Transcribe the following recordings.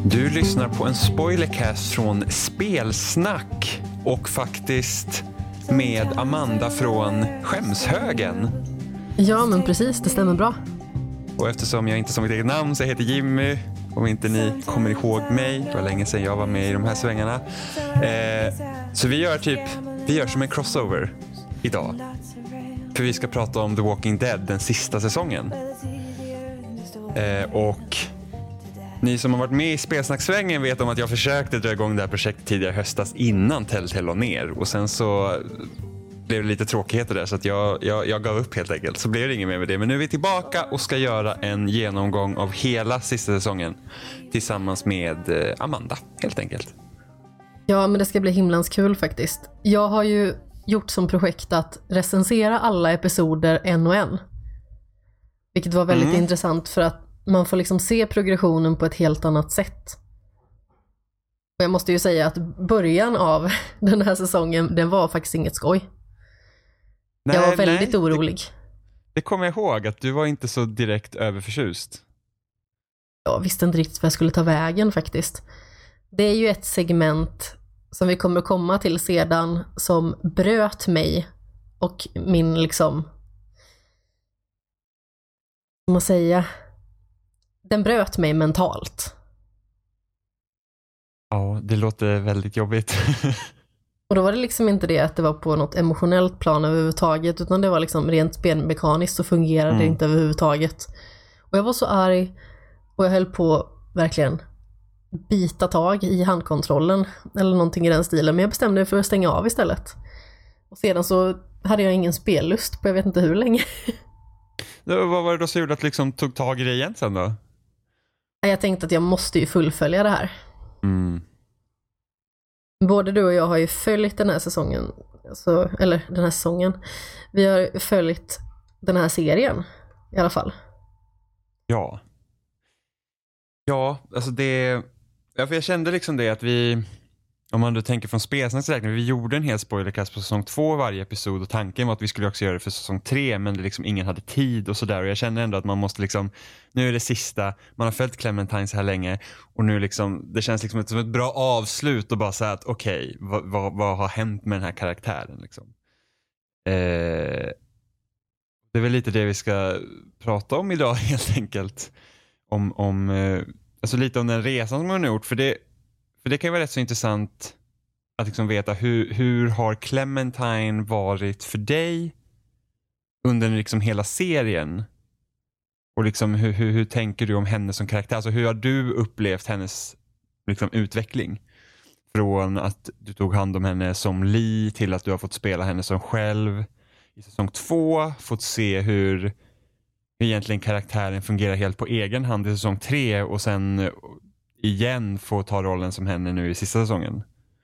Du lyssnar på en spoilercast från Spelsnack och faktiskt med Amanda från Skämshögen. Ja, men precis, det stämmer bra. Och eftersom jag inte som mitt eget namn så heter Jimmy, om inte ni kommer ihåg mig, det var länge sedan jag var med i de här svängarna. Så vi gör som en crossover idag. För vi ska prata om The Walking Dead, den sista säsongen. Och ni som har varit med i Spelsnacksvängen vet om att jag försökte dra igång det här projektet tidigare höstas innan Telltale la ner. Och sen så blev det lite tråkigheter där så att jag gav upp helt enkelt. Så blev det inget mer med det. Men nu är vi tillbaka och ska göra en genomgång av hela sista säsongen tillsammans med Amanda helt enkelt. Ja, men det ska bli himlans kul faktiskt. Jag har ju gjort som projekt att recensera alla episoder en och en. Vilket var väldigt intressant för att man får liksom se progressionen på ett helt annat sätt. Och jag måste ju säga att början av den här säsongen, den var faktiskt inget skoj. Jag var väldigt orolig. Det kommer jag ihåg att du var inte så direkt överförtjust. Jag visste inte riktigt vad jag skulle ta vägen faktiskt. Det är ju ett segment som vi kommer komma till sedan som bröt mig och min liksom, vad man säga, den bröt mig mentalt. Ja, det låter väldigt jobbigt. Och då var det liksom inte det att det var på något emotionellt plan överhuvudtaget, utan det var liksom rent spelmekaniskt så fungerade det inte överhuvudtaget. Och jag var så arg och jag höll på verkligen bita tag i handkontrollen eller någonting i den stilen, men jag bestämde mig för att stänga av istället. Och sedan så hade jag ingen spellust på jag vet inte hur länge. Vad var det då som gjorde att liksom tog tag i det igen sen då? Jag tänkte att jag måste ju fullfölja det här. Både du och jag har ju följt den här säsongen, alltså, eller den här säsongen. Vi har följt den här serien i alla fall. Ja. Ja, alltså det... Ja, för jag kände liksom det att vi... Om man då tänker från Spelsnacks räkning, vi gjorde en hel spoilercast på säsong 2 varje episod och tanken var att vi skulle också göra det för säsong 3, men det liksom ingen hade tid och sådär. Och jag kände ändå att man måste liksom, nu är det sista, man har följt Clementine så här länge och nu liksom, det känns liksom som ett bra avslut och bara säga att okej, vad har hänt med den här karaktären liksom. Det är väl lite det vi ska prata om idag helt enkelt. Alltså lite om den resan som hon har gjort, för det kan ju vara rätt så intressant att liksom veta hur har Clementine varit för dig under liksom hela serien? Och liksom hur tänker du om henne som karaktär? Alltså hur har du upplevt hennes liksom utveckling? Från att du tog hand om henne som Lee till att du har fått spela henne som själv i säsong 2. Fått se hur egentligen karaktären fungerar helt på egen hand i säsong 3 och sen igen få ta rollen som henne nu i sista säsongen.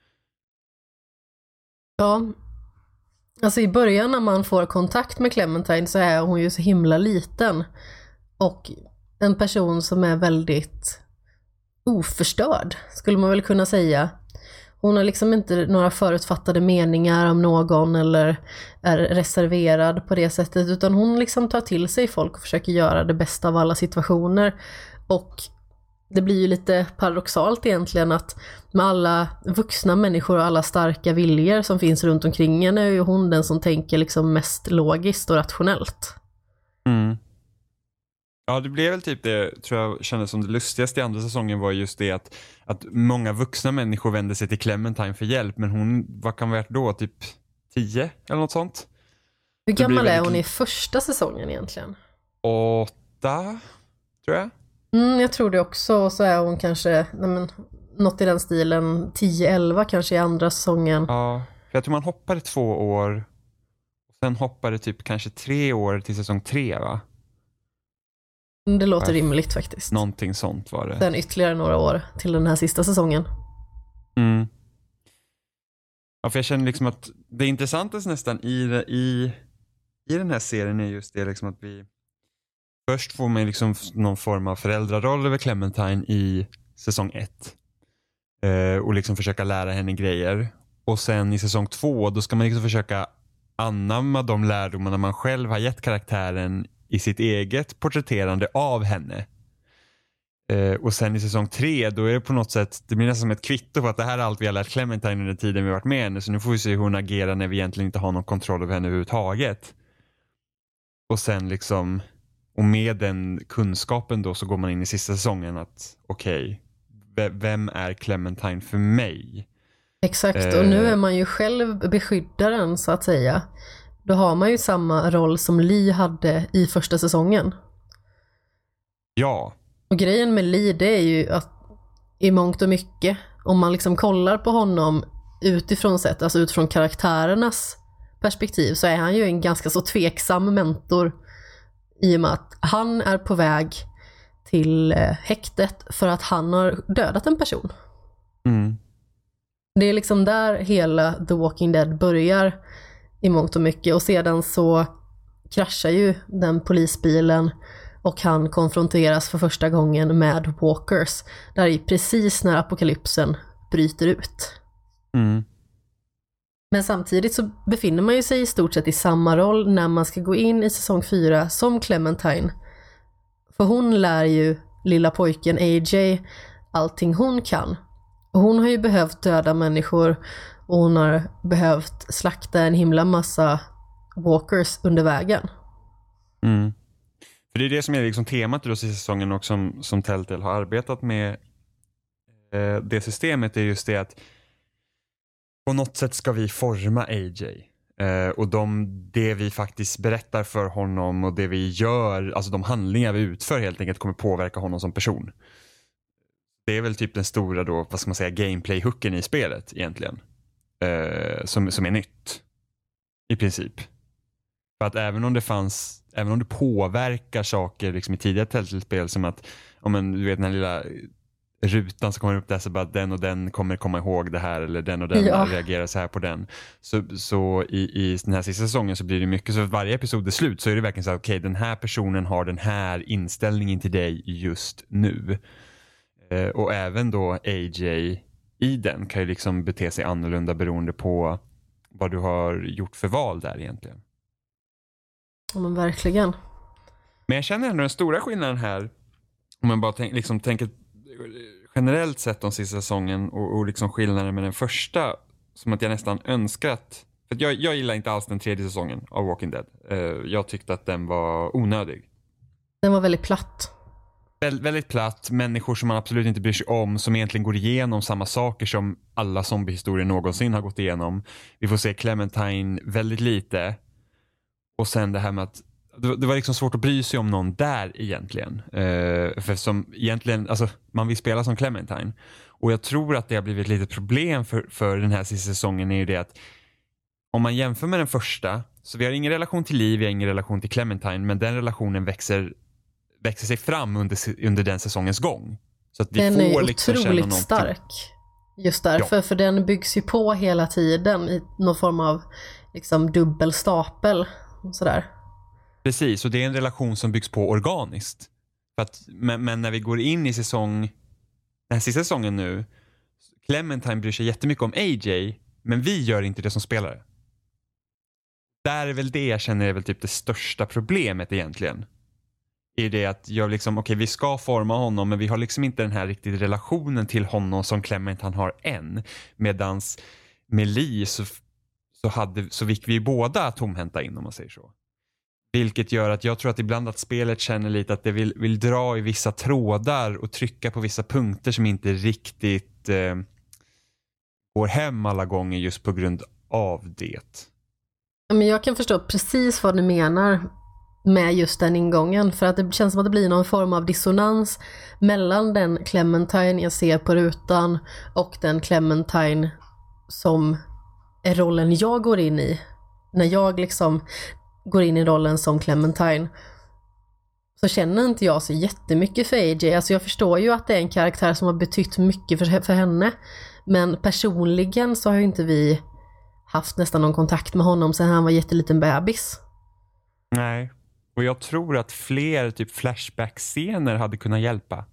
Ja, alltså i början när man får kontakt med Clementine så är hon ju så himla liten och en person som är väldigt oförstörd skulle man väl kunna säga. Hon har liksom inte några förutfattade meningar om någon eller är reserverad på det sättet, utan hon liksom tar till sig folk och försöker göra det bästa av alla situationer. Och det blir ju lite paradoxalt egentligen att med alla vuxna människor och alla starka viljor som finns runt omkring henne är ju hon den som tänker liksom mest logiskt och rationellt. Ja, det blev väl typ det, tror jag kändes som det lustigaste i andra säsongen var just det att många vuxna människor vände sig till Clementine för hjälp, men hon, vad kan vara då, typ 10 eller något sånt? Hur gammal är hon i första säsongen egentligen? 8, tror jag. Jag tror det också, och så är hon kanske något i den stilen 10-11 kanske i andra säsongen. Ja, för jag tror man hoppade 2 år och sen hoppade typ kanske 3 år till säsong 3, va? Det låter rimligt faktiskt. Någonting sånt var det. Sen ytterligare några år till den här sista säsongen. Ja, för jag känner liksom att det intressantaste nästan i den här serien är just det liksom att vi först får man liksom någon form av föräldraroll över Clementine i säsong 1. Och liksom försöka lära henne grejer. Och sen i säsong 2 då ska man liksom försöka anamma de lärdomarna man själv har gett karaktären i sitt eget porträtterande av henne. Och sen i säsong 3 då är det på något sätt, det blir nästan som ett kvitto på att det här är allt vi har lärt Clementine under tiden vi har varit med henne. Så nu får vi se hur hon agerar när vi egentligen inte har någon kontroll över henne överhuvudtaget. Och sen liksom, och med den kunskapen då så går man in i sista säsongen att okej, vem är Clementine för mig? Exakt, och nu är man ju själv beskyddaren så att säga. Då har man ju samma roll som Lee hade i första säsongen. Ja. Och grejen med Lee, det är ju att i mångt och mycket, om man liksom kollar på honom utifrån sett, alltså utifrån karaktärernas perspektiv, så är han ju en ganska så tveksam mentor i och med att han är på väg till häktet för att han har dödat en person. Mm. Det är liksom där hela The Walking Dead börjar i mångt och mycket, och sedan så kraschar ju den polisbilen och han konfronteras för första gången med walkers. Där är precis när apokalypsen bryter ut. Mm. Men samtidigt så befinner man ju sig i stort sett i samma roll när man ska gå in i säsong 4 som Clementine. För hon lär ju lilla pojken AJ allting hon kan. Och hon har ju behövt döda människor och hon har behövt slakta en himla massa walkers under vägen. Mm. För det är det som är liksom temat i säsongen och som Telltale har arbetat med det systemet, är just det att på något sätt ska vi forma AJ. Och det vi faktiskt berättar för honom och det vi gör, alltså de handlingar vi utför helt enkelt, kommer påverka honom som person. Det är väl typ den stora då, vad ska man säga, gameplay-hooken i spelet egentligen. Som är nytt. I princip. För att även om det påverkar saker liksom i tidigare Telltale-spel, som att du vet den här lilla rutan som kommer upp där, så bara den och den kommer komma ihåg det här, eller den och den reagerar så här på den. Så i den här sista säsongen så blir det mycket så att varje episod är slut så är det verkligen så att okej, den här personen har den här inställningen till dig just nu. Och även då AJ i den kan ju liksom bete sig annorlunda beroende på vad du har gjort för val där egentligen. Ja, men verkligen. Men jag känner ändå den stora skillnaden här, om man bara tänker generellt sett de sista säsongen och liksom skillnaden med den första, som att jag nästan önskat, för jag gillar inte alls den tredje säsongen av Walking Dead. Jag tyckte att den var onödig. Den var väldigt platt. Väldigt platt, människor som man absolut inte bryr sig om, som egentligen går igenom samma saker som alla zombiehistorier någonsin har gått igenom. Vi får se Clementine väldigt lite. Och sen det här med att det var liksom svårt att bry sig om någon där egentligen. För som egentligen, alltså man vill spela som Clementine. Och jag tror att det har blivit ett litet problem för den här sista säsongen, är ju det att om man jämför med den första, så vi har ingen relation till Liv, vi har ingen relation till Clementine, men den relationen växer sig fram under den säsongens gång. Så att vi den får är liksom otroligt stark. Just därför, för den byggs ju på hela tiden i någon form av liksom dubbelstapel och sådär. Precis, och det är en relation som byggs på organiskt. För att, men när vi går in i den här sista säsongen nu, Clementine bryr sig jättemycket om AJ, men vi gör inte det som spelare. Där är väl det jag känner är väl typ det största problemet egentligen. Är det att jag liksom, okej, vi ska forma honom, men vi har liksom inte den här riktigt relationen till honom som Clementine har än. Medans med Lee så fick vi båda tomhänta in, om man säger så. Vilket gör att jag tror att ibland att spelet känner lite att det vill dra i vissa trådar och trycka på vissa punkter som inte riktigt går hem alla gånger just på grund av det. Men jag kan förstå precis vad du menar med just den ingången, för att det känns som att det blir någon form av dissonans mellan den Clementine jag ser på rutan och den Clementine som är rollen jag går in i. När jag liksom går in i rollen som Clementine så känner inte jag så jättemycket för AJ. Alltså jag förstår ju att det är en karaktär som har betytt mycket för henne, men personligen så har ju inte vi haft nästan någon kontakt med honom sedan han var jätteliten bebis. Nej, och jag tror att fler typ flashback-scener hade kunnat hjälpa.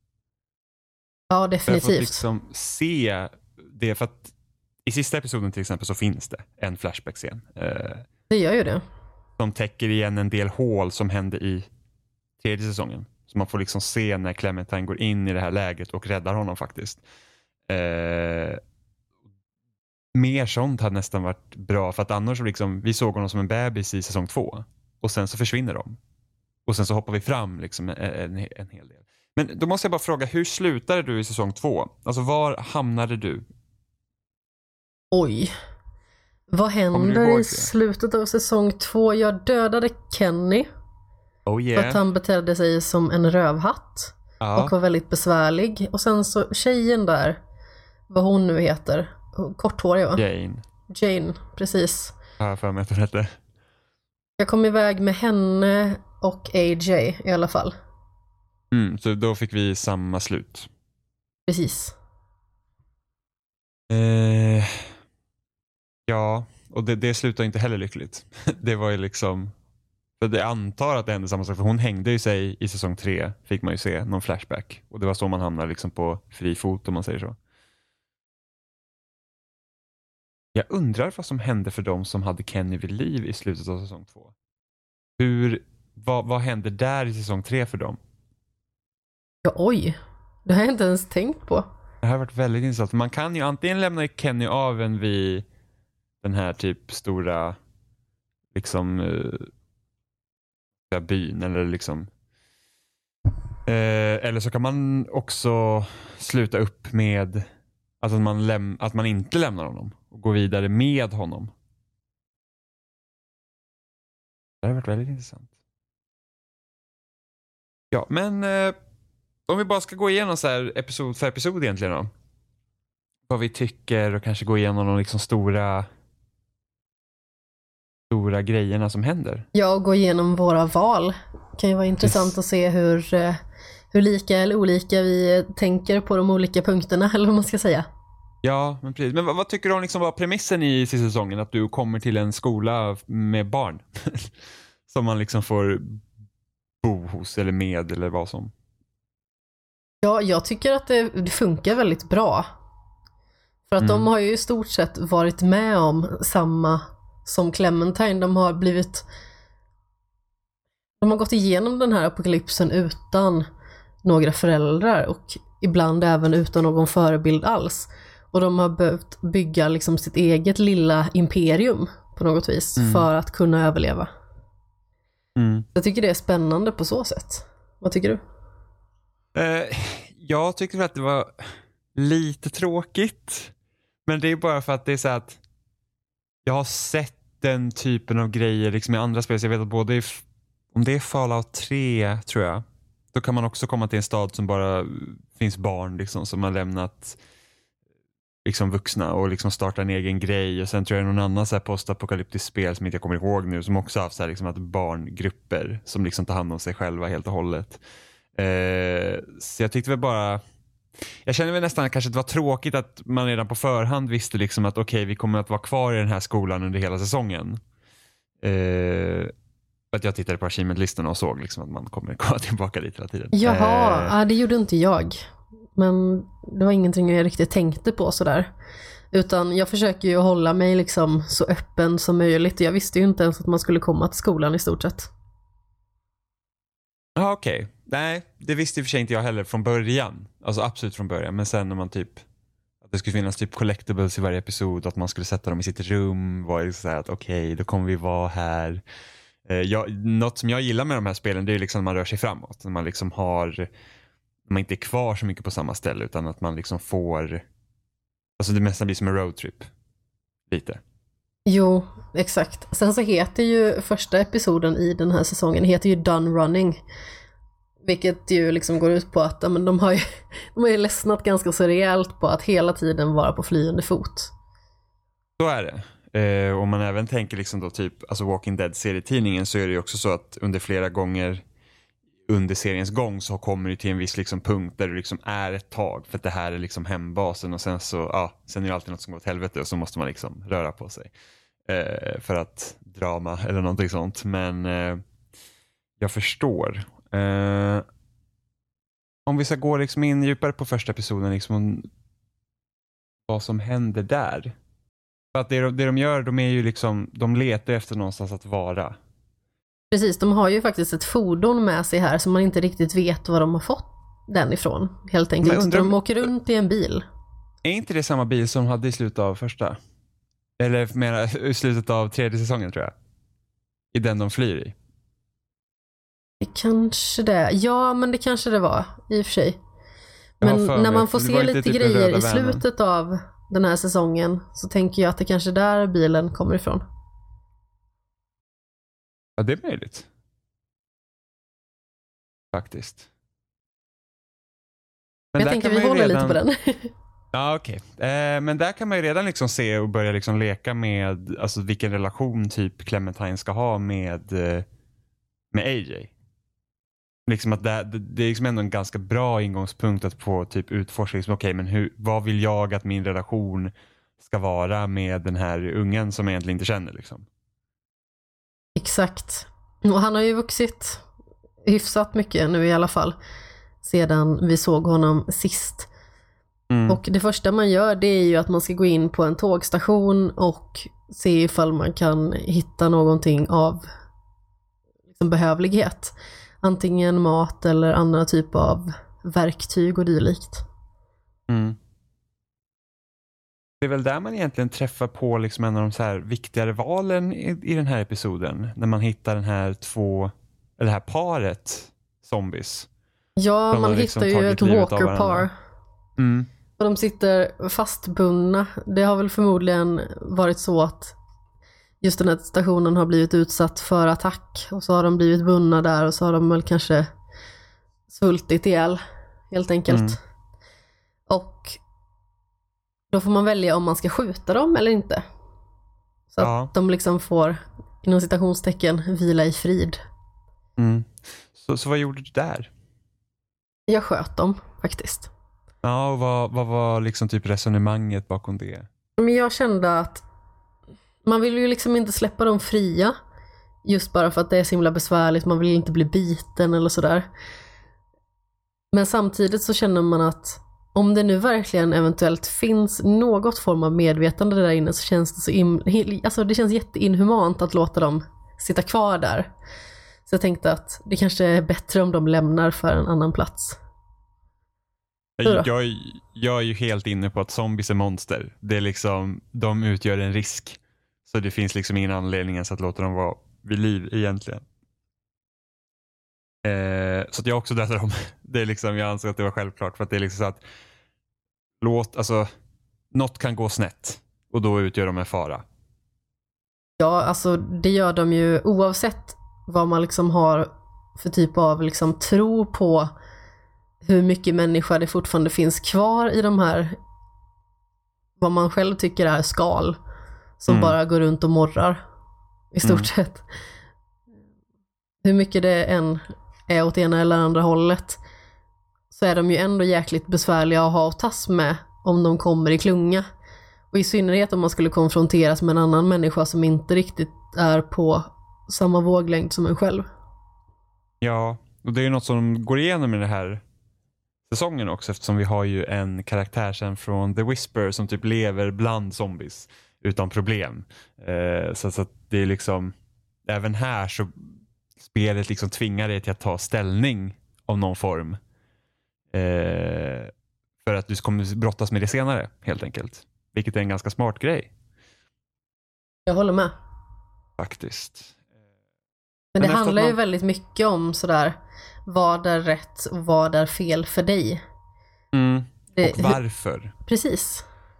Ja, definitivt. För att liksom se det, för att i sista episoden till exempel så finns det en flashback-scen. Det gör ju det. Som täcker igen en del hål som hände i tredje säsongen. Så man får liksom se när Clementine går in i det här läget och räddar honom faktiskt. Mer sånt hade nästan varit bra, för att annars så liksom, vi såg honom som en bebis i säsong 2 och sen så försvinner de. Och sen så hoppar vi fram liksom en hel del. Men då måste jag bara fråga, hur slutade du i säsong 2? Alltså var hamnade du? Oj. Vad händer i slutet av säsong 2? Jag dödade Kenny. Oh yeah. För att han betedde sig som en rövhatt. Ja. Och var väldigt besvärlig. Och sen så tjejen där, vad hon nu heter, korthårig va? Jane, precis. Ja, för mig att hon hette. Jag kom iväg med henne och AJ i alla fall. Så då fick vi samma slut. Precis. Ja, och det slutar inte heller lyckligt. Det var ju liksom, för jag antar att det hände samma sak, för hon hängde ju sig i säsong 3, fick man ju se någon flashback. Och det var så man hamnar liksom på fri fot, om man säger så. Jag undrar vad som hände för dem som hade Kenny vid liv i slutet av säsong 2. Vad hände där i säsong 3 för dem? Ja, oj. Det har jag inte ens tänkt på. Det här har varit väldigt intressant. Man kan ju antingen lämna Kenny av en vid den här typ stora liksom byn eller liksom eller så kan man också sluta upp med att man inte lämnar honom och går vidare med honom. Det har varit väldigt intressant. Ja, men om vi bara ska gå igenom så här episod för episod egentligen då. Vad vi tycker och kanske gå igenom de liksom stora grejerna som händer. Ja, och gå igenom våra val. Det kan ju vara intressant att se hur lika eller olika vi tänker på de olika punkterna, eller vad man ska säga. Ja, men precis. Men vad tycker du om liksom var premissen i sista säsongen? Att du kommer till en skola med barn som man liksom får bo hos eller med eller vad som. Ja, jag tycker att det funkar väldigt bra. För att de har ju i stort sett varit med om samma som Clementine. De har gått igenom den här apokalypsen utan några föräldrar och ibland även utan någon förebild alls. Och de har behövt bygga liksom sitt eget lilla imperium på något vis för att kunna överleva. Jag tycker det är spännande på så sätt. Vad tycker du? Jag tycker att det var lite tråkigt. Men det är bara för att det är så att jag har sett den typen av grejer liksom i andra spel. Så jag vet att både om det är Fallout 3 tror jag, då kan man också komma till en stad som bara finns barn liksom, som har lämnat liksom vuxna och liksom starta en egen grej. Och sen tror jag någon annan så här postapokalyptisk spel som inte jag kommer ihåg nu, som också har haft så här liksom att barngrupper som liksom tar hand om sig själva helt och hållet. Så jag tyckte väl bara, jag känner väl nästan kanske att det var tråkigt att man redan på förhand visste liksom att okej, vi kommer att vara kvar i den här skolan under hela säsongen. Att jag tittade på achievement-listan och såg liksom att man kommer komma tillbaka dit hela tiden. Jaha, det gjorde inte jag. Men det var ingenting jag riktigt tänkte på sådär. Utan jag försöker ju hålla mig liksom så öppen som möjligt. Jag visste ju inte ens att man skulle komma till skolan i stort sett. Ja, okej. Nej, det visste i och för sig inte jag heller från början. Alltså absolut från början. Men sen när man typ, att det skulle finnas typ collectibles i varje episod, att man skulle sätta dem i sitt rum, var det så här att okej, då kommer vi vara här. Något som jag gillar med de här spelen, det är liksom när man rör sig framåt. När man liksom man inte är kvar så mycket på samma ställe, utan att man liksom får, alltså det mesta blir som en roadtrip. Lite. Jo, exakt. Sen så heter ju första episoden i den här säsongen heter ju Done Running. Vilket ju liksom går ut på att men de har ju ledsnat ganska så rejält på att hela tiden vara på flyende fot. Så är det. Om man även tänker liksom då typ, alltså Walking Dead-serietidningen, så är det ju också så att under flera gånger under seriens gång så kommer det till en viss liksom punkt där det liksom är ett tag, för att det här är liksom hembasen, och sen så, sen är det alltid något som går åt helvete och så måste man liksom röra på sig för att drama eller någonting sånt. Men jag förstår. Om vi ska gå liksom in djupare på första episoden, liksom vad som händer där. För att det de gör, de är ju liksom, de letar efter någonstans att vara. Precis, de har ju faktiskt ett fordon med sig här som man inte riktigt vet var de har fått den ifrån. Helt enkelt. De åker runt i en bil. Är inte det samma bil som hade i slutet av första? Eller mer i slutet av 3:e säsongen tror jag. I den de flyr i. Det kanske det. Ja, men det kanske det var i och för sig. Men när man får se lite typ grejer i slutet av den här säsongen så tänker jag att det kanske är där bilen kommer ifrån. Ja, det är möjligt. Faktiskt. Men jag tänker vi håller lite på den. Ja, okej. Men där kan man ju redan liksom se och börja liksom leka med alltså vilken relation typ Clementine ska ha med AJ. Liksom att det är liksom ändå en ganska bra ingångspunkt att få typ utforska liksom, okej, men vad vill jag att min relation ska vara med den här ungen som jag egentligen inte känner liksom. Exakt. Och han har ju vuxit hyfsat mycket nu i alla fall sedan vi såg honom sist. Och det första man gör det är ju att man ska gå in på en tågstation och se ifall man kan hitta någonting av liksom behövlighet. Antingen mat eller andra typ av verktyg och dylikt. Det är väl där man egentligen träffar på liksom en av de så här viktigare valen i den här episoden. När man hittar det här paret zombies. Ja, man liksom hittar ju ett walker-par. Och de sitter fastbundna. Det har väl förmodligen varit så att just den här stationen har blivit utsatt för attack. Och så har de blivit bundna där och så har de väl kanske svultit ihjäl helt enkelt. Och då får man välja om man ska skjuta dem eller inte. Så att de liksom får inom citationstecken vila i frid. Så vad gjorde du där? Jag sköt dem faktiskt. Ja, och vad var liksom typ resonemanget bakom det? Men jag kände att man vill ju liksom inte släppa dem fria just bara för att det är så himla besvärligt. Man vill inte bli biten eller sådär. Men samtidigt så känner man att om det nu verkligen eventuellt finns något form av medvetande där inne så känns det så det känns jätteinhumant att låta dem sitta kvar där. Så jag tänkte att det kanske är bättre om de lämnar för en annan plats. Jag är ju helt inne på att zombies är monster. Det är liksom, de utgör en risk. Så det finns liksom ingen anledning ens att låta dem vara vid liv egentligen. Så att jag också dödar dem. Det är liksom, jag anser att det var självklart. För att det är liksom så att något kan gå snett. Och då utgör de en fara. Ja, alltså det gör de ju oavsett vad man liksom har för typ av liksom tro på hur mycket människa det fortfarande finns kvar i de här vad man själv tycker är skal som bara går runt och morrar i stort sett. Hur mycket det än är åt ena eller andra hållet så är de ju ändå jäkligt besvärliga att ha att tas med om de kommer i klunga. Och i synnerhet om man skulle konfronteras med en annan människa som inte riktigt är på samma våglängd som en själv. Ja, och det är ju något som går igenom i den här säsongen också, eftersom vi har ju en karaktär sen från The Whisper som typ lever bland zombies utan problem. Så att det är liksom, även här så spelet liksom tvingar dig till att ta ställning av någon form. För att du kommer brottas med det senare, helt enkelt. Vilket är en ganska smart grej. Jag håller med. Faktiskt. Men det handlar ju väldigt mycket om sådär, vad är rätt och vad är fel för dig. Och varför. Precis.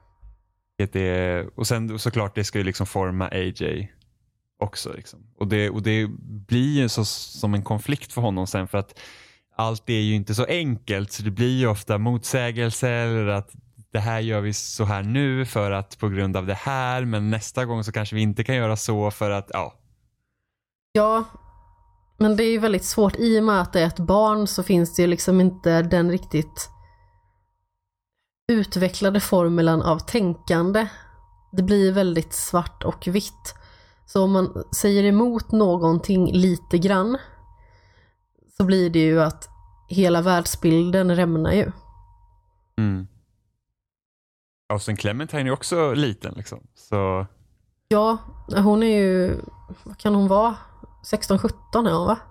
Och sen såklart det ska ju liksom forma AJ också. Liksom. Och det blir ju så som en konflikt för honom sen, för att allt är ju inte så enkelt, så det blir ju ofta motsägelser eller att det här gör vi så här nu för att på grund av det här, men nästa gång så kanske vi inte kan göra så för att Ja, men det är ju väldigt svårt i och med att det är ett barn, så finns det ju liksom inte den riktigt utvecklade formulan av tänkande. Det blir väldigt svart och vitt. Så om man säger emot någonting lite grann så blir det ju att hela världsbilden rämnar ju. Och sen Clementine är också liten liksom. Så... Ja, hon är ju, vad kan hon vara? 16-17 är hon, va?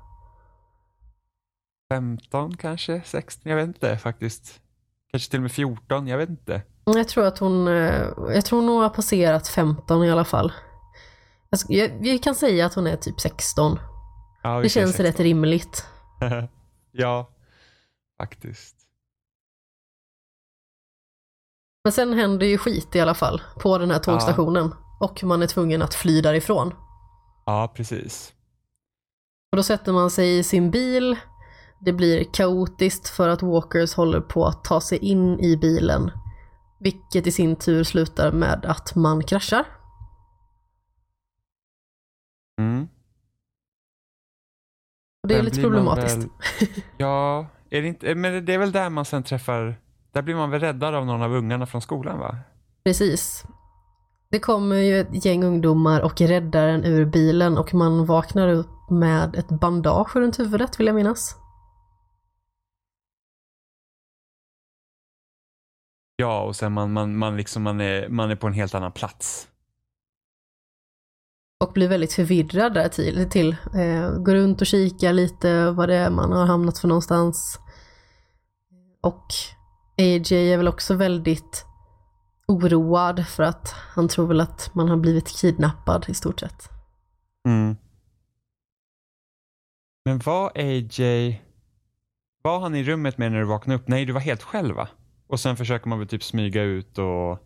15 kanske, 16, jag vet inte faktiskt. Kanske till och med 14, jag vet inte. Jag tror hon har passerat 15 i alla fall. Vi kan säga att hon är typ 16. Ja, det känns 16. rätt rimligt. Ja, faktiskt. Men sen händer ju skit i alla fall på den här tågstationen. Och man är tvungen att fly därifrån. Ja, precis. Och då sätter man sig i sin bil. Det blir kaotiskt för att walkers håller på att ta sig in i bilen. Vilket i sin tur slutar med att man kraschar. Mm. Och det är lite problematiskt. Ja, är det inte, men det är väl där man sen träffar... Där blir man väl räddad av någon av ungarna från skolan, va? Precis. Det kommer ju ett gäng ungdomar och räddar en ur bilen och man vaknar upp med ett bandage runt huvudet, vill jag minnas. Ja, och sen man är på en helt annan plats. Och blir väldigt förvirrad där till. Går runt och kikar lite vad det är man har hamnat för någonstans. Och AJ är väl också väldigt oroad för att han tror väl att man har blivit kidnappad i stort sett. Mm. Men var han i rummet med när du vaknade upp? Nej, du var helt själv, va? Och sen försöker man väl typ smyga ut och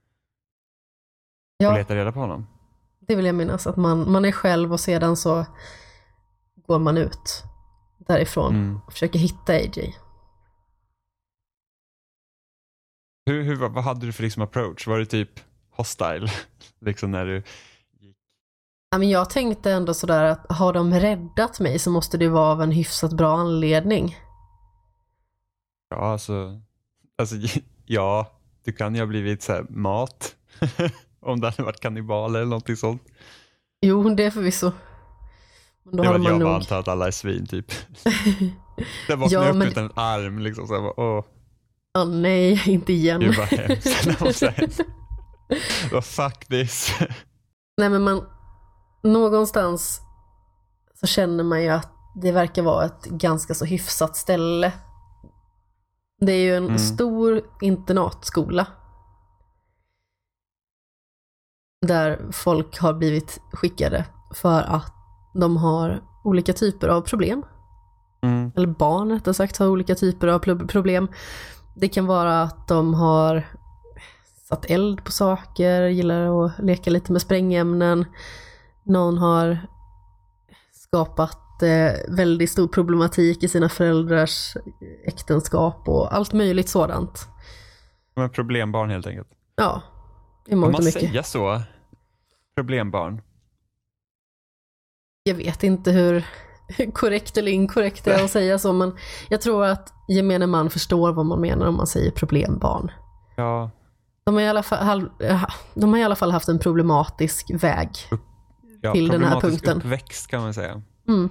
leta reda på honom. Det vill jag minnas, att man är själv och sedan så går man ut därifrån och försöker hitta AJ. Vad hade du för liksom approach? Var det typ hostile? liksom när du gick? Ja, men jag tänkte ändå sådär att har de räddat mig så måste det vara av en hyfsat bra anledning. Ja, alltså ja, du kan ju ha blivit så här mat. Om det hade varit kannibaler eller någonting sånt. Jo, det är förvisso. Men då det var man jag nog... antar att alla är svin typ. Det vaknade upp utan en arm liksom. Så jag bara, nej, inte igen. Det var hemskt. Vad fuck this. Nej, men någonstans så känner man ju att det verkar vara ett ganska så hyfsat ställe. Det är ju en stor internatskola. Där folk har blivit skickade för att de har olika typer av problem. Eller barn rättare sagt har olika typer av problem. Det kan vara att de har satt eld på saker, gillar att leka lite med sprängämnen. Någon har skapat väldigt stor problematik i sina föräldrars äktenskap och allt möjligt sådant. De är problembarn helt enkelt. Ja, i mångt och mycket. Kan man säga så? Problembarn? Jag vet inte hur korrekt eller inkorrekt det är att säga så, men jag tror att gemene man förstår vad man menar om man säger problembarn. Ja. De har i alla fall haft en problematisk väg till den här punkten. Uppväxt kan man säga.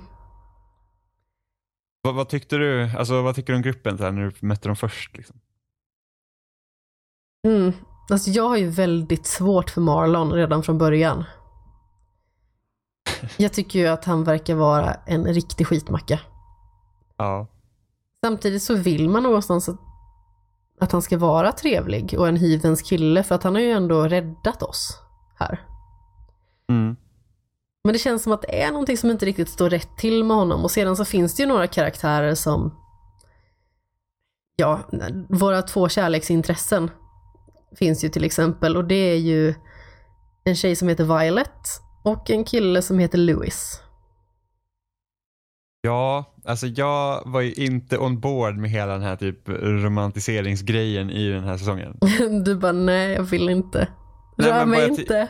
Vad tyckte du? Alltså vad tycker du om gruppen så här, när du mötte dem först liksom? Alltså jag har ju väldigt svårt för Marlon redan från början. Jag tycker ju att han verkar vara en riktig skitmacka. Ja. Samtidigt så vill man någonstans att han ska vara trevlig och en hyvens kille, för att han har ju ändå räddat oss här. Men det känns som att det är någonting som inte riktigt står rätt till med honom. Och sedan så finns det ju några karaktärer som våra 2 kärleksintressen finns ju till exempel, och det är ju en tjej som heter Violet och en kille som heter Louis. Ja, alltså jag var ju inte on board med hela den här typ romantiseringsgrejen i den här säsongen. Du bara, nej, jag vill inte. Rör mig inte.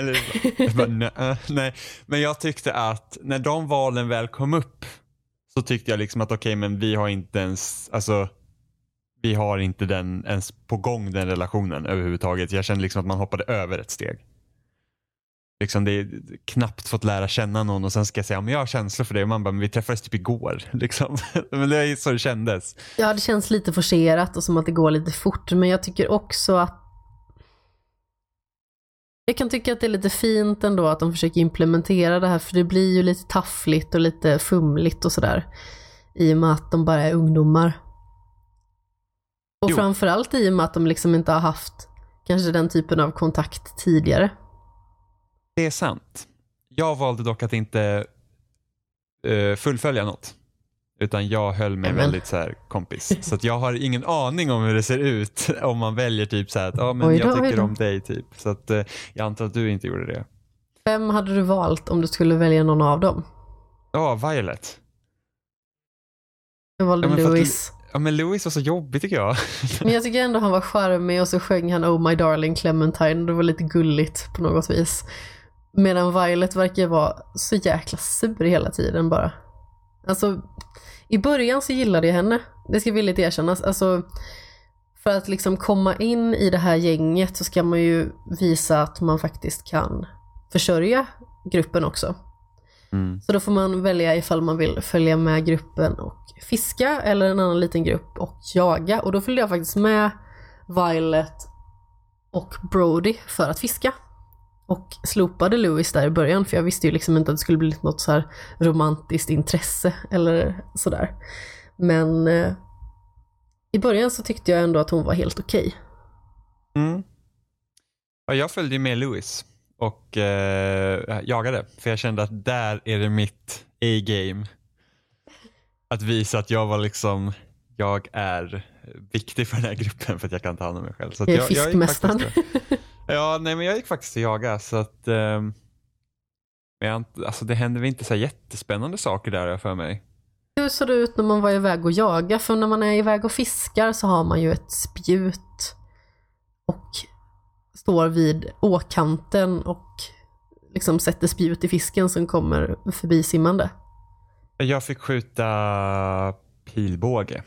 Nej, men jag tyckte att när de valen väl kom upp så tyckte jag liksom att okej, men vi har inte ens, alltså vi har inte den ens på gång, den relationen överhuvudtaget. Jag kände liksom att man hoppade över ett steg. Liksom det är knappt fått lära känna någon och sen ska jag säga, men jag har känslor för det, och man bara, men vi träffades typ igår liksom. Men det är så det kändes. Ja, det känns lite forcerat och som att det går lite fort, men jag tycker också att jag kan tycka att det är lite fint ändå att de försöker implementera det här, för det blir ju lite taffligt och lite fumligt och sådär i och med att de bara är ungdomar. Och framförallt i och med att de liksom inte har haft kanske den typen av kontakt tidigare. Det är sant. Jag valde dock att inte fullfölja något. Utan jag höll mig väldigt så här kompis. Så att jag har ingen aning om hur det ser ut om man väljer typ så här att jag tycker om dig typ. Så att jag antar att du inte gjorde det. Vem hade du valt om du skulle välja någon av dem? Ja, Violet. Jag valde Louis. Men Louis var så jobbig tycker jag. Men jag tycker ändå han var charmig och så sjöng han Oh My Darling Clementine. Det var lite gulligt på något vis. Medan Violet verkar vara så jäkla sur hela tiden bara. Alltså, i början så gillade jag henne. Det ska villigt erkännas. Alltså, för att liksom komma in i det här gänget så ska man ju visa att man faktiskt kan försörja gruppen också. Så då får man välja ifall man vill följa med gruppen och fiska eller en annan liten grupp och jaga. Och då följde jag faktiskt med Violet och Brody för att fiska. Och slopade Louis där i början, för jag visste ju liksom inte att det skulle bli något så här romantiskt intresse eller sådär. Men i början så tyckte jag ändå att hon var helt okej. Ja, jag följde med Louis och jagade, för jag kände att där är det mitt A-game. Att visa att jag är viktig för den här gruppen för att jag kan ta hand om mig själv. Så att jag är fiskmästaren. Jag gick faktiskt att jaga, så att alltså det hände väl inte så här jättespännande saker där för mig. Hur såg det ut när man var iväg och jaga? För när man är iväg och fiskar så har man ju ett spjut och står vid åkanten och liksom sätter spjut i fisken som kommer förbi simmande. Jag fick skjuta pilbåge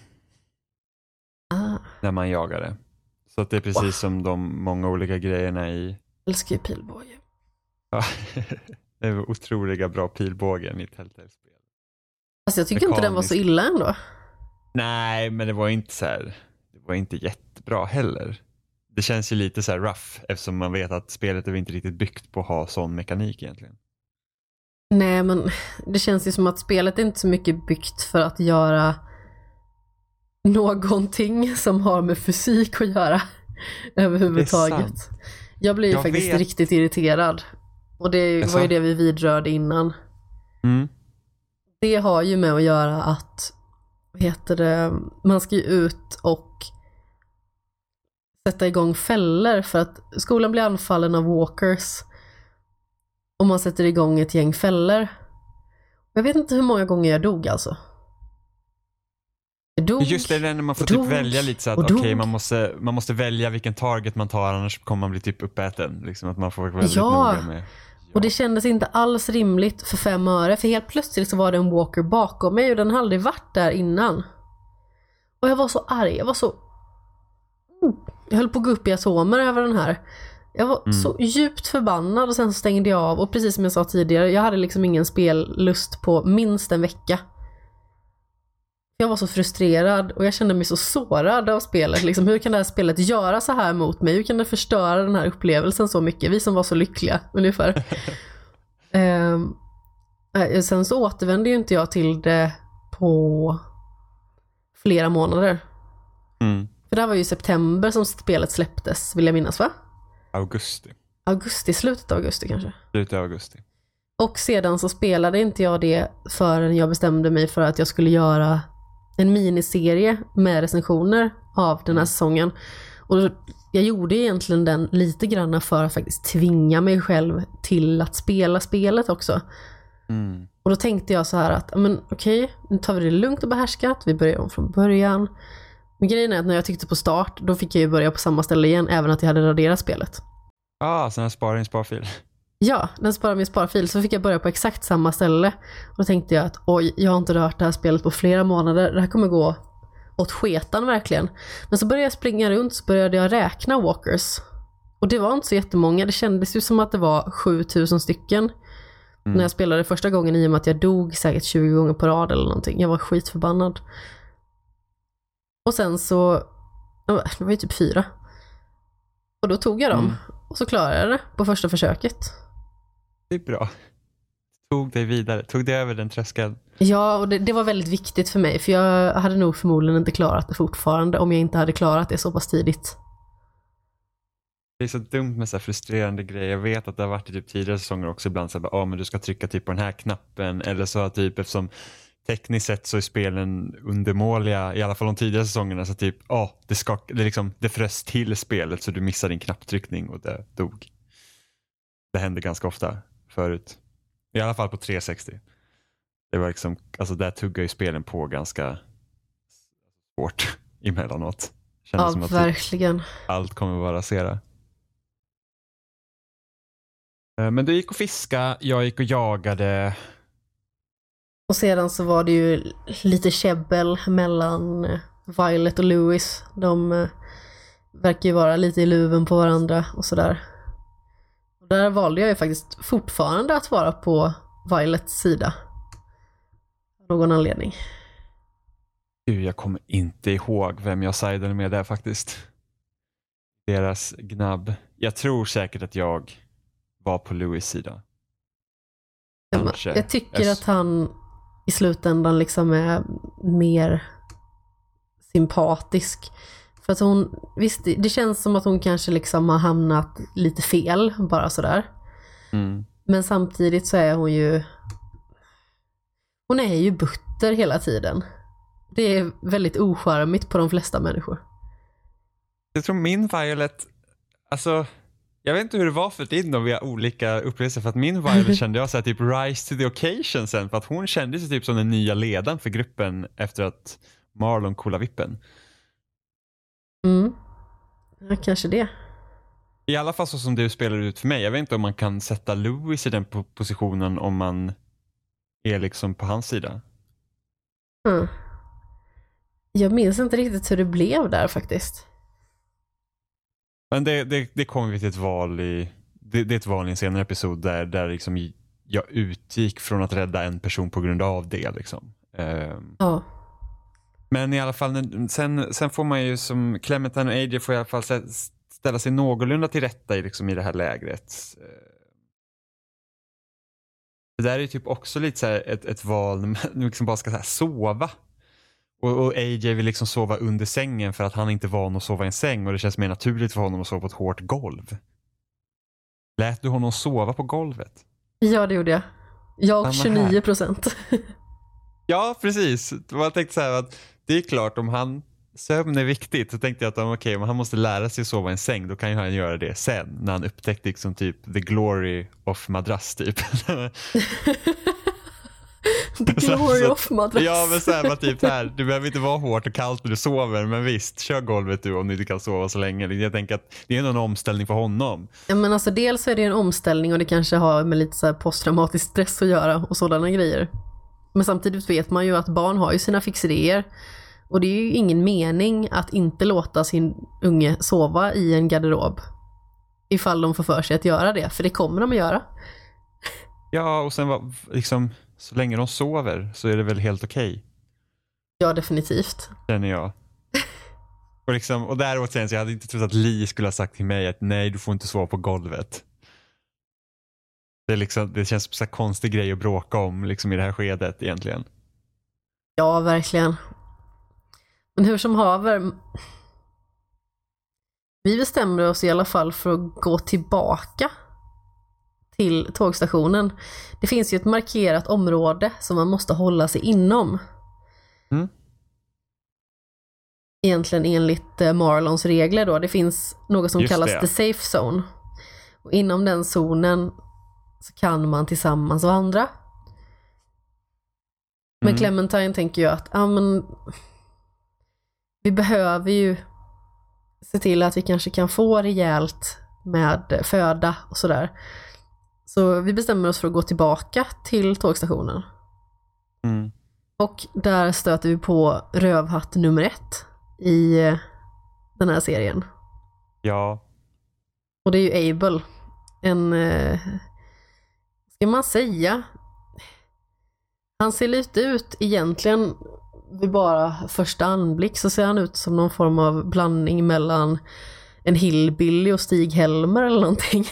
när man jagade. Så att det är precis som de många olika grejerna i... Jag älskar ju pilbåge. Ja, det var otroliga bra pilbågen i Telltale-spel. Alltså jag tycker inte den var så illa ändå. Nej, men det var inte så här... Det var inte jättebra heller. Det känns ju lite så här rough, eftersom man vet att spelet är inte riktigt byggt på att ha sån mekanik egentligen. Nej, men det känns ju som att spelet är inte så mycket byggt för att göra någonting som har med fysik att göra överhuvudtaget. Jag blir ju faktiskt riktigt irriterad. Och det var ju det vi vidrörde innan. Det har ju med att göra att man ska ju ut och sätta igång fällor för att skolan blir anfallen av walkers. Och man sätter igång ett gäng fällor. Jag vet inte hur många gånger jag dog alltså. Just det, när man får typ välja lite så att man måste välja vilken target man tar, annars kommer man bli typ uppäten. Liksom att man får väldigt noga med. Och det kändes inte alls rimligt för 5 öre. För helt plötsligt så var det en walker bakom mig och den hade aldrig varit där innan. Och jag var så arg. Jag höll på att gå upp i atomer över den här. Jag var så djupt förbannad och sen så stängde jag av. Och precis som jag sa tidigare, jag hade liksom ingen spellust på minst en vecka. Jag var så frustrerad och jag kände mig så sårad av spelet. Liksom, hur kan det här spelet göra så här mot mig? Hur kan det förstöra den här upplevelsen så mycket? Vi som var så lyckliga, ungefär. Sen så återvände ju inte jag till det på flera månader. För det här var ju i september som spelet släpptes, vill jag minnas, va? Slutet av augusti kanske. Slutet av augusti. Och sedan så spelade inte jag det förrän jag bestämde mig för att jag skulle göra en miniserie med recensioner av den här säsongen. Och jag gjorde egentligen den lite grann för att faktiskt tvinga mig själv till att spela spelet också. Och då tänkte jag så här att, men okej, nu tar vi det lugnt och behärskat. Vi börjar om från början. Men grejen är att när jag tyckte på start, då fick jag ju börja på samma ställe igen, även att jag hade raderat spelet. Så den sparar en sparfil. Ja, den sparar min sparfil. Så fick jag börja på exakt samma ställe. Och då tänkte jag att jag har inte rört det här spelet på flera månader. Det här kommer gå åt sketan verkligen. Men så började jag springa runt, så började jag räkna walkers. Och det var inte så jättemånga. Det kändes ju som att det var 7000 stycken. När jag spelade första gången, i och med att jag dog säkert 20 gånger på rad eller någonting. Jag var skitförbannad. Och sen så, det var ju typ 4. Och då tog jag dem. och så klarade jag det på första försöket. Det är bra. Tog dig vidare, tog dig över den tröskeln. Ja, och det var väldigt viktigt för mig, för jag hade nog förmodligen inte klarat det fortfarande om jag inte hade klarat det så pass tidigt. Det är så dumt med så här frustrerande grejer. Jag vet att det har varit i typ tidigare säsonger också ibland så här, men du ska trycka typ på den här knappen eller så typ eftersom tekniskt sett så är spelen undermåliga, i alla fall de tidigare säsongerna, så typ det frös till spelet så du missar din knapptryckning och det dog. Det hände ganska ofta förut. I alla fall på 360. Det var liksom, alltså där tuggar ju spelen på ganska svårt emellanåt. Kändes som att verkligen. Allt kommer vara rasera. Men du gick och fiska, jag gick och jagade. Och sedan så var det ju lite käbbel mellan Violet och Louis. De verkar ju vara lite i luven på varandra och sådär. Och där valde jag ju faktiskt fortfarande att vara på Violets sida. Av någon anledning. Jag kommer inte ihåg vem jag sidade med där faktiskt. Deras gnabb. Jag tror säkert att jag var på Louis sida. Jag tycker att han i slutändan liksom är mer sympatisk. För att hon, visst, det känns som att hon kanske liksom har hamnat lite fel, bara sådär. Mm. Men samtidigt så är hon är ju butter hela tiden. Det är väldigt ocharmigt på de flesta människor. Jag tror min Violet, alltså jag vet inte hur det var för din om vi har olika upplevelser, för att min Violet kände jag så här typ rise to the occasion sen, för att hon kände sig typ som den nya ledaren för gruppen efter att Marlon kollade vippen. Ja, kanske det. I alla fall så som du spelar ut för mig. Jag vet inte om man kan sätta Louis i den positionen om man är liksom på hans sida. Jag minns inte riktigt hur det blev där faktiskt. Men det kommer vi till ett val i... Det är ett val i en senare episod där liksom jag utgick från att rädda en person på grund av det. Liksom. Ja. Men i alla fall, sen får man ju som Clementine och AJ får i alla fall ställa sig någorlunda till rätta liksom, i det här lägret. Det där är ju typ också lite så här ett val när man liksom bara ska så här sova. Och AJ vill liksom sova under sängen för att han inte är van att sova i en säng och det känns mer naturligt för honom att sova på ett hårt golv. Lät du honom sova på golvet? Ja, det gjorde jag. Jag och 29%. Ja, precis. Jag tänkte så här att det är klart om sömn är viktigt, så tänkte jag att om han måste lära sig att sova i en säng, då kan ju han göra det sen när han upptäckte liksom typ the glory of madrass typ. The glory of madrass. Ja, men så här var typ här, du behöver inte vara hårt och kallt när du sover, men visst, kör golvet du om du inte kan sova så länge. Jag tänker att det är en omställning för honom. Ja, men alltså dels är det en omställning och det kanske har med lite så här posttraumatisk stress att göra och sådana grejer. Men samtidigt vet man ju att barn har ju sina fixidéer. Och det är ju ingen mening att inte låta sin unge sova i en garderob. Ifall de får för sig att göra det. För det kommer de att göra. Ja, och sen liksom, så länge de sover så är det väl helt okej. Ja, definitivt. Känner jag. Och däråt sen så jag hade inte trott att Lee skulle ha sagt till mig att nej, du får inte sova på golvet. Det känns som en konstig grej att bråka om liksom, i det här skedet egentligen. Ja, verkligen. Men hur som haver, vi bestämde oss i alla fall för att gå tillbaka till tågstationen. Det finns ju ett markerat område som man måste hålla sig inom. Egentligen enligt Marlons regler då. Det finns något som kallas the safe zone. Och inom den zonen så kan man tillsammans vandra. Men Clementine tänker ju att vi behöver ju se till att vi kanske kan få rejält med föda och sådär. Så vi bestämmer oss för att gå tillbaka till tågstationen. Och där stöter vi på rövhatt nummer 1 i den här serien. Ja. Och det är ju Abel. Ska man säga, han ser lite ut egentligen vid bara första anblick så ser han ut som någon form av blandning mellan en hillbilly och Stig-Helmer eller någonting.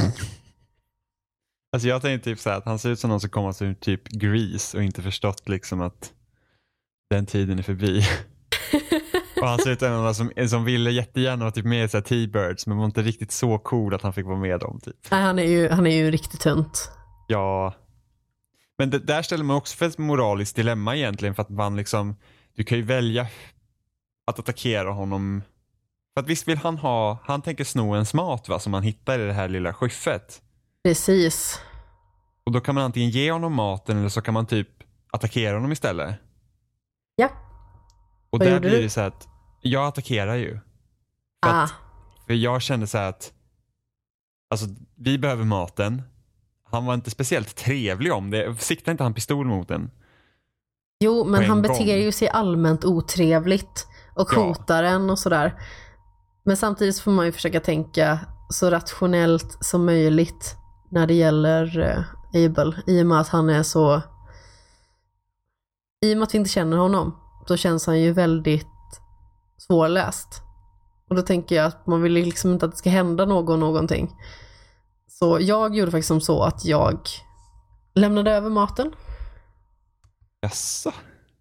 Alltså jag tänkte typ så här att han ser ut som någon som kommer som typ Grease och inte förstått liksom att den tiden är förbi. Och han ser ut som någon som ville jättegärna vara typ med i så här T-Birds, men var inte riktigt så cool att han fick vara med dem typ. Nej, han är ju riktigt tönt. Ja. Men där ställer man också för ett moraliskt dilemma egentligen, för att man liksom, du kan ju välja att attackera honom. För att visst vill han tänker sno ens mat, va, som han hittar i det här lilla skyffet. Precis. Och då kan man antingen ge honom maten eller så kan man typ attackera honom istället. Ja. Och Vad där gjorde blir du? det så här att jag attackerar ju. För jag kände så här att alltså, vi behöver maten. Han var inte speciellt trevlig om det. Siktade inte han pistol mot den? Jo, men han gång. beter ju sig allmänt otrevligt och hotar en och sådär. Men samtidigt får man ju försöka tänka så rationellt som möjligt när det gäller Abel. I och med att han är så... I och med att vi inte känner honom så känns han ju väldigt svårläst. Och då tänker jag att man vill liksom inte att det ska hända någonting. Så jag gjorde faktiskt som så att jag lämnade över maten. Jaså?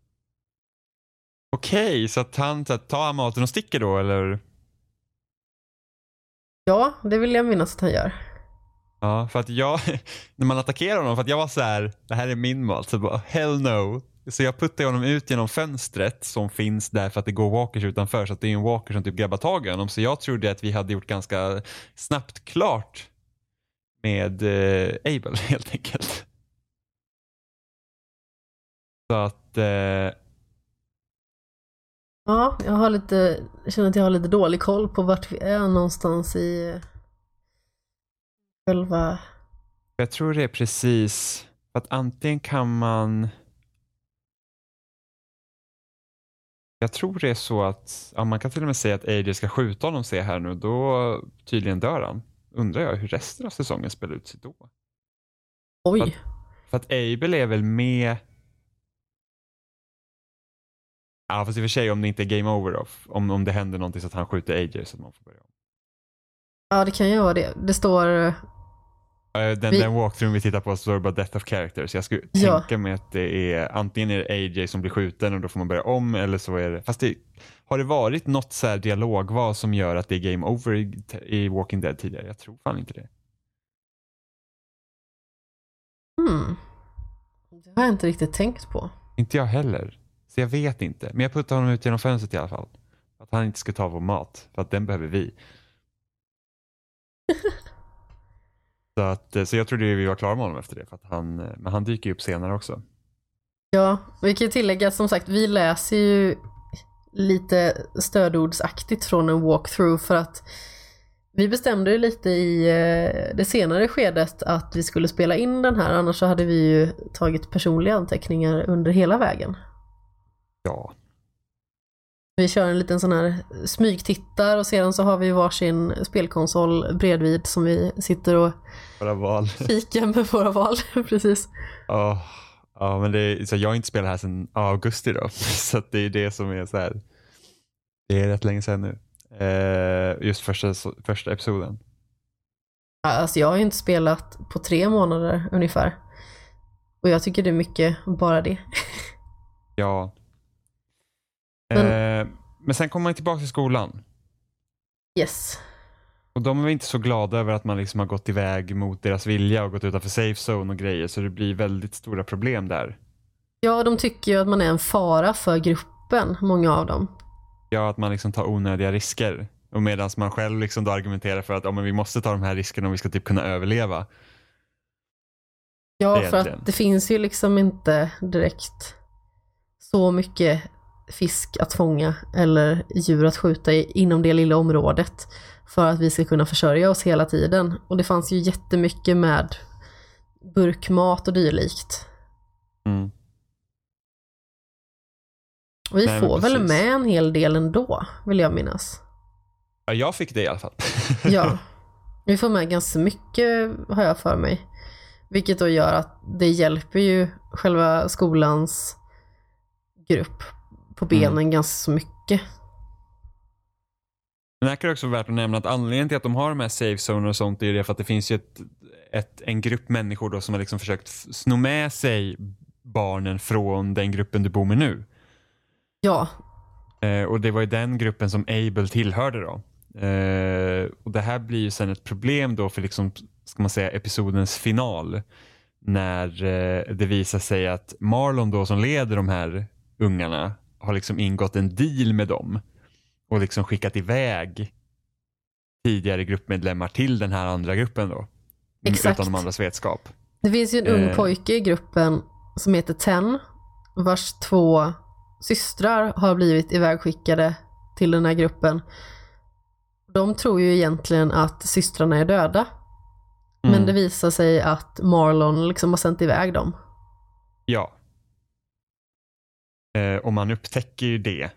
Okej, så att han tar maten och sticker då, eller? Ja, det vill jag minnas att han gör. Ja, för att jag, när man attackerar honom, för att jag var så här, det här är min mat, så bara, hell no. Så jag puttade honom ut genom fönstret som finns där för att det går walkers utanför, så att det är en walker som typ grabbar tag i honom. Så jag trodde att vi hade gjort ganska snabbt klart med Abel helt enkelt. Så att Ja, jag känner att jag har lite dålig koll på vart vi är någonstans i själva... jag tror det är precis att antingen kan man, jag tror det är så att man kan till och med säga att AJ ska skjuta honom, se här nu, då tydligen dör han. Undrar jag hur resten av säsongen spelar ut sig då. Oj. För att Abel är väl med. Ja, fast i och för sig om det inte är game over då. Om det händer någonting så att han skjuter AJ så att man får börja om. Ja, det kan ju vara det. Det står... Den walkthrough vi tittar på står bara Death of Characters. Jag skulle tänka mig att det är antingen är det AJ som blir skjuten och då får man börja om, eller så är det... Fast har det varit något så här dialogval som gör att det är game over i Walking Dead tidigare? Jag tror fan inte det. Det har jag inte riktigt tänkt på. Inte jag heller. Så jag vet inte. Men jag puttar honom ut genom fönstret i alla fall. Att han inte ska ta vår mat. För att den behöver vi. Så jag trodde vi var klara med honom efter det. För att men han dyker upp senare också. Ja, vi kan ju tillägga att som sagt, vi läser ju lite stödordsaktigt från en walkthrough, för att vi bestämde ju lite i det senare skedet att vi skulle spela in den här, annars så hade vi ju tagit personliga anteckningar under hela vägen. Ja. Vi kör en liten sån här smygtittar och sedan så har vi varsin spelkonsol bredvid som vi sitter och fikar med våra val. Precis. Ja, men så jag har inte spelat här sedan augusti då. Så att det är det som är så här. Det är rätt länge sedan nu. Just första episoden. Alltså jag har ju inte spelat på 3 månader ungefär. Och jag tycker det är mycket bara det. Ja. Men sen kommer man tillbaka till skolan. Yes. Och de är inte så glada över att man liksom har gått iväg mot deras vilja och gått utanför safe zone och grejer. Så det blir väldigt stora problem där. Ja, de tycker ju att man är en fara för gruppen, många av dem. Ja, att man liksom tar onödiga risker. Och medan man själv liksom då argumenterar för att men vi måste ta de här riskerna om vi ska typ kunna överleva. Ja, för att det finns ju liksom inte direkt så mycket fisk att fånga eller djur att skjuta inom det lilla området för att vi ska kunna försörja oss hela tiden. Och det fanns ju jättemycket med burkmat och dylikt. Mm. Och vi får väl med en hel del ändå, vill jag minnas. Ja, jag fick det i alla fall. Ja, vi får med ganska mycket, har jag för mig. Vilket då gör att det hjälper ju själva skolans grupp på benen ganska så mycket. Men det här kan också vara värt att nämna att anledningen till att de har de här safe zoner och sånt är det för att det finns ju en grupp människor då som har liksom försökt sno med sig barnen från den gruppen du bor med nu. Ja. Och det var ju den gruppen som Abel tillhörde då. Och det här blir ju sen ett problem då för liksom, ska man säga, episodens final. När det visar sig att Marlon då som leder de här ungarna har liksom ingått en deal med dem. Och liksom skickat iväg tidigare gruppmedlemmar till den här andra gruppen då. Exakt. Utan de andras vetskap. Det finns ju en ung pojke i gruppen som heter Ten, vars 2 systrar har blivit ivägskickade till den här gruppen. De tror ju egentligen att systrarna är döda. Men det visar sig att Marlon liksom har sänt iväg dem. Ja. Och man upptäcker ju det.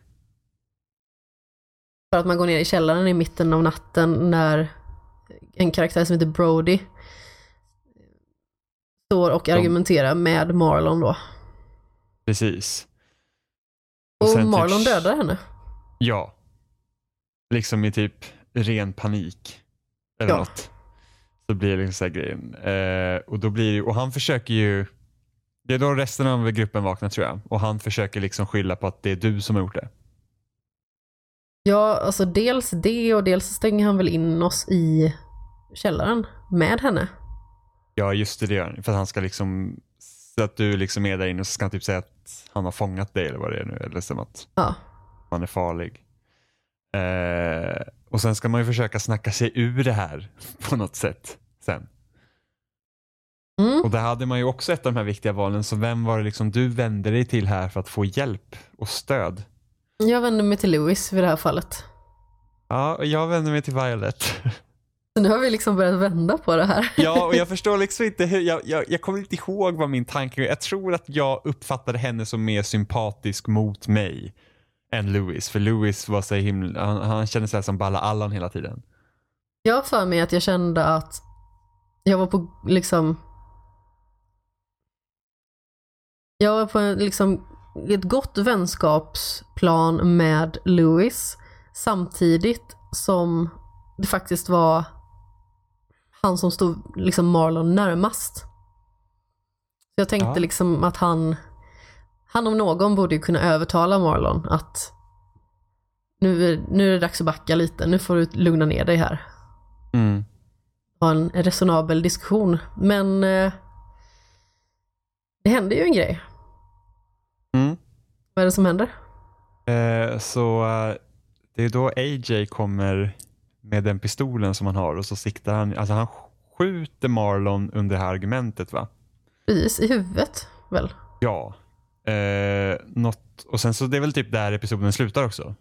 För att man går ner i källaren i mitten av natten när en karaktär som heter Brody står och argumenterar med Marlon då. Precis. Och Marlon dödar henne. Ja. Liksom i typ ren panik. Eller något. Så blir det liksom så här grejen. Och då blir det, och han försöker ju, det är då resten av gruppen vaknar tror jag. Och han försöker liksom skylla på att det är du som har gjort det. Ja, alltså dels det och dels stänger han väl in oss i källaren med henne. Ja, just det gör han. För att han ska liksom, så att du liksom är där inne och så ska han typ säga att han har fångat dig eller vad det är nu. Eller som att man är farlig. Och sen ska man ju försöka snacka sig ur det här på något sätt sen. Och där hade man ju också ett av de här viktiga valen. Så vem var det liksom du vände dig till här för att få hjälp och stöd? Jag vände mig till Louis vid det här fallet. Ja, och jag vände mig till Violet. Så nu har vi liksom börjat vända på det här. Ja, och jag förstår liksom inte hur, jag kommer inte ihåg vad min tanke var. Jag tror att jag uppfattade henne som mer sympatisk mot mig än Louis. För Louis var så himla, han kände sig som Balla Allan hela tiden. Jag har för mig att jag kände att jag var på liksom, jag var på liksom ett gott vänskapsplan med Louis samtidigt som det faktiskt var han som stod liksom Marlon närmast. Så jag tänkte liksom att han om någon borde ju kunna övertala Marlon att nu är det dags att backa lite, nu får du lugna ner dig här. Ha en resonabel diskussion. Men det händer ju en grej. Vad är det som händer? Så det är då AJ kommer med den pistolen som han har och så siktar han, alltså han skjuter Marlon under det här argumentet va? Precis, i huvudet väl? Ja. Och sen så det är väl typ där episoden slutar också.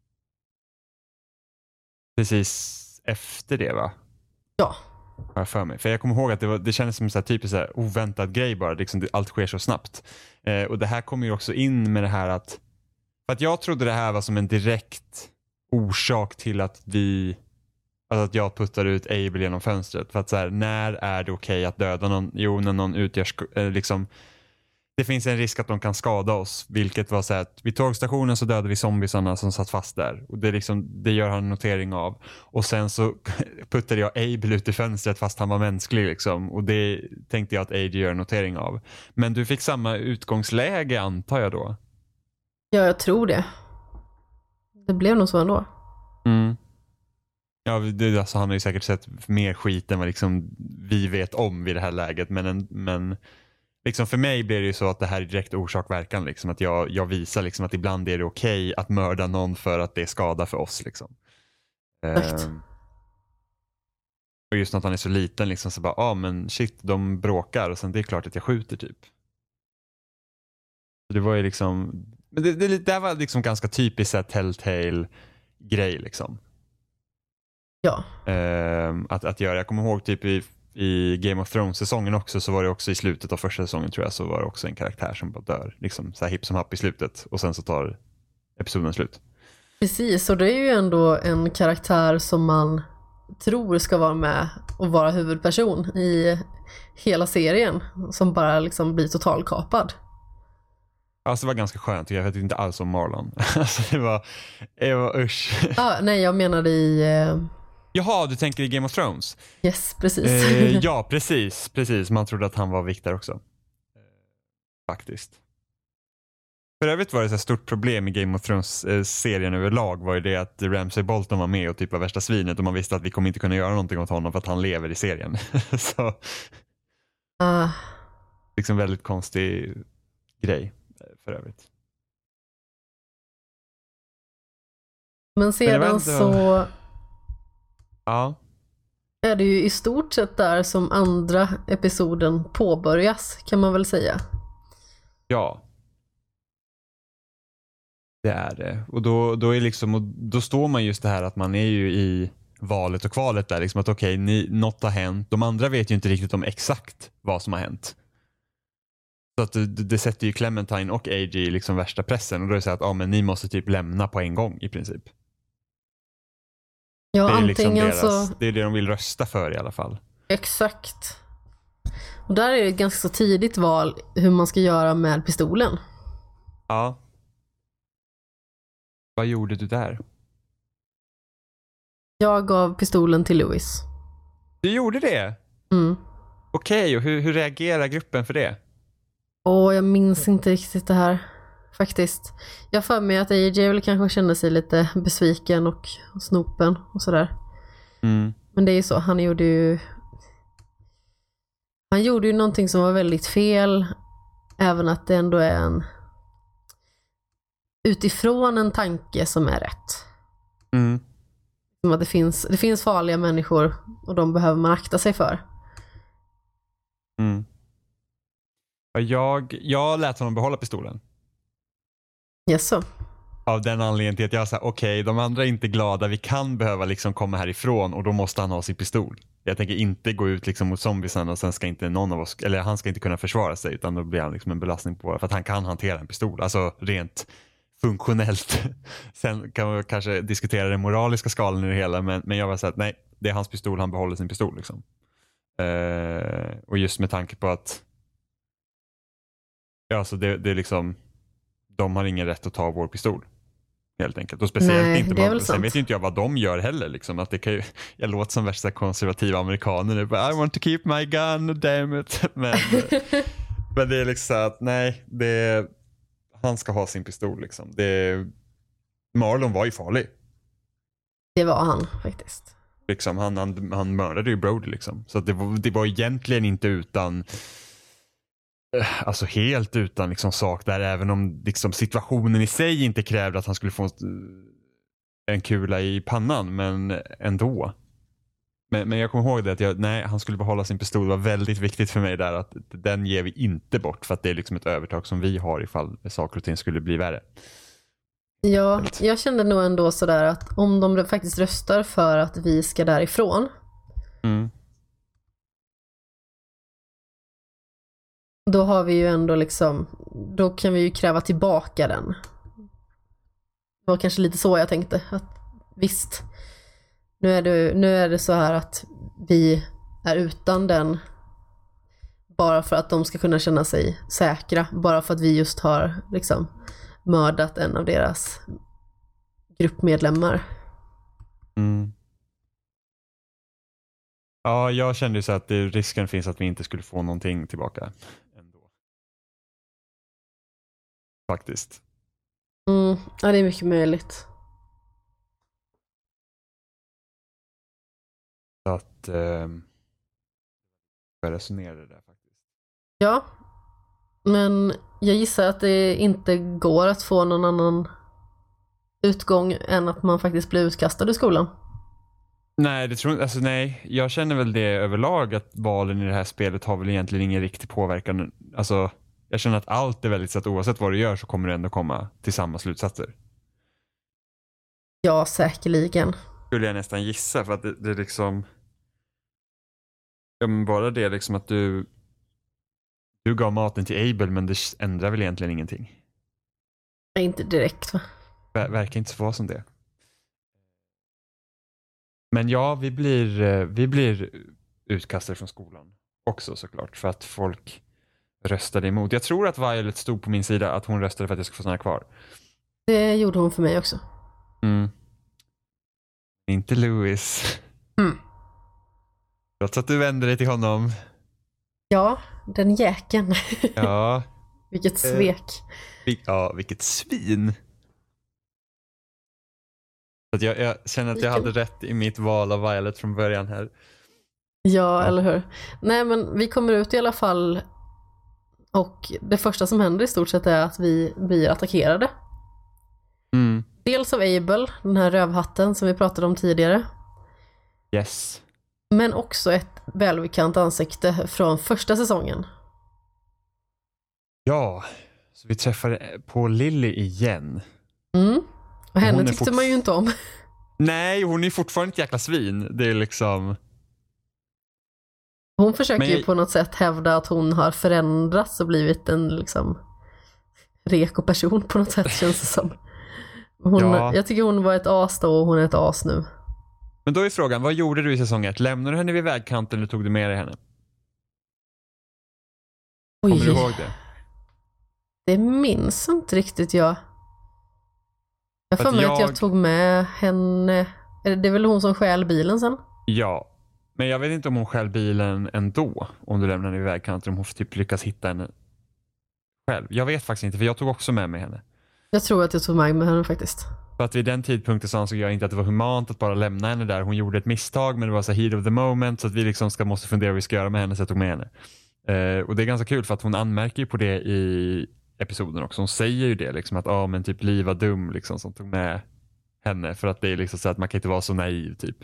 Precis efter det va? Ja. Jag för mig. För jag kommer ihåg att det kändes som en så här typisk så här oväntad grej bara. Liksom, allt sker så snabbt. Och det här kommer ju också in med det här att, för att jag trodde det här var som en direkt orsak till att att jag puttar ut Abel genom fönstret. För att så här, när är det okej att döda någon? Jo, när någon utgör liksom, det finns en risk att de kan skada oss. Vilket var så här att vid tågstationen så dödade vi zombiesarna som satt fast där. Och det gör han en notering av. Och sen så puttade jag Abel ut i fönstret fast han var mänsklig liksom. Och det tänkte jag att AJ gör en notering av. Men du fick samma utgångsläge antar jag då? Ja, jag tror det. Det blev nog så ändå. Ja, alltså han har ju säkert sett mer skit än vad liksom vi vet om vid det här läget. Men liksom för mig blir det ju så att det här är direkt orsak-verkan. Liksom, att jag visar liksom att ibland är det okej att mörda någon för att det är skada för oss. Liksom. Och just att han är så liten liksom, så bara, men shit, de bråkar och sen det är klart att jag skjuter typ. Så det var ju liksom, men det var liksom ganska typiskt att Telltale-grej liksom. Ja. Att göra, jag kommer ihåg typ i Game of Thrones-säsongen också, så var det också i slutet av första säsongen tror jag, så var det också en karaktär som bara dör liksom så här hipp som happ i slutet och sen så tar episoden slut. Precis, och det är ju ändå en karaktär som man tror ska vara med och vara huvudperson i hela serien som bara liksom blir totalkapad. Alltså det var ganska skönt. Jag vet inte alls om Marlon. Alltså det var usch. Nej, jag menade i... Jaha, du tänker i Game of Thrones? Yes, precis. Ja, precis. Man trodde att han var Victor också. Faktiskt. För övrigt var det ett stort problem i Game of Thrones-serien överlag var ju det att Ramsay Bolton var med och typ var värsta svinet och man visste att vi kommer inte kunna göra någonting åt honom för att han lever i serien. Så liksom väldigt konstig grej för övrigt. Men sedan så ja. är det ju i stort sett där som andra episoden påbörjas, kan man väl säga. Ja. Det är det. Och då är liksom, och då står man just det här att man är ju i valet och kvalet där. Liksom att okej, något har hänt. De andra vet ju inte riktigt om exakt vad som har hänt. Så att det sätter ju Clementine och AJ i liksom värsta pressen. Och då är det så att men ni måste typ lämna på en gång i princip. Ja, det är antingen liksom så... Det är det de vill rösta för i alla fall. Exakt. Och där är det ett ganska så tidigt val hur man ska göra med pistolen. Ja. Vad gjorde du där? Jag gav pistolen till Louis. Du gjorde det? Mm. Okej, och hur reagerar gruppen för det? Jag minns inte riktigt det här. Faktiskt. Jag för mig att AJ väl kanske kände sig lite besviken och snopen och sådär. Mm. Men det är ju så, han gjorde ju någonting som var väldigt fel. Även att det ändå är utifrån en tanke som är rätt. Mm. Som att det finns farliga människor och de behöver man akta sig för. Mm. Jag lät honom behålla pistolen. Yes, så. Av den anledningen till att jag sa okej, de andra är inte glada, vi kan behöva liksom komma härifrån och då måste han ha sin pistol. Jag tänker inte gå ut liksom mot zombiesarna och sen ska inte någon av oss, eller han ska inte kunna försvara sig utan då blir han liksom en belastning på, för att han kan hantera en pistol, alltså rent funktionellt. Sen kan vi kanske diskutera den moraliska skalan i det hela, men jag var så att nej, det är hans pistol, han behåller sin pistol liksom. Och just med tanke på att ja, så det är liksom de har ingen rätt att ta vår pistol. Helt enkelt. Och speciellt nej, inte sen vet ju inte jag vad de gör heller liksom. Att det kan ju, jag låter som värsta konservativa amerikaner nu. I want to keep my gun, damn it. Men det är liksom att nej, han ska ha sin pistol liksom. Marlon var ju farlig. Det var han faktiskt. Liksom, han mördade ju Brody liksom. Så att det var egentligen inte utan alltså helt utan liksom sak där, även om liksom situationen i sig inte krävde att han skulle få en kula i pannan, men ändå. Men jag kommer ihåg det att han skulle behålla sin pistol. Det var väldigt viktigt för mig där att den ger vi inte bort för att det är liksom ett övertag som vi har ifall saker och ting skulle bli värre. Ja, jag kände nog ändå sådär att om de faktiskt röstar för att vi ska därifrån då har vi ju ändå liksom, då kan vi ju kräva tillbaka den. Det var kanske lite så jag tänkte, att visst, nu är det så här att vi är utan den bara för att de ska kunna känna sig säkra, bara för att vi just har liksom mördat en av deras gruppmedlemmar. Mm. Ja, jag kände ju så att risken finns att vi inte skulle få någonting tillbaka ändå. Faktiskt. Ja, det är mycket möjligt. Så att jag resonerade där faktiskt. Ja, men jag gissar att det inte går att få någon annan utgång än att man faktiskt blir utkastad ur skolan. Nej, det tror jag, alltså nej. Jag känner väl det överlag att valen i det här spelet har väl egentligen ingen riktig påverkan. Alltså, jag känner att allt är väldigt så att oavsett vad du gör så kommer du ändå komma till samma slutsatser. Ja, säkerligen. Skulle jag nästan gissa, för att det är liksom ja, men bara det liksom att du gav maten till Abel, men det ändrar väl egentligen ingenting. Inte direkt, va? Verkar inte så vara som det. Men ja, vi blir utkastade från skolan också såklart, för att folk röstade emot. Jag tror att Violet stod på min sida, att hon röstade för att jag skulle få stanna kvar. Det gjorde hon för mig också. Inte Louis. Trots att du vände dig till honom. Ja, den jäkeln. Ja. Vilket svek. Vilket svin. Så att jag känner att jag hade rätt i mitt val av Violet från början här. Ja, eller hur? Nej, men vi kommer ut i alla fall, och det första som händer i stort sett är att vi blir attackerade. Dels av Abel, den här rövhatten som vi pratade om tidigare. Yes. Men också ett välbekant ansikte från första säsongen. Ja, så vi träffade på Lily igen. Och henne tyckte man ju inte om. Nej, hon är fortfarande ett jäkla svin. Det är liksom... Hon försöker ju på något sätt hävda att hon har förändrats och blivit en liksom reko person på något sätt, känns det som. Jag tycker hon var ett as då och hon är ett as nu. Men då är frågan, vad gjorde du i säsong 1? Lämnade du henne vid vägkanten eller tog du med dig henne? Kommer du ihåg det? Det minns inte riktigt jag. Jag får mig att jag tog med henne. Det är väl hon som stjäl bilen sen? Ja, men jag vet inte om hon stjäl bilen ändå. Om du lämnar henne vid vägkanten, om hon typ lyckas hitta henne själv. Jag vet faktiskt inte, för jag tog också med mig henne. Jag tror att jag tog med henne faktiskt. För att vid den tidpunkten så ansåg jag inte att det var humant att bara lämna henne där. Hon gjorde ett misstag, men det var så heat of the moment, så att vi liksom måste fundera vad vi ska göra med henne, så jag tog med henne. Och det är ganska kul för att hon anmärker ju på det i episoden också. Hon säger ju det liksom att men typ Liv var dum liksom som tog med henne, för att det är liksom så att man kan inte vara så naiv typ.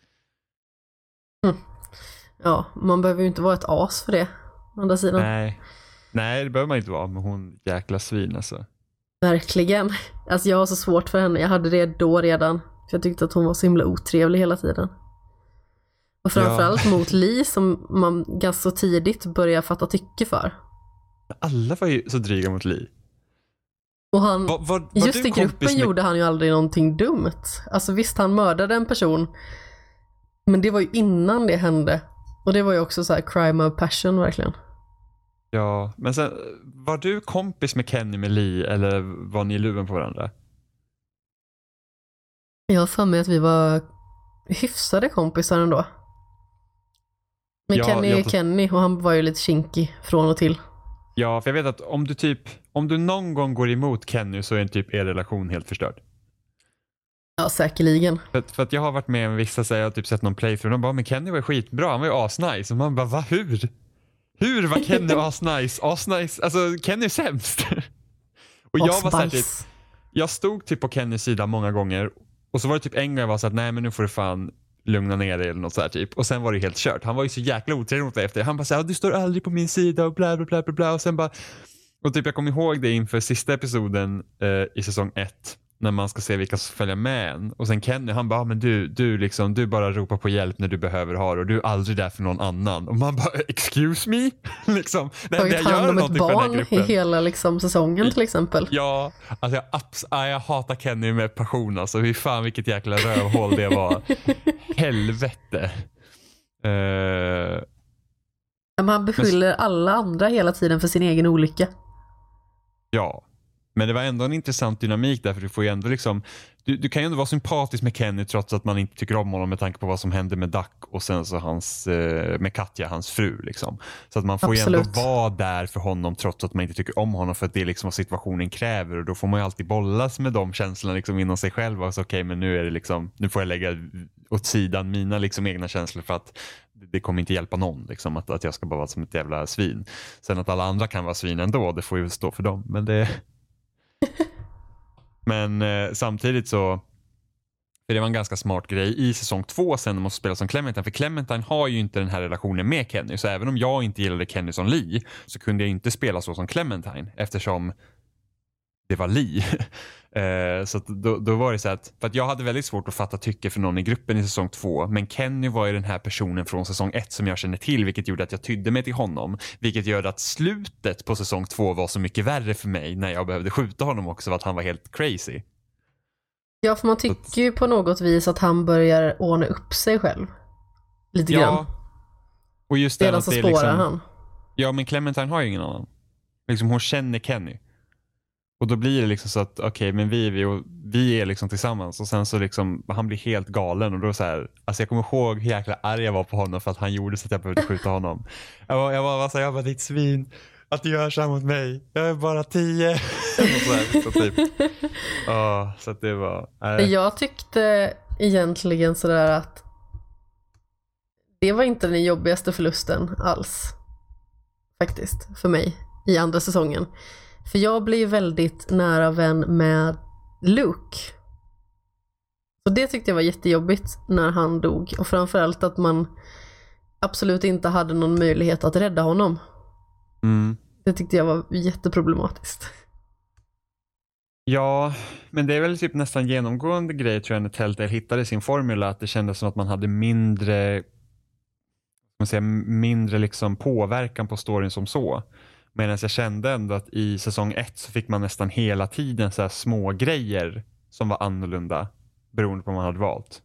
Ja, man behöver ju inte vara ett as för det, å andra sidan. Nej, det behöver man inte vara, men hon jäkla svin alltså. Verkligen. Alltså jag har så svårt för henne. Jag hade det då redan. För jag tyckte att hon var så himla otrevlig hela tiden. Och framförallt mot Lee, som man ganska så tidigt börjar fatta tycke för. Alla var ju så dryga mot Lee. Och han, just i gruppen gjorde han ju aldrig någonting dumt. Alltså visst, han mördade en person. Men det var ju innan det hände. Och det var ju också så här crime of passion verkligen. Ja, men sen, var du kompis med Kenny med Lee, eller var ni i luven på varandra? Jag har för mig att vi var hyfsade kompisar ändå. Men Kenny är Kenny, och han var ju lite kinky från och till. Ja, för jag vet att om du någon gång går emot Kenny så är typ er relation helt förstörd. Ja, säkerligen. För att jag har varit med om vissa, så jag har typ sett någon playthrough, och de bara, men Kenny var skitbra, han var ju asnice. Och man bara, va, hur var Kenny asnice? Alltså Kenny är sämst. Och jag var såhär typ, jag stod typ på Kennys sida många gånger, och så var det typ en gång jag var så att nej, men nu får du fan lugna ner dig eller något så här typ. Och sen var det helt kört. Han var ju så jäkla otrevlig mot dig efter. Han bara såhär, du står aldrig på min sida och bla bla bla bla bla. Och sen bara, och typ jag kommer ihåg det inför sista episoden i säsong 1, när man ska se vilka som följer med en. Och sen Kenny, han bara, men du bara ropar på hjälp när du behöver ha det, och du är aldrig där för någon annan. Och man bara, excuse me? Liksom, när jag gör någonting för den här gruppen. I hela liksom säsongen till exempel. Ja, alltså jag hatar Kenny med passion alltså. Hur fan vilket jäkla rövhål det var. Helvete. Man beskyller alla andra hela tiden för sin egen olycka. Ja. Men det var ändå en intressant dynamik där, för du får ju ändå liksom, du kan ju ändå vara sympatisk med Kenny trots att man inte tycker om honom med tanke på vad som hände med Duck och sen så med Katja, hans fru liksom. Så att man får ju ändå vara där för honom trots att man inte tycker om honom, för att det är liksom vad situationen kräver, och då får man ju alltid bollas med de känslorna liksom inom sig själv, och så okej, men nu är det liksom, nu får jag lägga åt sidan mina liksom egna känslor, för att det kommer inte hjälpa någon liksom, att jag ska bara vara som ett jävla svin. Sen att alla andra kan vara svin ändå, det får ju stå för dem, men det men samtidigt så, för det var en ganska smart grej i säsong 2 sen när man spelar som Clementine, för Clementine har ju inte den här relationen med Kenny, så även om jag inte gillade Kenny som Lee, så kunde jag inte spela så som Clementine eftersom det var Lee. Så då var det så att, för att jag hade väldigt svårt att fatta tycke för någon i gruppen i säsong 2, men Kenny var ju den här personen från säsong 1 som jag känner till, vilket gjorde att jag tydde mig till honom, vilket gör att slutet på säsong 2 var så mycket värre för mig när jag behövde skjuta honom också, för att han var helt crazy. Ja, för man tycker ju på något vis att han börjar ordna upp sig själv lite grann. Och just sedan så spårar liksom, han. Ja, men Clementine har ju ingen annan. Liksom hon känner Kenny. Och då blir det liksom så att okej, men vi är liksom tillsammans. Och sen så liksom, han blir helt galen. Och då så här, alltså jag kommer ihåg hur jäkla arg jag var på honom för att han gjorde så att jag behövde skjuta honom. Jag var ditt svin. Att du gör så här mot mig. Jag är bara 10. Och så här, så typ. Så att det var... Jag tyckte egentligen sådär att det var inte den jobbigaste förlusten alls. Faktiskt, för mig. I andra säsongen. För jag blev väldigt nära vän med Luke. Och det tyckte jag var jättejobbigt när han dog. Och framförallt att man absolut inte hade någon möjlighet att rädda honom. Det tyckte jag var jätteproblematiskt. Ja, men det är väl typ nästan genomgående grej tror jag när Telltale hittade sin formula. Att det kändes som att man hade mindre liksom påverkan på storyn som så. Medan jag kände ändå att i säsong 1 så fick man nästan hela tiden så här små grejer som var annorlunda beroende på vad man hade valt.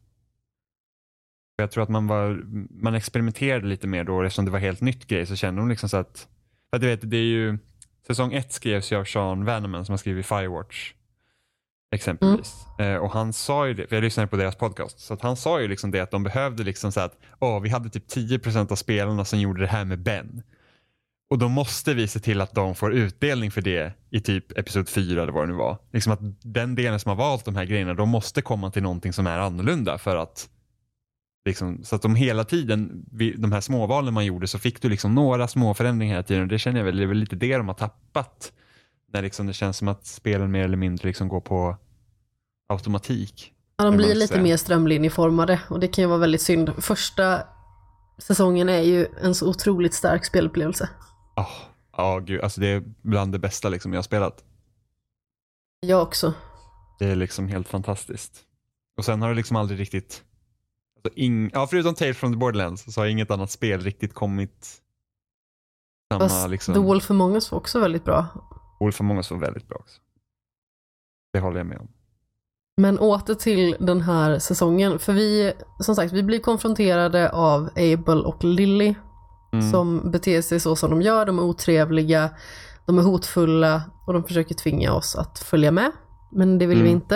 Jag tror att man experimenterade lite mer då eftersom det var helt nytt grej så kände de liksom så att för du vet, det är ju säsong 1 skrevs ju av Sean Vanneman som har skrivit Firewatch exempelvis. Och han sa ju det, för jag lyssnade på deras podcast, så att han sa ju liksom det att de behövde liksom så att vi hade typ 10% av spelarna som gjorde det här med Ben. Och då måste vi se till att de får utdelning för det i typ episod 4 eller vad det nu var. Liksom att den delen som har valt de här grejerna, de måste komma till någonting som är annorlunda för att liksom, så att de hela tiden, de här småvalen man gjorde så fick du liksom några små förändringar hela tiden och det känner jag väl, det är väl lite det de har tappat när liksom det känns som att spelen mer eller mindre liksom går på automatik. Ja, de blir lite mer strömlinjeformade och det kan ju vara väldigt synd. Första säsongen är ju en så otroligt stark spelupplevelse. Gud, alltså det är bland det bästa liksom jag har spelat. Jag också. Det är liksom helt fantastiskt. Och sen har det liksom aldrig riktigt förutom Tales from the Borderlands så har inget annat spel riktigt kommit samma. Fast liksom. The Wolf Among Us var också väldigt bra. Wolf Among Us var väldigt bra också. Det håller jag med om. Men åter till den här säsongen. För vi blir konfronterade av Abel och Lily som beter sig så som de gör. De är otrevliga, de är hotfulla och de försöker tvinga oss att följa med. Men det vill vi inte.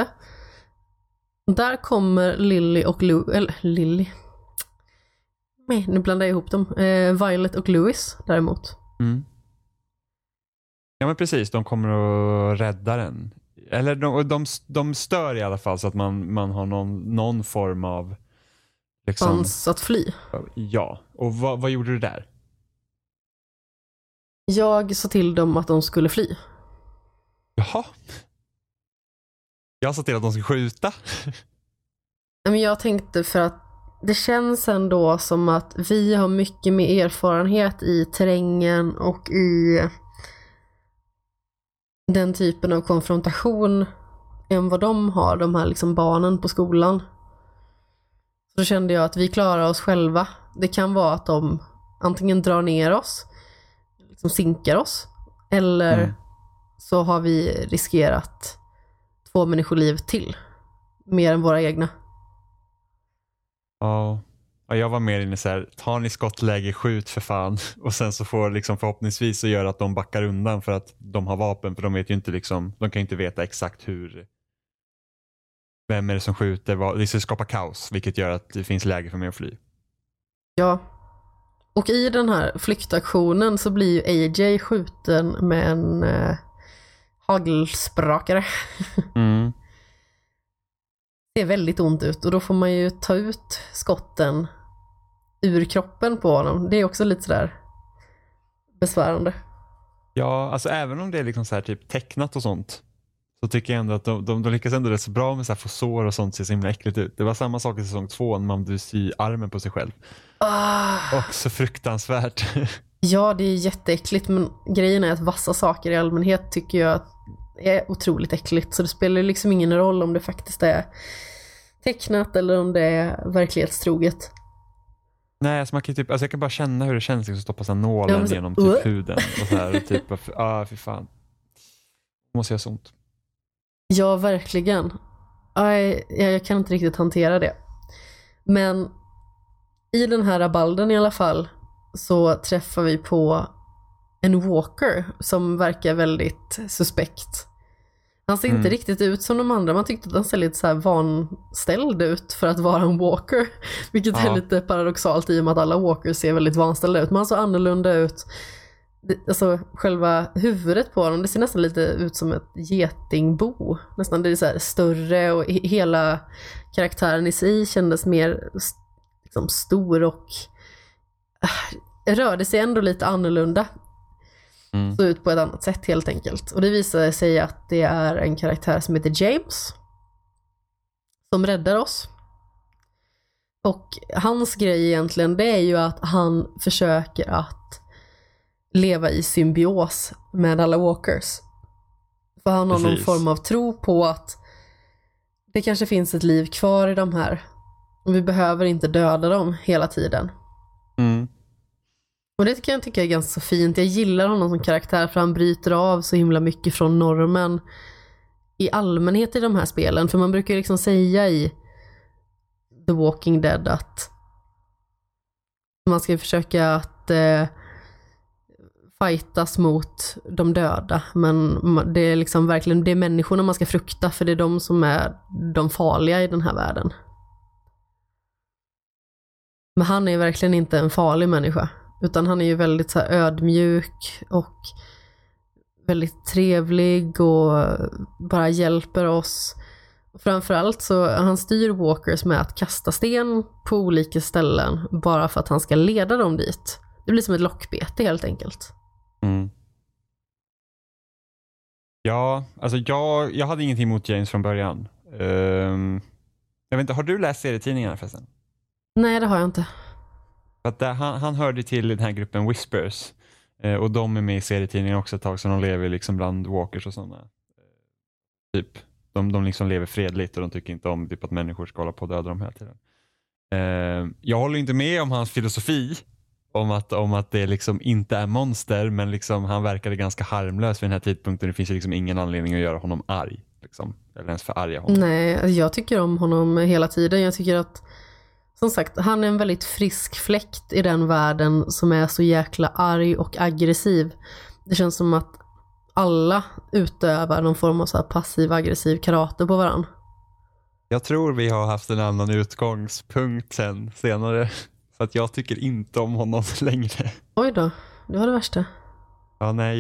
Där kommer Lily och Lily. Nej, nu blandar jag ihop dem. Violet och Louis däremot. Ja men precis, de kommer att rädda den. Eller de stör i alla fall så att man har någon form av liksom, chans att fly. Ja, och vad gjorde du där? Jag sa till dem att de skulle fly. Jaha. Jag sa till att de skulle skjuta. Men jag tänkte för att det känns ändå som att vi har mycket mer erfarenhet i terrängen och i den typen av konfrontation än vad de har, de här liksom barnen på skolan. Så kände jag att vi klarar oss själva. Det kan vara att de antingen drar ner oss, liksom sinkar oss, eller så har vi riskerat 2 människoliv till. Mer än våra egna. Ja, jag var mer inne så här, tar ni skottläge, skjut för fan. Och sen så får liksom förhoppningsvis så gör att de backar undan för att de har vapen. För de vet ju inte liksom, de kan inte veta exakt vem är det som skjuter. Det ska skapa kaos, vilket gör att det finns läge för mig att fly. Ja, och i den här flyktaktionen så blir ju AJ skjuten med en hagelsprakare. Det är väldigt ont ut och då får man ju ta ut skotten ur kroppen på honom. Det är också lite sådär besvärande. Ja, alltså även om det är liksom så här typ tecknat och sånt så tycker jag ändå att de lyckas ändå rätt så bra med så här fosår och sånt, ser så himla äckligt ut. Det var samma sak i säsong 2 när man vill sy armen på sig själv. Också fruktansvärt. Ja, det är jätteäckligt, men grejen är att vassa saker i allmänhet tycker jag är otroligt äckligt, så det spelar ju liksom ingen roll om det faktiskt är tecknat eller om det är verklighetstroget. Nej, alltså man kan typ, alltså jag kan bara känna hur det känns att stoppa en nålen genom typ huden och så här och typ fy fan. Det måste göra så ont. Ja, verkligen. Jag kan inte riktigt hantera det. Men i den här rabalden i alla fall så träffar vi på en walker som verkar väldigt suspekt. Han ser inte riktigt ut som de andra. Man tyckte att han ser lite så här vanställd ut för att vara en walker. Vilket är lite paradoxalt i och med att alla walkers ser väldigt vanställda ut. Men han såg annorlunda ut. Alltså själva huvudet på honom, det ser nästan lite ut som ett getingbo. Nästan, det är så här större och hela karaktären i sig kändes mer liksom stor och rörde sig ändå lite annorlunda. Så ut på ett annat sätt helt enkelt. Och det visade sig att det är en karaktär som heter James som räddar oss. Och hans grej egentligen, det är ju att han försöker att leva i symbios med alla walkers. För han har någon form av tro på att det kanske finns ett liv kvar i de här. Och vi behöver inte döda dem hela tiden. Och det kan jag tycka är ganska så fint. Jag gillar honom som karaktär för han bryter av så himla mycket från normen i allmänhet i de här spelen. För man brukar ju liksom säga i The Walking Dead att man ska försöka att fightas mot de döda. Men det är liksom verkligen det är människorna man ska frukta, för det är de som är de farliga i den här världen. Men han är verkligen inte en farlig människa. Utan han är ju väldigt så här ödmjuk och väldigt trevlig och bara hjälper oss. Och framförallt så han styr walkers med att kasta sten på olika ställen bara för att han ska leda dem dit. Det blir som ett lockbete helt enkelt. Ja, alltså jag hade ingenting emot James från början. Jag vet inte, har du läst serietidningarna förresten? Nej, det har jag inte. För att han hörde till den här gruppen Whispers. Och de är med i serietidningen också ett tag, så de lever liksom bland walkers och sådana. Typ, de liksom lever fredligt och de tycker inte om typ att människor ska hålla på och döda dem hela tiden. Jag håller inte med om hans filosofi om att det liksom inte är monster, men liksom han verkade ganska harmlös vid den här tidpunkten. Det finns ju liksom ingen anledning att göra honom arg. Liksom, eller ens förarga honom. Nej, jag tycker om honom hela tiden. Jag tycker att, som sagt, han är en väldigt frisk fläkt i den världen som är så jäkla arg och aggressiv. Det känns som att alla utövar någon form av så här passiv-aggressiv karate på varandra. Jag tror vi har haft en annan utgångspunkt senare. Så att jag tycker inte om honom längre. Oj då, det var det värsta. Ja, nej,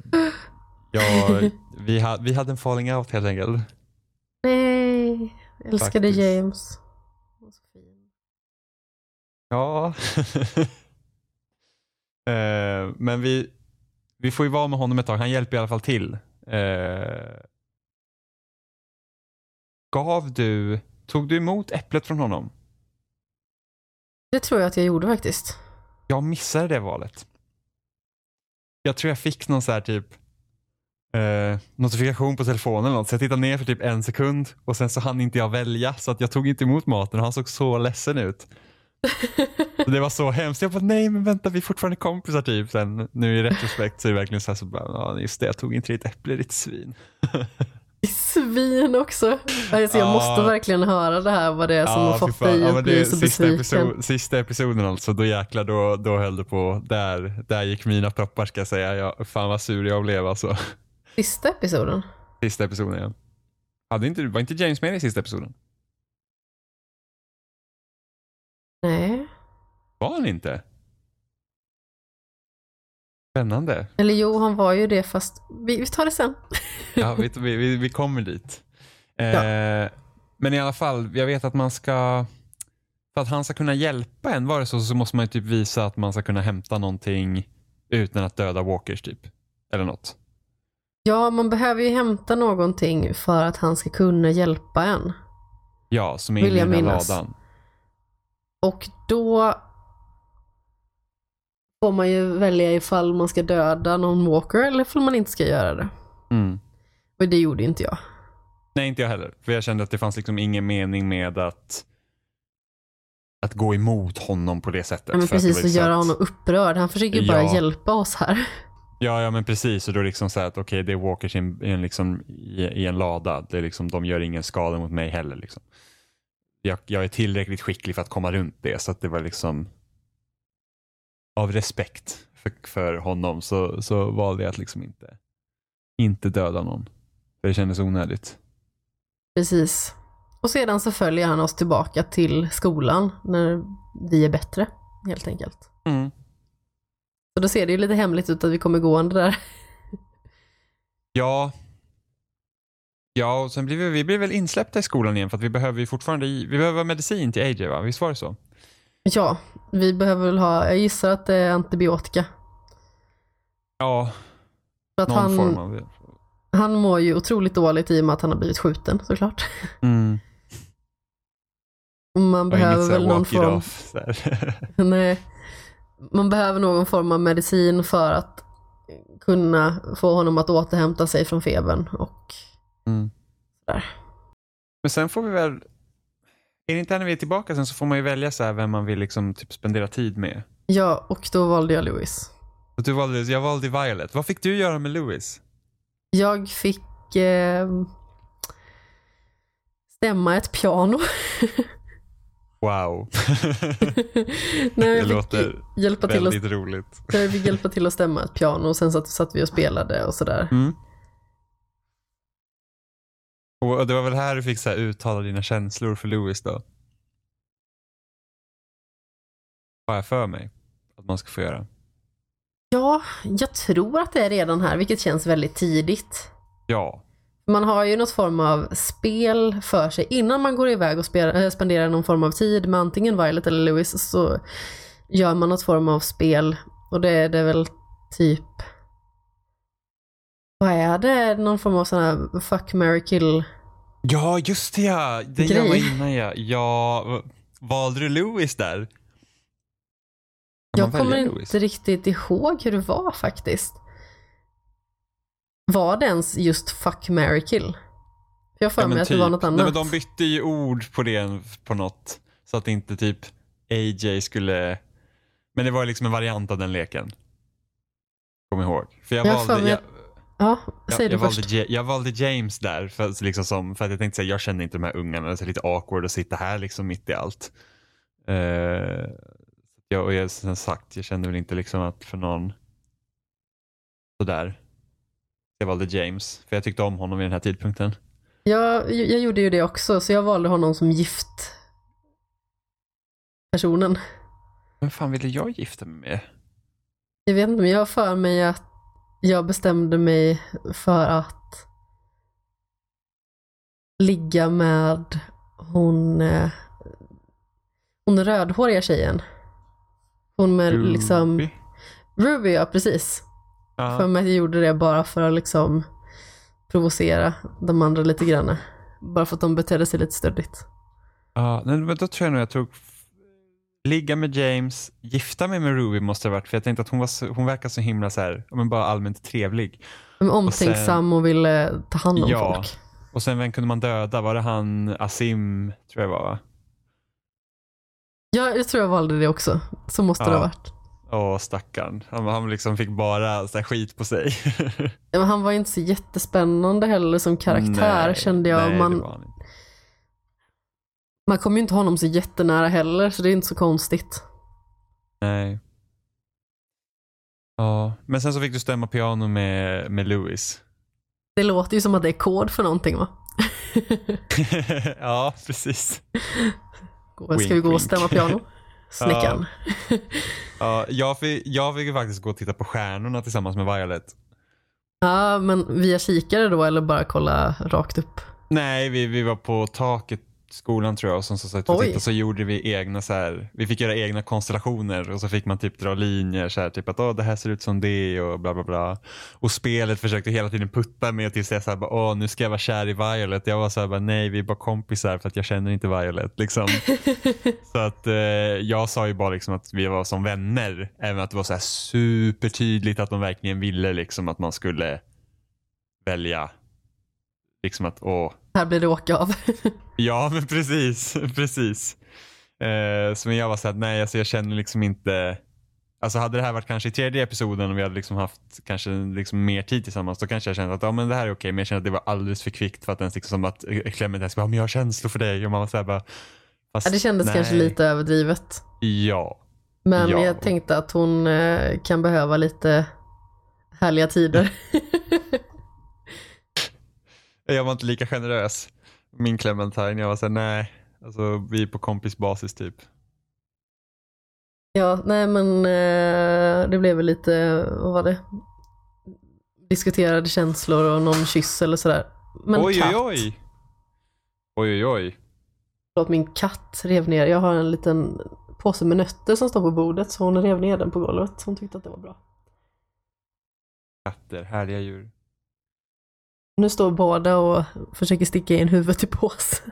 vi hade en falling out helt enkelt. Nej, jag älskade Faktiskt. James. Ja. Men vi får ju vara med honom ett tag. Han hjälper i alla fall till. Tog du emot äpplet från honom? Det tror jag att jag gjorde faktiskt. Jag missade det valet. Jag tror jag fick någon så här typ notifikation på telefonen eller något. Så jag tittade ner för typ 1 sekund och sen så hann inte jag välja, så att jag tog inte emot maten och han såg så ledsen ut. Det var så hemskt. Jag bara, nej men vänta, vi är fortfarande kompisar typ. Sen nu i retrospekt så är det verkligen så här så bara, ja just det, jag tog inte ditt äpple, ditt svin. Svin också. Alltså, jag måste verkligen höra det här, vad det är som har fått dig att bli så besviken. Sista episoden alltså, då jäklar, då höll det på. Där gick mina proppar, ska jag säga. Fan vad sur jag blev alltså. Sista episoden? Sista episoden, ja. Var inte James med i sista episoden? Nej. Var han inte? Spännande. Eller jo, han var ju det, fast vi tar det sen. Ja, vi kommer dit. Men i alla fall, jag vet att man ska, för att han ska kunna hjälpa en, var det så måste man ju typ visa att man ska kunna hämta någonting utan att döda walkers typ. Eller något. Ja, man behöver ju hämta någonting för att han ska kunna hjälpa en. Ja, som är i den här ladan. Och då får man ju välja ifall man ska döda någon walker eller ifall man inte ska göra det. Och det gjorde inte jag. Nej, inte jag heller. För jag kände att det fanns liksom ingen mening med att gå emot honom på det sättet. Ja, men precis, att göra honom upprörd. Han försöker ju bara hjälpa oss här. Ja, men precis. Och då liksom så att okej, det är walkers i en lada. Det är liksom, de gör ingen skada mot mig heller liksom. Jag är tillräckligt skicklig för att komma runt det, så att det var liksom av respekt för honom så valde jag att liksom inte döda någon. För det kändes onödigt. Precis. Och sedan så följer han oss tillbaka till skolan när vi är bättre, helt enkelt. Mm. Så då ser det ju lite hemligt ut att vi kommer gående där. Ja, och sen blir vi väl insläppta i skolan igen för att vi behöver ju fortfarande vi behöver medicin till AJ, va? Visst var det så? Ja, vi behöver väl jag gissar att det är antibiotika. Ja, för att någon form av det. Han mår ju otroligt dåligt i och med att han har blivit skjuten, såklart. Mm. Man behöver väl någon form... Nej. Man behöver någon form av medicin för att kunna få honom att återhämta sig från febern och där. Men sen får vi väl, är det inte när vi är tillbaka sen så får man ju välja så här vem man vill liksom typ spendera tid med. Ja, och då valde jag Louis. Och jag valde Violet. Vad fick du göra med Louis? Jag fick stämma ett piano. Wow. Nej, det låter hjälpa väldigt till roligt. Jag fick hjälpa till att stämma ett piano och sen satt vi och spelade och sådär. Mm. Och det var väl här du fick så här uttala dina känslor för Louis då? Vad är för mig att man ska få göra? Ja, jag tror att det är redan här, vilket känns väldigt tidigt. Ja. Man har ju något form av spel för sig innan man går iväg och spenderar någon form av tid med antingen Violet eller Louis, så gör man något form av spel. Och det är väl typ, vad är det? Någon form av sån här fuck, marry, kill. Ja, just det, ja. Det gör man innan, ja. Ja, valde du Louis där? Jag kommer inte riktigt ihåg hur det var faktiskt. Var det ens just fuck, marry, kill? Jag får mig att det var något annat. Nej, men de bytte ju ord på det på något. Så att inte typ AJ skulle... Men det var liksom en variant av den leken. Kom ihåg. För jag valde James där för att jag tänkte säga, jag känner inte de här ungarna. Det är lite awkward att sitta här liksom mitt i allt. Som sagt, jag kände väl inte liksom att för någon sådär. Jag valde James, för jag tyckte om honom vid den här tidpunkten. Jag gjorde ju det också, så jag valde honom som gift personen. Vem fan ville jag gifta mig med? Jag vet inte, men jag har för mig att jag bestämde mig för att ligga med hon rödhåriga tjejen. Hon med Ruby. liksom Ruby, ja, precis. Ja. För mig att jag gjorde det bara för att liksom provocera de andra lite grann. Bara för att de betedde sig lite stödigt. Ja, men då tror jag nog jag tog ligga med James, gifta mig med Ruby måste det ha varit, för jag tänkte att hon verkar så himla så här, men bara allmänt trevlig. Omtänksam och ville ta hand om folk. Och sen vem kunde man döda? Var det han Asim, tror jag var, va? Ja, jag tror jag valde det också. Så måste det ha varit. Stackarn. Han liksom fick bara så här skit på sig. Ja, men han var inte så jättespännande heller som karaktär, kände jag. Nej, man kommer ju inte honom så jättenära heller, så det är inte så konstigt. Nej. Ja, men sen så fick du stämma piano med Louis. Det låter ju som att det är kod för någonting, va? Ja, precis. Ska vi gå och stämma piano? Snickaren. Ja, jag fick faktiskt gå och titta på stjärnorna tillsammans med Violet. Ja, men via kikare då, eller bara kolla rakt upp? Nej, vi var på taket skolan tror jag, och så gjorde vi egna så här, vi fick göra egna konstellationer och så fick man typ dra linjer så här, typ att det här ser ut som det och bla bla bla, och spelet försökte hela tiden putta med tills jag så här, nu ska jag vara kär i Violet. Jag var så här, nej, vi är bara kompisar för att jag känner inte Violet liksom. Så att jag sa ju bara liksom att vi var som vänner, även att det var så här supertydligt att de verkligen ville liksom att man skulle välja liksom att här blir det åka av. Ja, men precis. Så men jag var så att nej, alltså jag känner liksom inte, alltså hade det här varit kanske i tredje episoden och vi hade liksom haft kanske liksom mer tid tillsammans, då kanske jag kände att men det här är okej, men jag kände att det var alldeles för kvickt för att ens liksom som att Clement skulle bara, men jag har känslor för dig, och man var så här bara, fast, det kändes kanske lite överdrivet. Ja. Men Ja. jag tänkte att hon kan behöva lite härliga tider. Jag var inte lika generös. Min Clementine, jag var såhär, nej. Alltså vi är på kompisbasis typ. Ja, nej men det blev väl lite, vad var det? Diskuterade känslor och någon kyss eller sådär. Men Oj, katt. oj, oj. Oj, oj. Förlåt, min katt rev ner. Jag har en liten påse med nötter som står på bordet, så hon rev ner den på golvet. Hon tyckte att det var bra. Katter, härliga djur. Nu står båda och försöker sticka in huvudet i påsen.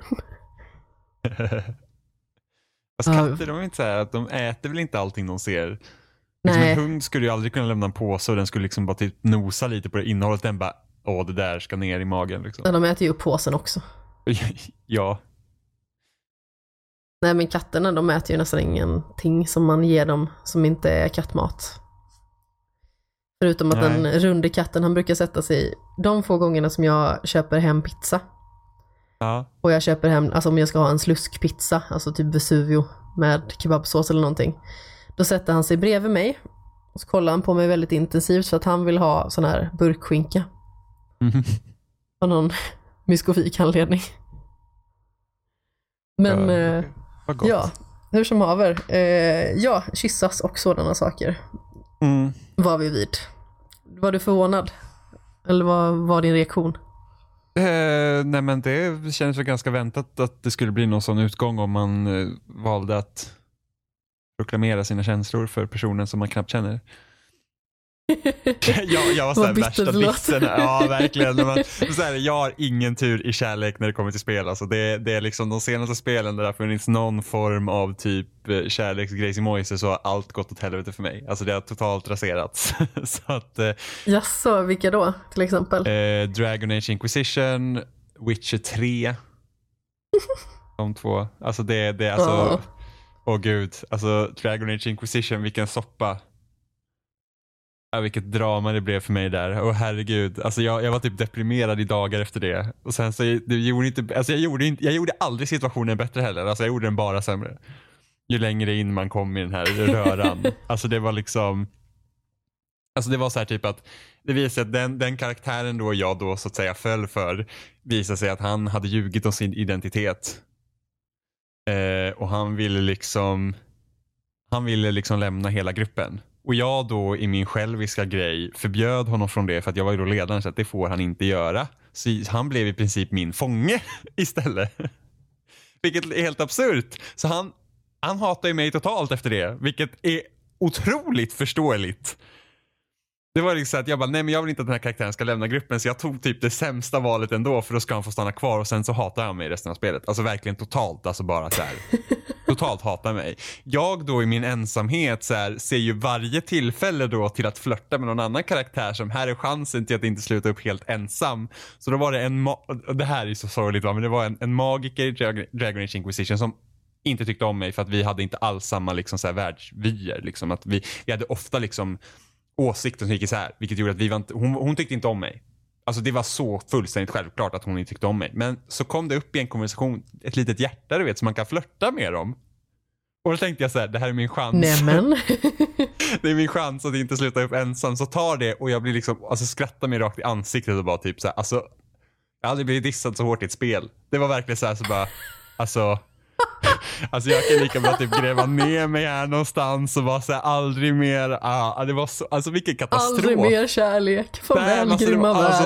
Fast katter, de är inte så här att de äter väl inte allting de ser. Liksom Nej. en hund skulle ju aldrig kunna lämna en påse och den skulle liksom bara typ nosa lite på det innehållet. Den bara, det där ska ner i magen liksom. Ja, de äter ju upp påsen också. Ja. Nej, men katterna, de äter ju nästan ingenting som man ger dem som inte är kattmat. Förutom att den runde katten, han brukar sätta sig de få gångerna som jag köper hem pizza. Ja. Och jag köper hem, alltså om jag ska ha en sluskpizza, alltså typ Vesuvio med kebabsås eller någonting. Då sätter han sig bredvid mig och så kollar han på mig väldigt intensivt för att han vill ha sån här burkskinka. Av någon myskofik anledning. Men vad gott. ja, hur som haver. Ja, kyssas och sådana saker. Var vi vid. Var du förvånad? Eller vad var din reaktion? Nej, men det känns väl ganska väntat att det skulle bli någon sån utgång om man valde att proklamera sina känslor för personen som man knappt känner. jag var såhär värsta bitsen. Ja, verkligen. Jag har ingen tur i kärlek när det kommer till spel. Alltså det är liksom de senaste spelen där det har funnits någon form av typ kärleksgrejsimojse, så har allt gått åt helvete för mig. Alltså det har totalt raserats. Så att Jaså, vilka då till exempel? Dragon Age Inquisition, Witcher 3. De två. Alltså det är alltså åh gud, alltså Dragon Age Inquisition, vilken soppa. Ja, vilket drama det blev för mig där. Och herregud, alltså jag var typ deprimerad i dagar efter det. Och sen så det gjorde inte, alltså jag gjorde aldrig situationen bättre heller. Alltså jag gjorde den bara sämre. Ju längre in man kom i den här röran. Alltså det var liksom, alltså det var så här typ att det visade att den karaktären då jag då så att säga föll för, visade sig att han hade ljugit om sin identitet. Och han ville liksom lämna hela gruppen. Och jag då i min själviska grej förbjöd honom från det, för att jag var ju då ledaren, så att det får han inte göra. Så han blev i princip min fånge istället. Vilket är helt absurt. Så han hatar ju mig totalt efter det, vilket är otroligt förståeligt. Det var liksom att jag bara, nej men jag vill inte att den här karaktären ska lämna gruppen, så jag tog typ det sämsta valet ändå, för då ska han få stanna kvar, och sen så hatar han mig resten av spelet. Alltså verkligen totalt, alltså bara så här. Totalt hatar mig. Jag då i min ensamhet så här, ser ju varje tillfälle då till att flirta med någon annan karaktär, som här är chansen till att inte sluta upp helt ensam. Så då var det det här är så sorgligt, men det var en magiker i Dragon Age Inquisition som inte tyckte om mig, för att vi hade inte alls samma liksom så här världsvyer, liksom att vi hade ofta liksom åsikter som gick isär, vilket gjorde att vi var inte, hon tyckte inte om mig. Alltså det var så fullständigt självklart att hon inte tyckte om mig. Men så kom det upp i en konversation ett litet hjärta, du vet, så man kan flirta med dem. Och då tänkte jag så här, det här är min chans. Nämen. Det är min chans att inte sluta upp ensam. Så tar det, och jag blir liksom, alltså skrattar mig rakt i ansiktet och bara typ så här, alltså jag hade blivit dissad så hårt i ett spel. Det var verkligen så här, så bara, alltså jag kan lika bra typ gräva ner mig här någonstans och bara säga aldrig mer. Det var så, alltså vilken katastrof. Aldrig mer kärlek. Farväl grymma värld.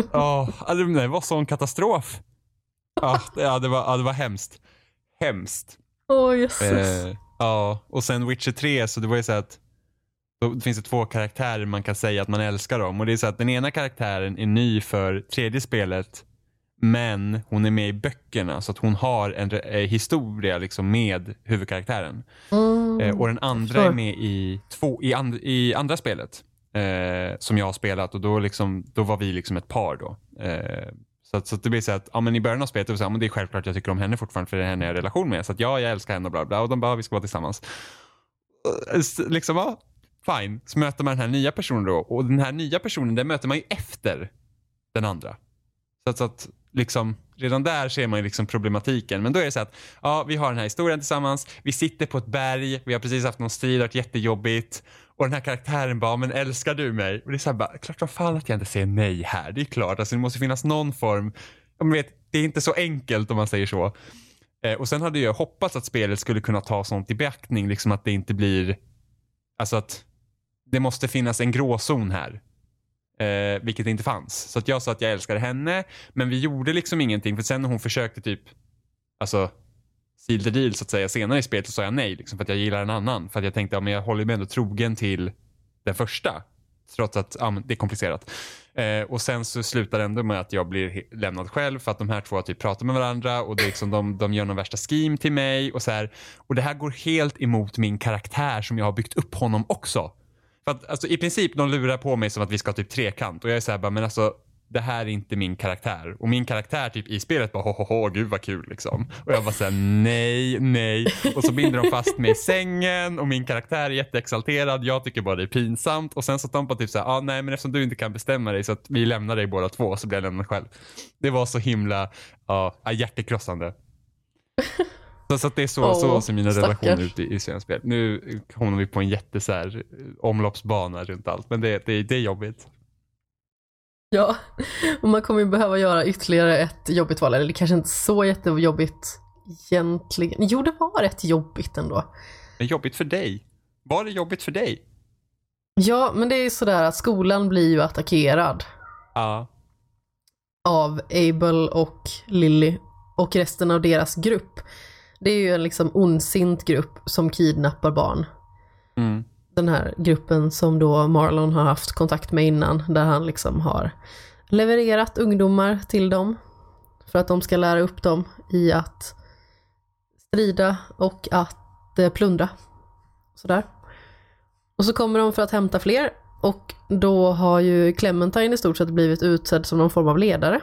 Det var sån katastrof. Det var hemskt. Hemskt. Jesus. Och sen Witcher 3, så det var ju så att då finns det två karaktärer man kan säga att man älskar dem. Och det är så att den ena karaktären är ny för tredje spelet, men hon är med i böckerna, så att hon har en historia liksom med huvudkaraktären. Och den andra är med i andra spelet som jag har spelat, och då var vi liksom ett par då. Så det blir så att men i början av spelet det är självklart jag tycker om henne fortfarande, för det är henne jag har relation med, så att jag älskar henne och bla bla, och de bara vi ska vara tillsammans. Liksom fine. Så möter man den här nya personen då, och den här nya personen, den möter man ju efter den andra. Så att liksom, redan där ser man ju liksom problematiken. Men då är det så att, ja, vi har den här historien tillsammans. Vi sitter på ett berg. Vi har precis haft någon strid, varit jättejobbigt. Och den här karaktären bara, men älskar du mig? Och det är så här bara, klart som fan att jag inte säger nej här. Det är klart, alltså det måste finnas någon form. Jag vet, det är inte så enkelt om man säger så. Och sen hade jag hoppats att spelet skulle kunna ta sånt i beaktning. Liksom att det inte blir, alltså att det måste finnas en gråzon här. Vilket inte fanns. Så att jag sa att jag älskade henne. Men vi gjorde liksom ingenting. För sen när hon försökte typ, alltså seal the deal så att säga, senare i spelet så sa jag nej. Liksom, för att jag gillar en annan. För att jag tänkte, ja men jag håller mig ändå trogen till den första. Trots att det är komplicerat. Och sen så slutar det ändå med att jag blir lämnad själv. För att de här två typ pratar med varandra. Och det är liksom, de gör någon värsta scheme till mig. Och så här. Och det här går helt emot min karaktär som jag har byggt upp honom också. För att alltså, i princip de lurar på mig som att vi ska ha typ trekant. Och jag är så här bara, men alltså det här är inte min karaktär. Och min karaktär typ i spelet bara, ho, gud vad kul liksom. Och jag bara såhär, nej. Och så binder de fast mig i sängen. Och min karaktär är jätteexalterad. Jag tycker bara det är pinsamt. Och sen så de bara typ såhär, nej men eftersom du inte kan bestämma dig så att vi lämnar dig båda två, så blir jag lämnad själv. Det var så himla, hjärtekrossande. Så att det är så ser mina relationer ut i spel. Nu kommer vi på en jätte så här, omloppsbana runt allt. Men det är jobbigt. Ja, och man kommer ju behöva göra ytterligare ett jobbigt val. Eller kanske inte så jättejobbigt egentligen. Jo, det var rätt jobbigt ändå. Det är jobbigt för dig. Var det jobbigt för dig? Ja, men det är ju sådär att skolan blir ju attackerad. Ja. Av Abel och Lily och resten av deras grupp. Det är ju en liksom ondsint grupp som kidnappar barn. Mm. Den här gruppen som då Marlon har haft kontakt med innan, där han liksom har levererat ungdomar till dem för att de ska lära upp dem i att strida och att plundra. Sådär. Och så kommer de för att hämta fler, och då har ju Clementine i stort sett blivit utsedd som någon form av ledare.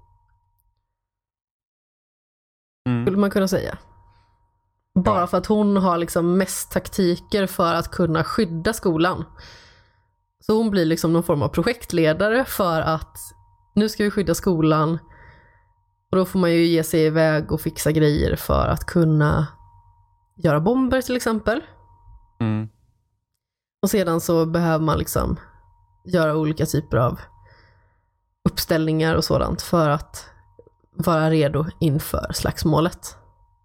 Skulle man kunna säga. Bara för att hon har liksom mest taktiker för att kunna skydda skolan. Så hon blir liksom någon form av projektledare för att nu ska vi skydda skolan. Och då får man ju ge sig iväg och fixa grejer för att kunna göra bomber till exempel. Mm. Och sedan så behöver man liksom göra olika typer av uppställningar och sådant för att vara redo inför slagsmålet.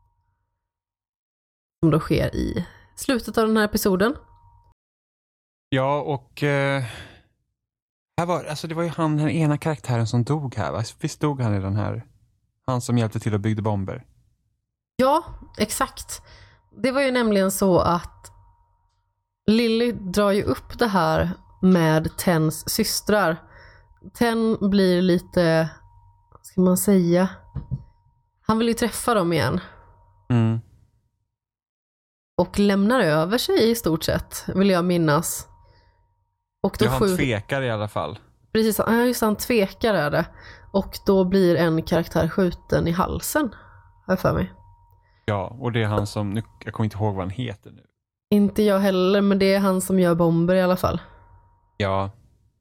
Som då sker i slutet av den här episoden. Ja, och här var, alltså det var ju den här ena karaktären som dog här, va? Visst dog han i den här? Han som hjälpte till att bygga bomber. Ja, exakt. Det var ju nämligen så att Lily drar ju upp det här med Tens systrar. Ten blir lite, vad ska man säga? Han vill ju träffa dem igen. Mm. Och lämnar över sig i stort sett, vill jag minnas. Och då han tvekar i alla fall. Precis, just han tvekar är det. Och då blir en karaktär skjuten i halsen, har jag för mig. Ja, och det är han som, jag kommer inte ihåg vad han heter nu. Inte jag heller, men det är han som gör bomber i alla fall. Ja.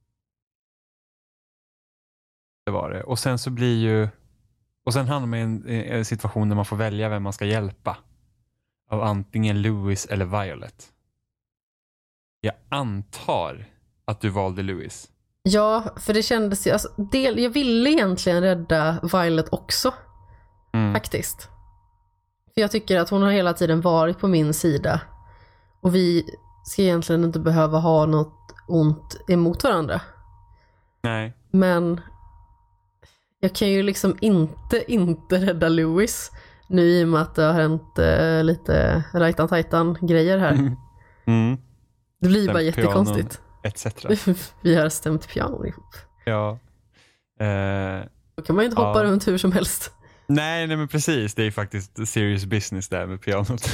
Det var det. Och sen så blir ju, och sen hamnar man i en situation där man får välja vem man ska hjälpa. Av antingen Louis eller Violet. Jag antar att du valde Louis. Ja, för det kändes ju, alltså, jag ville egentligen rädda Violet också. Faktiskt. För jag tycker att hon har hela tiden varit på min sida. Och vi ska egentligen inte behöva ha något ont emot varandra. Nej. Men jag kan ju liksom inte rädda Louis. Nu i och med att det har hänt lite rajtan-tajtan grejer här. Mm. Det blir bara jättekonstigt. Etc. Vi har stämt piano ihop. Ja. Då kan man ju inte hoppa runt hur som helst. Nej, men precis. Det är faktiskt serious business där med pianot.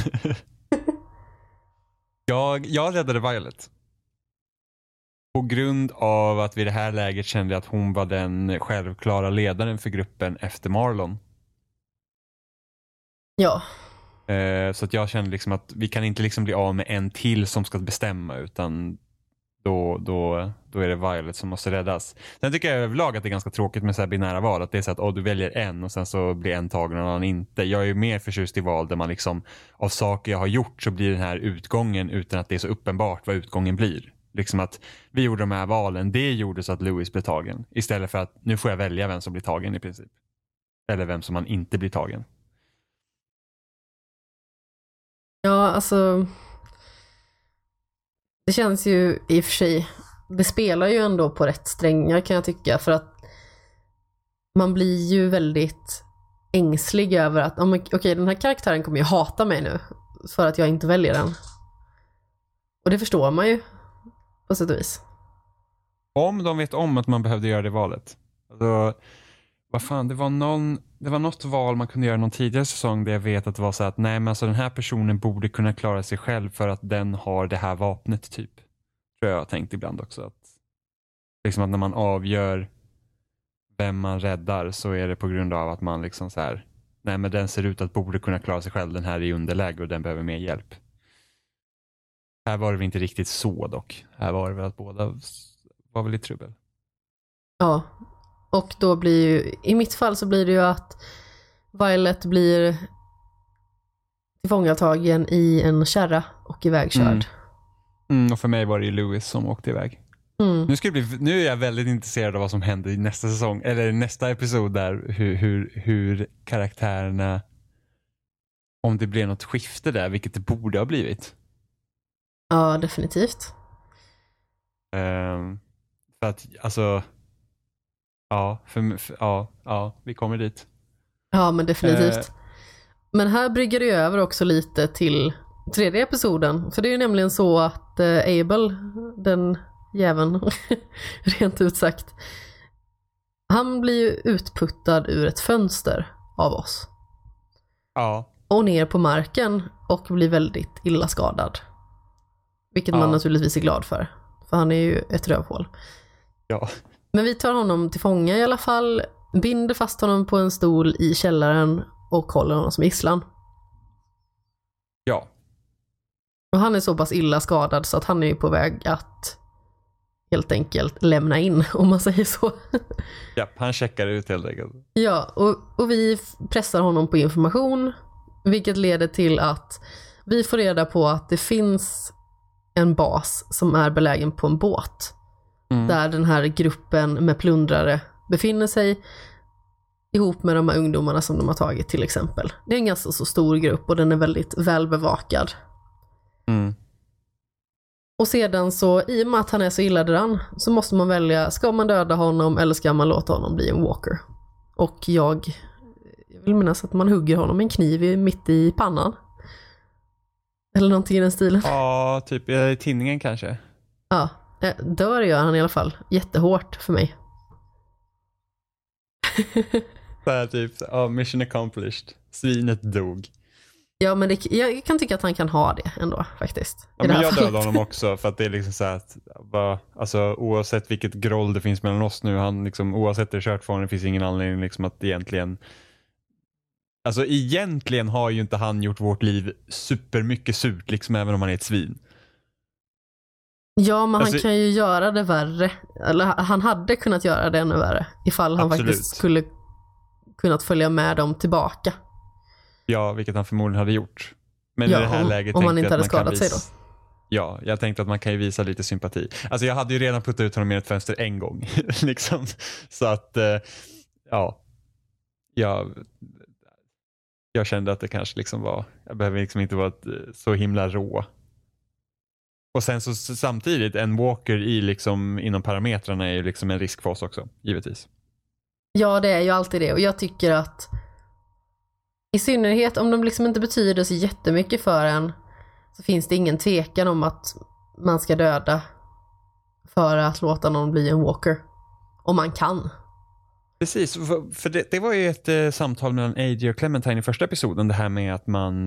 jag räddade Violet. På grund av att vid det här läget kände jag att hon var den självklara ledaren för gruppen efter Marlon. Ja. Så att jag kände liksom att vi kan inte liksom bli av med en till som ska bestämma, utan då är det Violet som måste räddas. Sen tycker jag överlag att det är ganska tråkigt med så här binära val. Att det är så att du väljer en och sen så blir en tagen och annan inte. Jag är ju mer förtjust i val där man liksom av saker jag har gjort så blir den här utgången utan att det är så uppenbart vad utgången blir. Liksom att vi gjorde de här valen, det gjorde så att Louis blev tagen. Istället för att nu får jag välja vem som blir tagen i princip. Eller vem som man inte blir tagen. Ja, alltså det känns ju i och för sig, det spelar ju ändå på rätt strängar kan jag tycka, för att man blir ju väldigt ängslig över att okej, den här karaktären kommer ju hata mig nu för att jag inte väljer den. Och det förstår man ju på sätt och vis. Om de vet om att man behövde göra det valet. Alltså, vad fan, det var något val man kunde göra någon tidigare säsong där jag vet att det var så att nej, men alltså den här personen borde kunna klara sig själv för att den har det här vapnet typ. Tror jag har tänkt ibland också att liksom att när man avgör vem man räddar så är det på grund av att man liksom så här, nej men den ser ut att borde kunna klara sig själv, den här är i underläge och den behöver mer hjälp. Här var det väl inte riktigt så dock. Här var det väl att båda var väl i trubbel. Ja, och då blir ju, i mitt fall så blir det ju att Violet blir tillfångatagen i en kärra och ivägkörd. Och för mig var det ju Louis som åkte iväg. Nu är jag väldigt intresserad av vad som händer i nästa säsong, eller nästa episod där, hur karaktärerna, om det blir något skifte där, vilket det borde ha blivit. Ja, definitivt. För att, alltså vi kommer dit. Ja, men definitivt. Men här brygger det över också lite till tredje episoden. För det är ju nämligen så att Abel, den jäveln, rent ut sagt, han blir ju utputtad ur ett fönster av oss. Ja. Och ner på marken och blir väldigt illa skadad. Vilket man naturligtvis är glad för han är ju ett rövhål. Ja. Men vi tar honom till fånga i alla fall, binder fast honom på en stol i källaren och håller honom som gisslan. Ja. Och han är så pass illa skadad så att han är på väg att helt enkelt lämna in, om man säger så. Ja, han checkar ut helt enkelt. Ja, och vi pressar honom på information, vilket leder till att vi får reda på att det finns en bas som är belägen på en båt. Där den här gruppen med plundrare befinner sig ihop med de här ungdomarna som de har tagit till exempel. Det är en ganska så stor grupp och den är väldigt välbevakad. Och sedan så, i och med att han är så illa däran, så måste man välja, ska man döda honom eller ska man låta honom bli en walker? Och jag vill minnas att man hugger honom med en kniv mitt i pannan. Eller någonting i den stilen. Ja, typ i tinningen kanske. Ja, dör gör han i alla fall. Jättehårt för mig. Så här typ, mission accomplished. Svinet dog. Ja, men jag kan tycka att han kan ha det ändå faktiskt. Ja, men jag dödade honom också för att det är liksom så här att alltså, oavsett vilket groll det finns mellan oss nu, han liksom, oavsett det kört för honom, det finns ingen anledning liksom att egentligen, alltså egentligen har ju inte han gjort vårt liv supermycket surt liksom, även om han är ett svin. Ja, men alltså, han kan ju göra det värre. Eller han hade kunnat göra det ännu värre ifall han faktiskt skulle kunnat följa med dem tillbaka. Ja, vilket han förmodligen hade gjort. Men ja, i det här läget om han inte att hade man skadat sig då. Ja, jag tänkte att man kan ju visa lite sympati. Alltså jag hade ju redan puttat ut honom i ett fönster en gång. liksom. Så att, jag kände att det kanske liksom var, jag behöver liksom inte vara så himla rå. Och sen så samtidigt, en walker i liksom, inom parametrarna är ju liksom en risk för oss också, givetvis. Ja, det är ju alltid det. Och jag tycker att i synnerhet om de liksom inte betyder så jättemycket för en, så finns det ingen tvekan om att man ska döda för att låta någon bli en walker. Om man kan. Precis, för det var ju ett samtal mellan AJ och Clementine i första episoden, det här med att man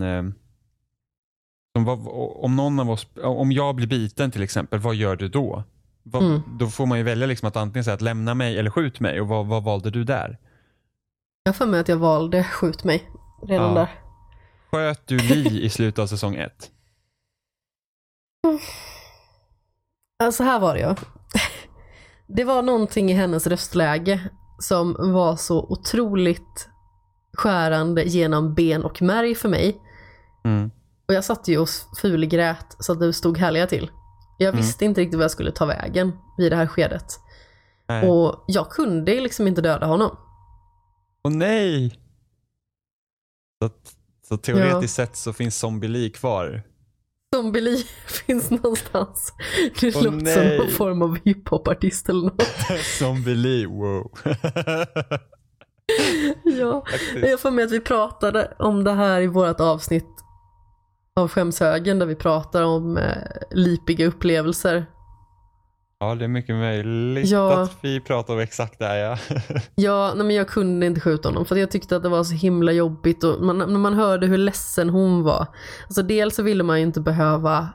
om någon av oss, om jag blir biten till exempel, vad gör du då? Då får man ju välja liksom att antingen säga att lämna mig eller skjut mig, och vad valde du där? Jag får med att jag valde skjut mig redan där. Sköt du Lee i slutet av säsong 1? Alltså här var det ju. Det var någonting i hennes röstläge som var så otroligt skärande genom ben och märg för mig. Och jag satt ju och fulgrät så att det stod härliga till. Jag visste inte riktigt vad jag skulle ta vägen vid det här skedet. Nej. Och jag kunde liksom inte döda honom. Åh nej! Så teoretiskt sett så finns Zombie Lee kvar. Zombie Lee finns någonstans. Det låter nej. som någon form av hiphopartist eller något. Zombie Lee, wow. Ja, jag får med att vi pratade om det här i vårt avsnitt av Skämshögen där vi pratar om lipiga upplevelser. Ja, det är mycket möjligt att vi pratar om exakt det här, ja. Ja, nej, men jag kunde inte skjuta honom för jag tyckte att det var så himla jobbigt och när man hörde hur ledsen hon var. Alltså dels så ville man ju inte behöva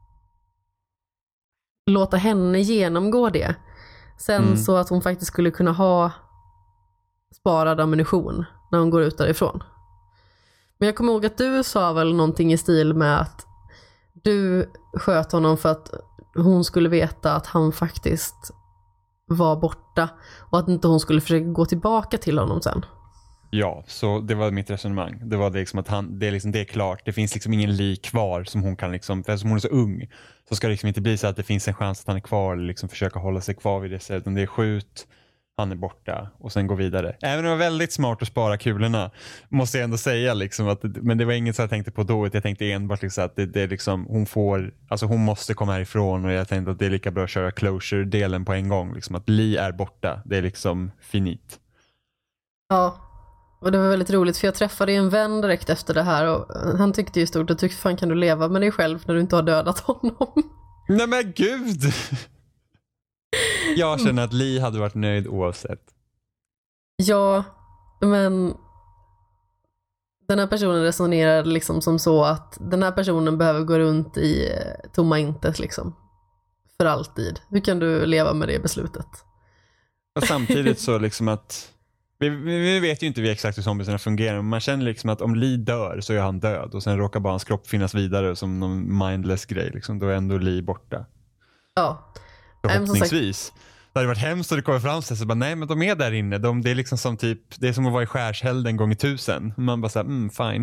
låta henne genomgå det. Sen så att hon faktiskt skulle kunna ha sparad ammunition när hon går ut därifrån. Men jag kommer ihåg att du sa väl någonting i stil med att du sköt honom för att hon skulle veta att han faktiskt var borta och att inte hon skulle försöka gå tillbaka till honom sen. Ja, så det var mitt resonemang. Det var liksom att det är klart. Det finns liksom ingen lik kvar som hon kan liksom, för eftersom hon är så ung så ska det liksom inte bli så att det finns en chans att han är kvar eller liksom försöka hålla sig kvar vid det sättet. Utan det är skjut, han är borta och sen gå vidare. Även om det var väldigt smart att spara kulorna måste jag ändå säga liksom att, men det var inget som jag tänkte på då. Jag tänkte enbart liksom att det är liksom hon måste komma härifrån och jag tänkte att det är lika bra att köra closure-delen på en gång. Liksom att Lee är borta. Det är liksom finit. Ja, och det var väldigt roligt för jag träffade en vän direkt efter det här och han tyckte ju stort att tyckte fan kan du leva med dig själv när du inte har dödat honom. Nej men gud! Jag känner att Lee hade varit nöjd oavsett. Ja, men den här personen resonerade liksom som så att den här personen behöver gå runt i tomma intet liksom. För alltid. Hur kan du leva med det beslutet? Och samtidigt så liksom att vi vet ju inte exakt hur zombiesarna fungerar, men man känner liksom att om Lee dör så är han död och sen råkar bara hans kropp finnas vidare som någon mindless grej liksom. Då är ändå Lee borta. Ja. Förhoppningsvis. Det hade varit hemskt och det kommer fram sig så bara nej men de är där inne. Det är liksom som typ, det är som att vara i Skärshälden en gång i 1000. Man bara såhär, fine.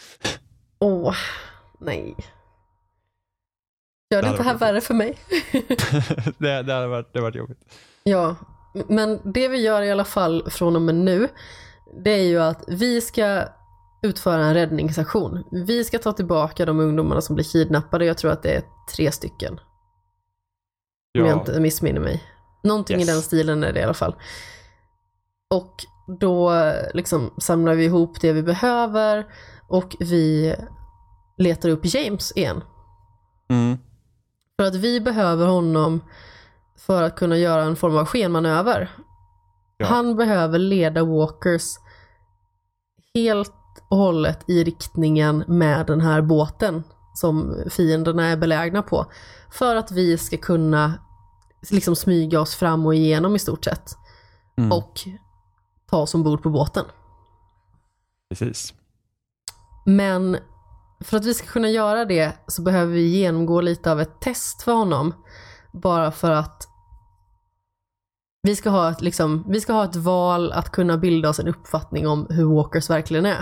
Nej. Gör det inte här värre för mig? det hade varit jobbigt. Ja, men det vi gör i alla fall från och med nu, det är ju att vi ska utföra en räddningsaktion. Vi ska ta tillbaka de ungdomarna som blir kidnappade. Jag tror att det är 3 stycken. Om jag inte missminner mig. Någonting i den stilen är det i alla fall. Och då liksom samlar vi ihop det vi behöver och vi letar upp James igen. För att vi behöver honom för att kunna göra en form av skenmanöver. Ja. Han behöver leda Walkers helt och hållet i riktningen med den här båten som fienderna är belägna på. För att vi ska kunna liksom smyga oss fram och igenom i stort sett. Och ta oss ombord på båten. Precis. Men för att vi ska kunna göra det så behöver vi genomgå lite av ett test för honom. Bara för att vi ska ha ett val att kunna bilda oss en uppfattning om hur Walkers verkligen är.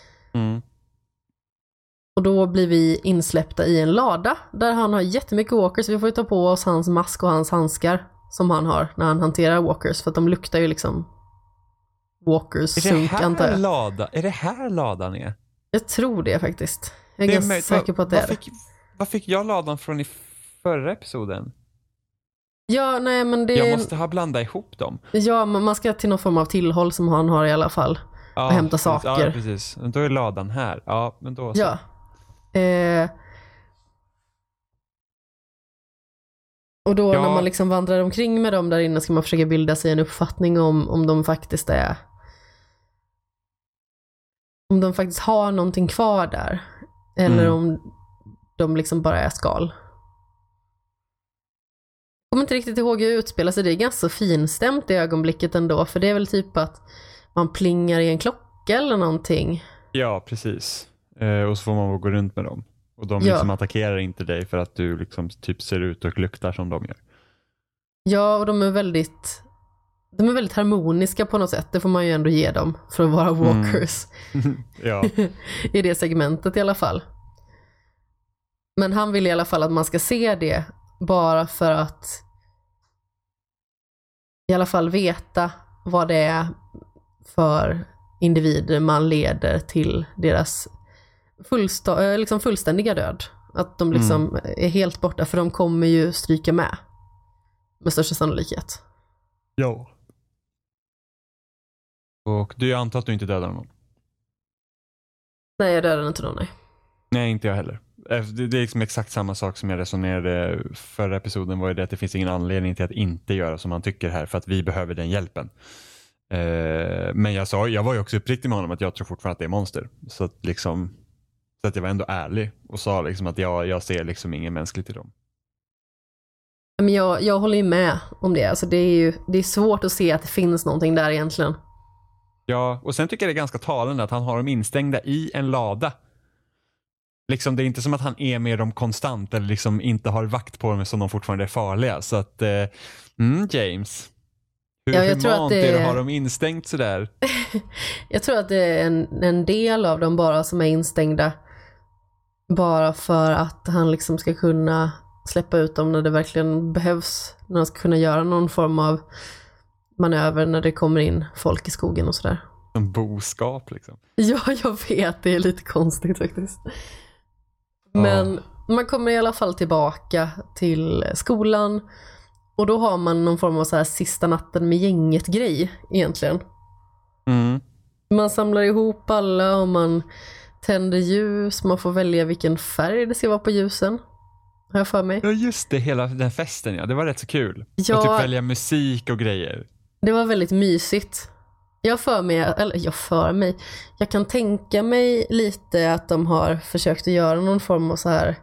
Och då blir vi insläppta i en lada där han har jättemycket Walkers. Vi får ju ta på oss hans mask och hans handskar som han har när han hanterar Walkers. För att de luktar ju liksom Walkers sunk, antar jag. Är det här ladan är? Jag tror det faktiskt. Jag är ganska säker på att det är. Vad fick jag ladan från i förra episoden? Ja, nej men det... Jag måste ha blandat ihop dem. Ja, men man ska till någon form av tillhåll som han har i alla fall. Ja, och hämta saker. Ja, precis. Då är ladan här. Ja, men då så. Ja. Och då när man liksom vandrar omkring med dem där inne ska man försöka bilda sig en uppfattning om de faktiskt är... Om de faktiskt har någonting kvar där. Eller om de liksom bara är skal. Jag kommer inte riktigt ihåg hur det utspelar sig. Det är ganska finstämt i ögonblicket ändå. För det är väl typ att man plingar i en klocka eller någonting. Ja, precis. Och så får man gå runt med dem. Och de liksom attackerar inte dig för att du liksom typ ser ut och luktar som de gör. Ja, och de är väldigt harmoniska på något sätt. Det får man ju ändå ge dem för att vara walkers. Ja. I det segmentet i alla fall. Men han vill i alla fall att man ska se det bara för att i alla fall veta vad det är för individer man leder till deras liksom fullständiga död. Att de liksom är helt borta, för de kommer ju stryka med största sannolikhet. Ja. Och du antar att du inte dödar någon? Nej, jag dödade inte någon, nej. Nej, inte jag heller. Det är liksom exakt samma sak som jag resonerade förra episoden, var ju det att det finns ingen anledning till att inte göra som man tycker här, för att vi behöver den hjälpen. Men jag var ju också uppriktig med honom att jag tror fortfarande att det är monster. Så att jag var ändå ärlig och sa liksom att jag ser liksom ingen mänskligt i dem. Men jag håller ju med om det. Alltså det är svårt att se att det finns någonting där egentligen. Ja, och sen tycker jag det är ganska talande att han har dem instängda i en lada. Liksom, det är inte som att han är med dem konstant eller liksom inte har vakt på dem som de fortfarande är farliga. Så att, James, hur humant är det att ha dem instängt sådär? Jag tror att det är en del av dem bara som är instängda bara för att han liksom ska kunna släppa ut dem när det verkligen behövs, när han ska kunna göra någon form av manöver när det kommer in folk i skogen och sådär. En boskap liksom. Ja, jag vet, det är lite konstigt faktiskt. Men man kommer i alla fall tillbaka till skolan och då har man någon form av så här sista natten med gänget grej egentligen. Man samlar ihop alla och man tänder ljus, man får välja vilken färg det ska vara på ljusen. Har jag för mig. Ja, just det, hela den festen, ja. Det var rätt så kul. Ja, och typ välja musik och grejer. Det var väldigt mysigt. Jag kan tänka mig lite att de har försökt att göra någon form av så här,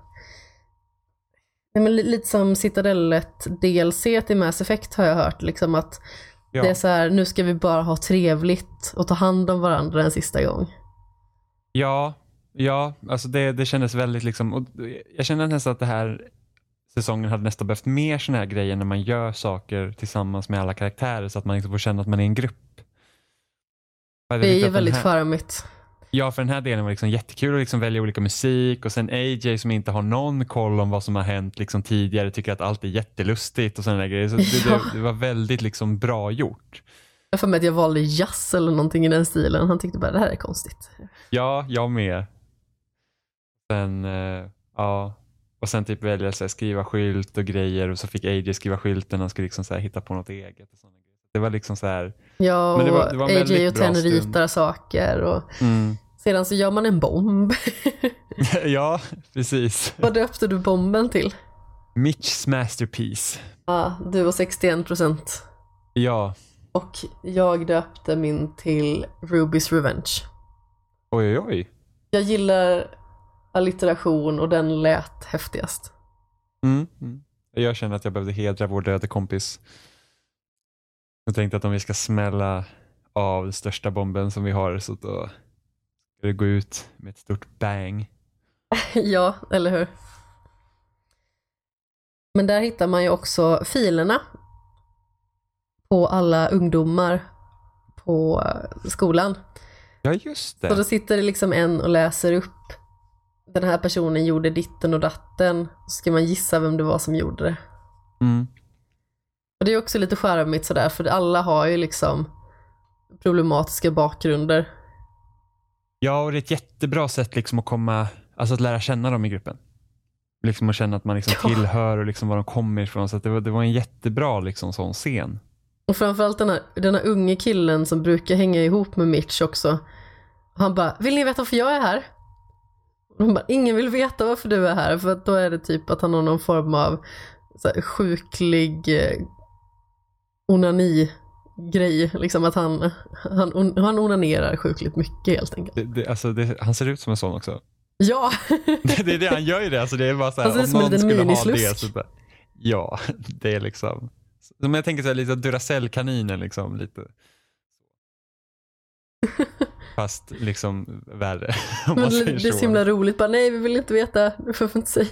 lite som Citadellet DLC till Mass Effect har jag hört, liksom att det är så här, nu ska vi bara ha trevligt och ta hand om varandra en sista gång. Ja, alltså det kändes väldigt liksom, och jag kände nästan att det här säsongen hade nästan behövt mer såna här grejer när man gör saker tillsammans med alla karaktärer så att man liksom får känna att man är en grupp. Det är ju väldigt charmigt. Ja, för den här delen var liksom jättekul att liksom välja olika musik, och sen AJ som inte har någon koll om vad som har hänt liksom tidigare tycker att allt är jättelustigt och sådana där grejer. Så det var väldigt liksom bra gjort. Jag får med att jag valde jazz eller någonting i den stilen. Han tyckte bara det här är konstigt. Ja, jag med. Sen, och sen typ välja så här, skriva skylt och grejer, och så fick AJ skriva skylten och han skulle liksom så här, hitta på något eget och såna grejer. Det var liksom så här. Ja, och det var AJ och Ten ritar saker och sedan så gör man en bomb. Ja, precis. Vad döpte du bomben till? Mitch's Masterpiece. Ja, du var 61%. Ja. Och jag döpte min till Ruby's Revenge. Oj. Jag gillar allitteration och den lät häftigast. Jag känner att jag behövde hedra vår döda kompis. Jag tänkte att om vi ska smälla av den största bomben som vi har, så då ska det gå ut med ett stort bang. Ja, eller hur? Men där hittar man ju också filerna på alla ungdomar på skolan. Ja, just det. Så då sitter det liksom en och läser upp, den här personen gjorde ditten och datten. Så ska man gissa vem det var som gjorde det. Och det är också lite charmigt sådär, för alla har ju liksom problematiska bakgrunder. Ja, och det är ett jättebra sätt liksom att att lära känna dem i gruppen. Liksom att känna att man liksom tillhör och liksom var de kommer ifrån. Så att det var en jättebra liksom sån scen. Och framförallt den här unge killen som brukar hänga ihop med Mitch också. Han bara, vill ni veta varför jag är här? Och de bara, ingen vill veta varför du är här. För att då är det typ att han har någon form av så här, sjuklig onani-grej. Liksom att han onanerar sjukligt mycket helt enkelt. Han ser ut som en sån också. Ja. Det är det, han gör ju det. Alltså det är bara så här, om någon skulle ha det så bara, ja, det är liksom. Men jag tänker så här, lite Duracell-kaninen liksom lite. Fast liksom värre. Om Men man det säger är så så. himla roligt. Bara, nej, vi vill inte veta. Det får vi inte säga.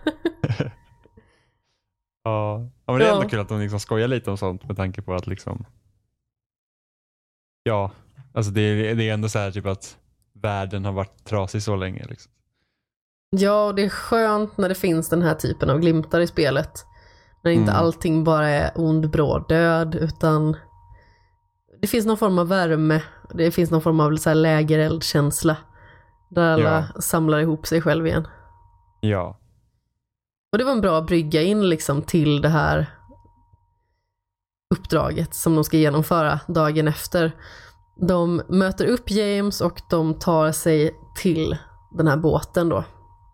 Ja, men det är ändå Ja. kul att de liksom skojar lite om sånt med tanke på att liksom ja, alltså det är ändå så här typ att världen har varit trasig så länge liksom. Ja, och det är skönt när det finns den här typen av glimtar i spelet. När inte allting bara är ond, bråd död, utan det finns någon form av värme. Det finns någon form av så här lägereldkänsla. Där alla samlar ihop sig själv igen. Ja. Och det var en bra brygga in liksom till det här uppdraget som de ska genomföra dagen efter. De möter upp James och de tar sig till den här båten då.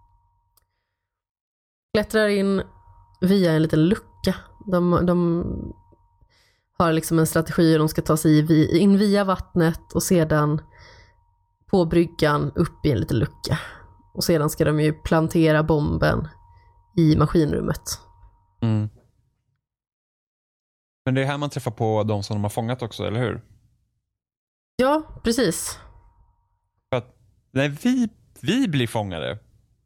Klättrar in via en liten lucka. De har liksom en strategi hur de ska ta sig in via vattnet och sedan på bryggan upp i en liten lucka. Och sedan ska de ju plantera bomben i maskinrummet. Mm. Men det är här man träffar på de som de har fångat också, eller hur? Ja, precis. För att när vi blir fångade,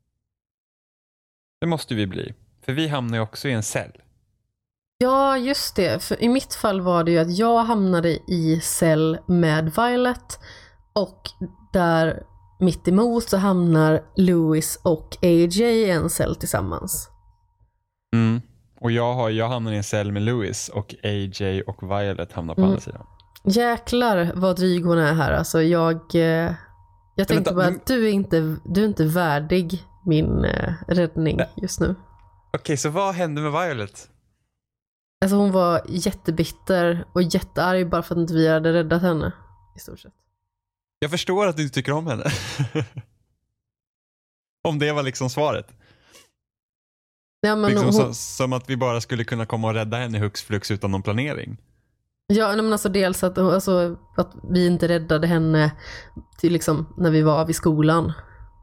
det måste vi bli. För vi hamnar ju också i en cell. Ja, just det. För i mitt fall var det ju att jag hamnade i cell med Violet och där mitt emot så hamnar Louis och AJ i en cell tillsammans. Mm. Och jag hamnar i en cell med Louis och AJ och Violet hamnar på andra sidan. Jäklar vad dryg hon är här. Alltså jag tänkte vänta, bara att du är inte värdig min räddning just nu. Okej, så vad hände med Violet? Alltså hon var jättebitter och jättearg bara för att inte vi hade räddat henne i stort sett. Jag förstår att du inte tycker om henne. Om det var liksom svaret. Ja, men Liksom som att vi bara skulle kunna komma och rädda henne hux flux utan någon planering. Ja, men alltså dels att vi inte räddade henne till liksom när vi var vid skolan.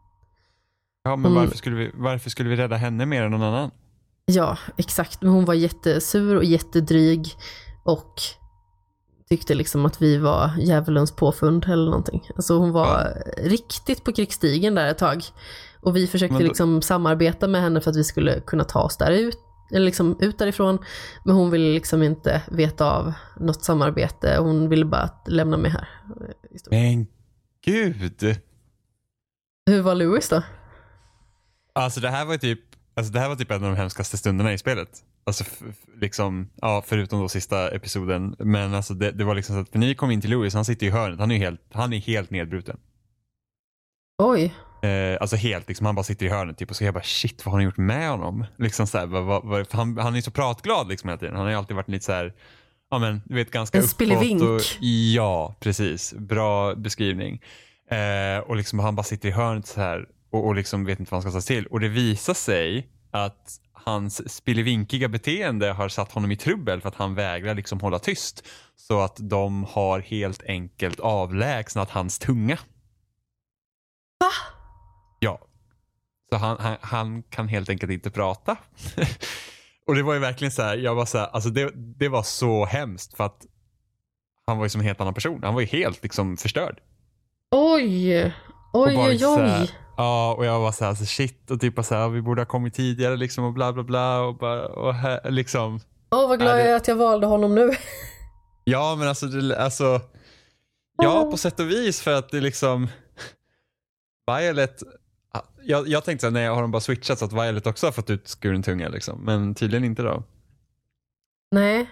Ja, men varför skulle vi rädda henne mer än någon annan? Ja, exakt. Men hon var jättesur och jättedryg och tyckte liksom att vi var djävulens påfund eller någonting. Alltså hon var riktigt på krigsstigen där ett tag. Och vi försökte liksom samarbeta med henne för att vi skulle kunna ta oss eller liksom ut därifrån. Men hon ville liksom inte veta av något samarbete. Hon ville bara lämna mig här. Men gud! Hur var Louis då? Alltså det här var typ en av de hemskaste stunderna i spelet. Alltså liksom, ja, förutom då sista episoden. Men alltså det var liksom så att, för ni kom in till Louis, han sitter i hörnet. Han är helt nedbruten. Oj. Alltså helt liksom, han bara sitter i hörnet typ, och så jag bara shit, vad har ni gjort med honom? Liksom så här, han är så pratglad liksom hela tiden. Han har ju alltid varit lite så här, ja men du vet, ganska en uppåt spillevink. Ja, precis. Bra beskrivning. Och liksom han bara sitter i hörnet så här och liksom vet inte vad han ska ta till. Och det visar sig att hans spillevinkiga beteende har satt honom i trubbel för att han vägrar liksom hålla tyst. Så att de har helt enkelt avlägsnat hans tunga. Va? Ja. Så han kan helt enkelt inte prata. Och det var ju verkligen så här, jag var så här, alltså det var så hemskt för att han var ju som en helt annan person. Han var ju helt liksom förstörd. Oj. Oj. Ja, och jag var så här, alltså shit, och typ så här, vi borde ha kommit tidigare liksom och bla bla bla och bara, och här, liksom. Vad glad jag är att jag valde honom nu. Ja, men alltså ja, på sätt och vis, för att det liksom Violet, jag tänkte så här, nej, har de bara switchat så att Violet också har fått ut skuren tunga liksom, men tydligen inte då. Nej,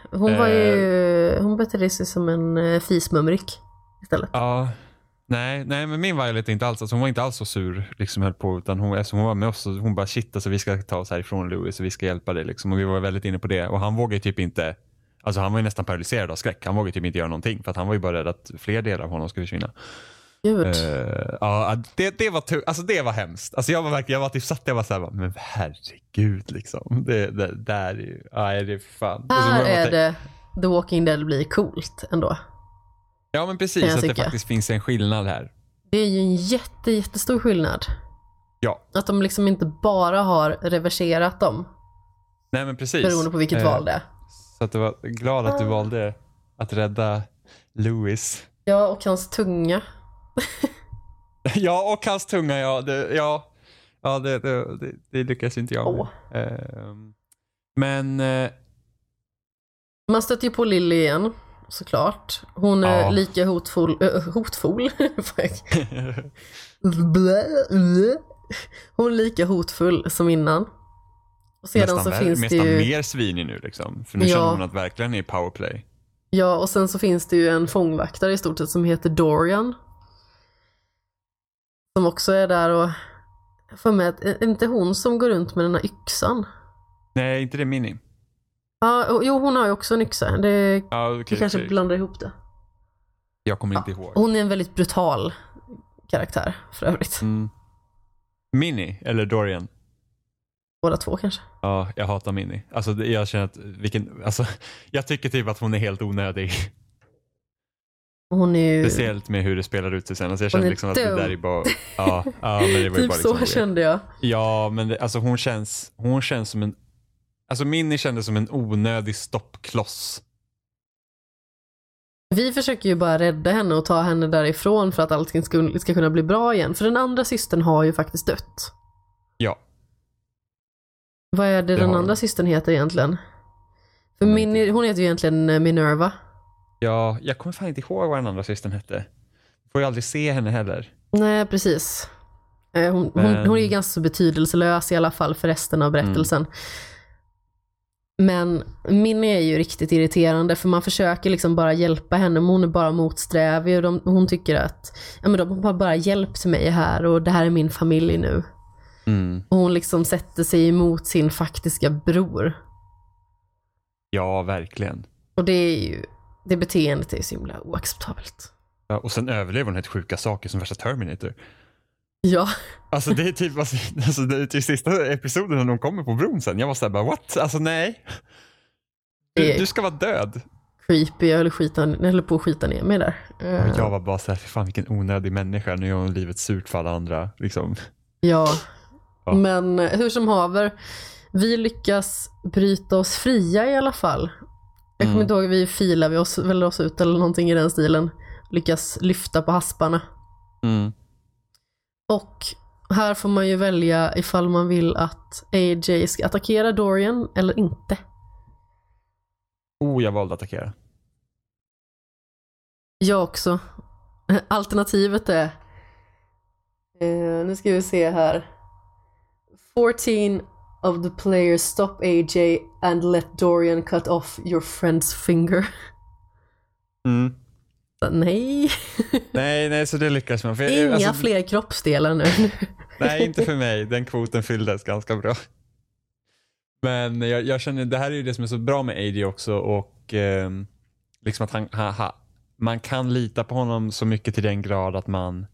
hon betedde sig som en fismumrik istället. Ja. Nej, men min Violet är inte alls, alltså hon var inte alls så sur liksom, höll på, utan hon var med oss och hon bara shit, alltså vi ska ta oss härifrån Louis och vi ska hjälpa dig liksom, och vi var väldigt inne på det, och han vågade typ inte, alltså han var ju nästan paralyserad av skräck, han vågade typ inte göra någonting för att han var ju bara rädd att fler delar av honom skulle försvinna. Gud. Ja, det var alltså det var hemskt, alltså jag var typ satt, jag var såhär, men herregud liksom, det där är ju, nej det är fan. Här är det The Walking Dead blir coolt ändå. Ja, men precis, att det faktiskt finns en skillnad här. Det är ju en jättestor skillnad. Ja. Att de liksom inte bara har reverserat dem. Nej, men precis. Beroende på vilket val det är. Så att du var glad att du valde att rädda Louis. Ja, och hans tunga. Ja, och hans tunga, det lyckas inte jag med. Men man stöter ju på Lily igen, såklart. Hon är lika hotfull. Hon är lika hotfull som innan. Och sedan nästan, så finns det nästan ju mer svinig nu liksom. För nu känner hon att verkligen är powerplay. Ja, och sen så finns det ju en fångvaktare i stort sett som heter Dorian. Som också är där och för mig att är inte hon som går runt med den här yxan? Nej, inte det Minnie. Ja, jo, hon har ju också en yxa. Det okay, kanske blandar ihop det. Jag kommer inte ihåg. Hon är en väldigt brutal karaktär för övrigt. Minnie eller Dorian? Båda två kanske. Ja, jag hatar Minnie. Alltså jag känner att jag tycker typ att hon är helt onödig. Hon är ju... Speciellt med hur det spelar ut sig sen. Alltså jag känner liksom att det där är bara... Ja, men det var ju typ bara så liksom kände jag. Ja, men alltså hon känns som en... Alltså Minnie kändes som en onödig stoppkloss. Vi försöker ju bara rädda henne och ta henne därifrån för att allting ska kunna bli bra igen. För den andra systern har ju faktiskt dött. Ja. Vad är det den andra systern heter egentligen? För hon heter ju egentligen Minerva. Ja, jag kommer fan inte ihåg vad den andra systern hette. Får ju aldrig se henne heller. Nej, precis. Hon är ju ganska betydelselös i alla fall för resten av berättelsen. Men Minnie är ju riktigt irriterande för man försöker liksom bara hjälpa henne, men hon är bara motsträvig och hon tycker att de har bara hjälpt mig här och det här är min familj nu. Och hon liksom sätter sig emot sin faktiska bror. Ja, verkligen. Och det beteendet är så himla oacceptabelt. Ja, och sen överlever hon helt sjuka saker som värsta Terminator. Ja. Alltså det är typ det är typ sista episoden när de kommer på bron sen. Jag var såhär bara, what? Alltså nej. Du ska vara död. Creepy, jag höll på att skita ner mig där. Och jag var bara såhär, för fan vilken onödig människa. Nu gör livet surt för alla andra. Liksom. Ja. Men hur som haver, vi lyckas bryta oss fria i alla fall. Jag kommer inte ihåg, vi filar oss ut eller någonting i den stilen. Lyckas lyfta på hasparna. Och här får man ju välja ifall man vill att AJ ska attackera Dorian eller inte. Jag valde att attackera. Jag också. Alternativet är nu ska vi se här. 14 of the players stop AJ and let Dorian cut off your friend's finger. Nej. nej, så det lyckas man. Inga fler kroppsdelar nu. Nej, inte för mig. Den kvoten fylldes ganska bra. Men jag känner, det här är ju det som är så bra med AJ också. Och liksom att man kan lita på honom så mycket till den grad att